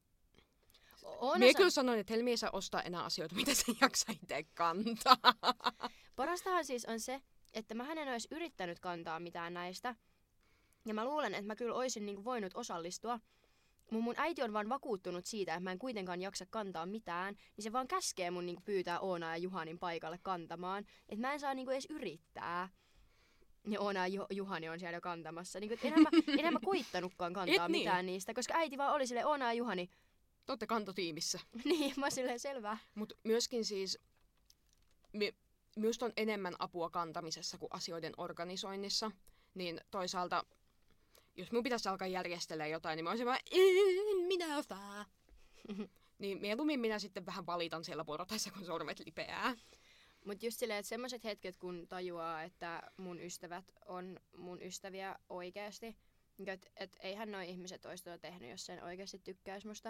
Oona minä san... kyllä sanoin, että Helmi ei saa ostaa enää asioita, mitä se jaksaa itse kantaa. Parastahan siis on se, että mä en olisi yrittänyt kantaa mitään näistä. Ja mä luulen, että mä kyllä olisin niinku voinut osallistua. Mun, mun äiti on vaan vakuuttunut siitä, että mä en kuitenkaan jaksa kantaa mitään, niin se vaan käskee mun niinku pyytää Oonaa ja Juhanin paikalle kantamaan. Että mä en saa niinku edes yrittää. Ja Oona ja Juhani on siellä jo kantamassa. Niinku, enhän, mä, enhän mä koittanutkaan kantaa Et niin. mitään niistä, koska äiti vaan oli silleen, Oona ja Juhani. Te ootte kantotiimissä. Niin, mä silleen selvää. Mutta myöskin siis, mi, minusta on enemmän apua kantamisessa kuin asioiden organisoinnissa. Niin toisaalta, jos minun pitäisi alkaa järjestelemään jotain, niin mä olisin vaan, en minä osaa. Niin mieluummin minä sitten vähän valitan siellä portaissa, kun sormet lipeää. Mut just silleen, että semmoiset hetket, kun tajuaa, että mun ystävät on mun ystäviä oikeasti. Että et eihän noi ihmiset olisi tuota tehnyt, jos sen oikeasti tykkäisi musta.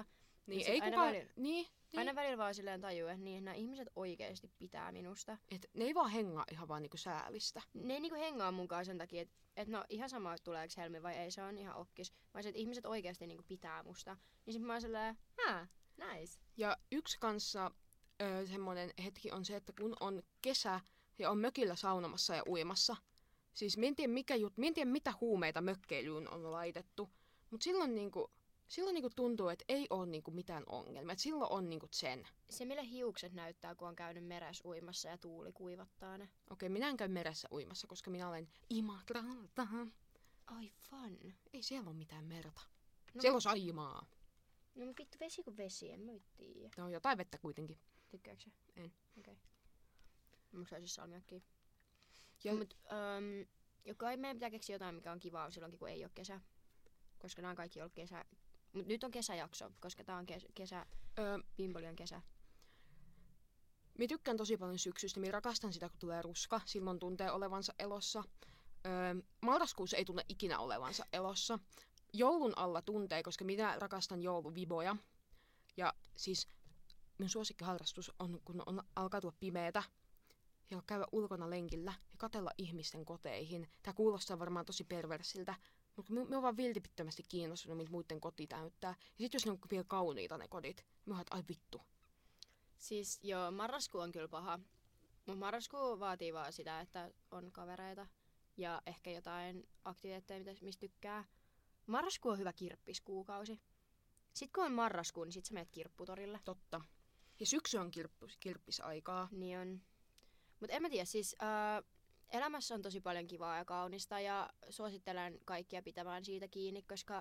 Niin, sit ei aina kukaan... välillä- Niin, niin. Aina välillä vaan silleen tajuu, että niin, nämä ihmiset oikeesti pitää minusta. Et ne ei vaan hengaa ihan vaan niinku säälistä. Ne ei niinku hengaa munkaan sen takia, että et no ihan sama, että tuleeko Helmi vai ei, se on ihan okkis. Vaan se, että ihmiset oikeesti niinku pitää musta. Niin sit mä oon silleen, hää, nice. Ja yksi kanssa ö, semmoinen hetki on se, että kun on kesä ja on mökillä saunomassa ja uimassa. Siis mä en tiedä, mikä jut, mä en tiedä mitä huumeita mökkeilyyn on laitettu. Mutta silloin, niinku, silloin niinku tuntuu, että ei ole niinku mitään ongelmia. Et silloin on niinku sen. Se millä hiukset näyttää, kun on käynyt meressä uimassa ja tuuli kuivattaa ne. Okei, minä en käy meressä uimassa, koska minä olen Imatralta. Ai fun. Ei siellä ole mitään merta. No, Siellä on Saimaa. no mut vittu vesi kuin vesi, en mä nyt tiedä. No jotain vettä kuitenkin. Tykkääksä sä? En. Okei. Okay. Musta olisi salmiakkiin. Ja Mut um, kai meidän pitää keksiä jotain, mikä on kivaa silloinkin, kun ei ole kesä. Koska nämä on kaikki ollut kesä. Mut nyt on kesäjakso, koska tää on kes- kesä. Öö, Pimpoli on kesä. minä tykkään tosi paljon syksystä. Minä rakastan sitä, kun tulee ruska. Silloin tuntee olevansa elossa. Öö, marraskuussa ei tunne ikinä olevansa elossa. Joulun alla tuntee, koska minä rakastan jouluviboja. Ja siis minun suosikkiharrastus on, kun on alkaa tulla pimeätä. Ja käydä ulkona lenkillä ja katsella ihmisten koteihin. Tämä kuulostaa varmaan tosi perversiltä. Mutta minä olen vaan vilpittömästi kiinnostunut, mitä muiden koti täyttää. Ja sitten jos ne on vielä kauniita ne kodit, minä olen, että ai vittu. Siis joo, marraskuu on kyllä paha. Mut marraskuu vaatii vaan sitä, että on kavereita. Ja ehkä jotain aktiviteetteja, mitä- mistä tykkää. Marraskuu on hyvä kirppiskuukausi. Sitten kun on marraskuu, niin sit sä menet kirpputorille. Totta. Ja syksy on kirppis, kirppisaikaa. Niin on. Mut en mä tiedä, siis ää, elämässä on tosi paljon kivaa ja kaunista ja suosittelen kaikkia pitämään siitä kiinni, koska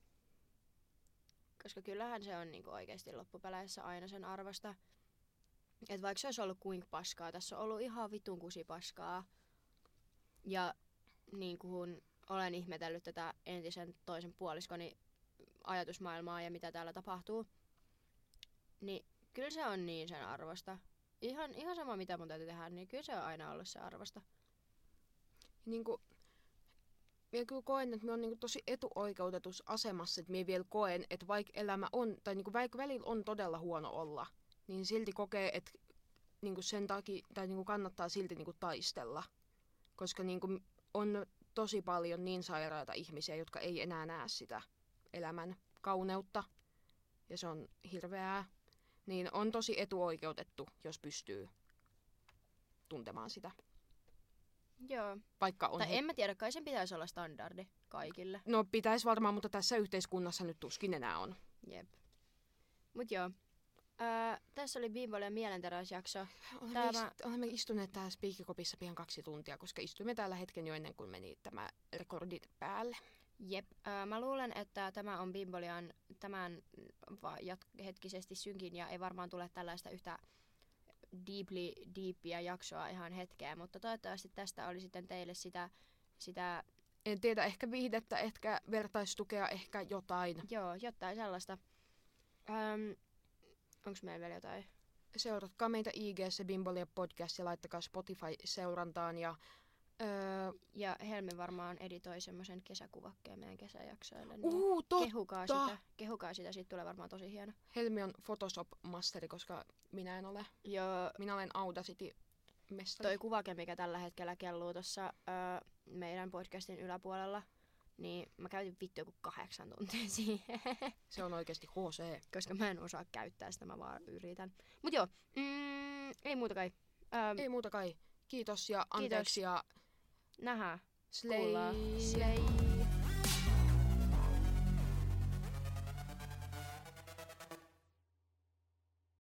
koska kyllähän se on niinku oikeesti loppupeleissä aina sen arvosta. Et vaikka se olisi ollut kuinka paskaa, tässä on ollut ihan vitun kusi paskaa. Ja niin kuin olen ihmetellyt tätä entisen toisen puoliskoni ajatusmaailmaa ja mitä täällä tapahtuu, niin kyllä se on niin sen arvosta. Ihan, ihan sama mitä mun täytyy tehdä, niin kyllä se on aina ollut se arvosta. Niinku, minä kyllä koen, että minä olen niinku tosi etuoikeutetussa asemassa, että minä vielä koen, että vaikka elämä on, tai niinku vaikka välillä on todella huono olla, niin silti kokee, että niinku sen takia, tai niinku kannattaa silti niinku taistella. Koska niinku on tosi paljon niin sairaita ihmisiä, jotka ei enää näe sitä elämän kauneutta, ja se on hirveää. Niin on tosi etuoikeutettu, jos pystyy tuntemaan sitä. Joo. Vaikka on Tai he- en mä tiedä, kai sen pitäisi olla standardi kaikille. No pitäisi varmaan, mutta tässä yhteiskunnassa nyt tuskin enää on. Jep. Mut joo. Öö, tässä oli Bimbolen mielenterveysjakso. Olemme, Tämä- ist- olemme istuneet täällä spiikkikopissa pian kaksi tuntia, koska istuimme täällä hetken jo ennen kuin meni tämä rekordit päälle. Jep. Öö, mä luulen, että tämä on Bimbolian tämän va- jat- hetkisesti synkin ja ei varmaan tule tällaista yhtä deeply deepia jaksoa ihan hetkeä, mutta toivottavasti tästä oli sitten teille sitä, sitä En tiedä, ehkä viihdettä, ehkä vertaistukea, ehkä jotain. joo, jotain sellaista. Öm, onks meillä vielä jotain? Seuratkaa meitä I G:ssä Bimbolia podcast ja laittakaa Spotify-seurantaan. Ja, öö, Ja Helmi varmaan editoi semmoisen kesäkuvakkeen meidän kesäjaksoille. Niin uu, totta! kehukaa sitä, kehukaa sitä, siitä tulee varmaan tosi hieno. Helmi on Photoshop-masteri, koska minä en ole. Joo, Minä olen Audacity-mestari. toi kuvake, mikä tällä hetkellä kelluu tuossa öö, meidän podcastin yläpuolella, niin mä käytin vittu joku kahdeksan tuntia siihen, Se on oikeasti H C. koska mä en osaa käyttää sitä, mä vaan yritän. Mut joo, mm, ei muuta kai. Öö, Ei muuta kai. Kiitos ja anteeksi ja nähdään. slay. Kuullaan. Slay.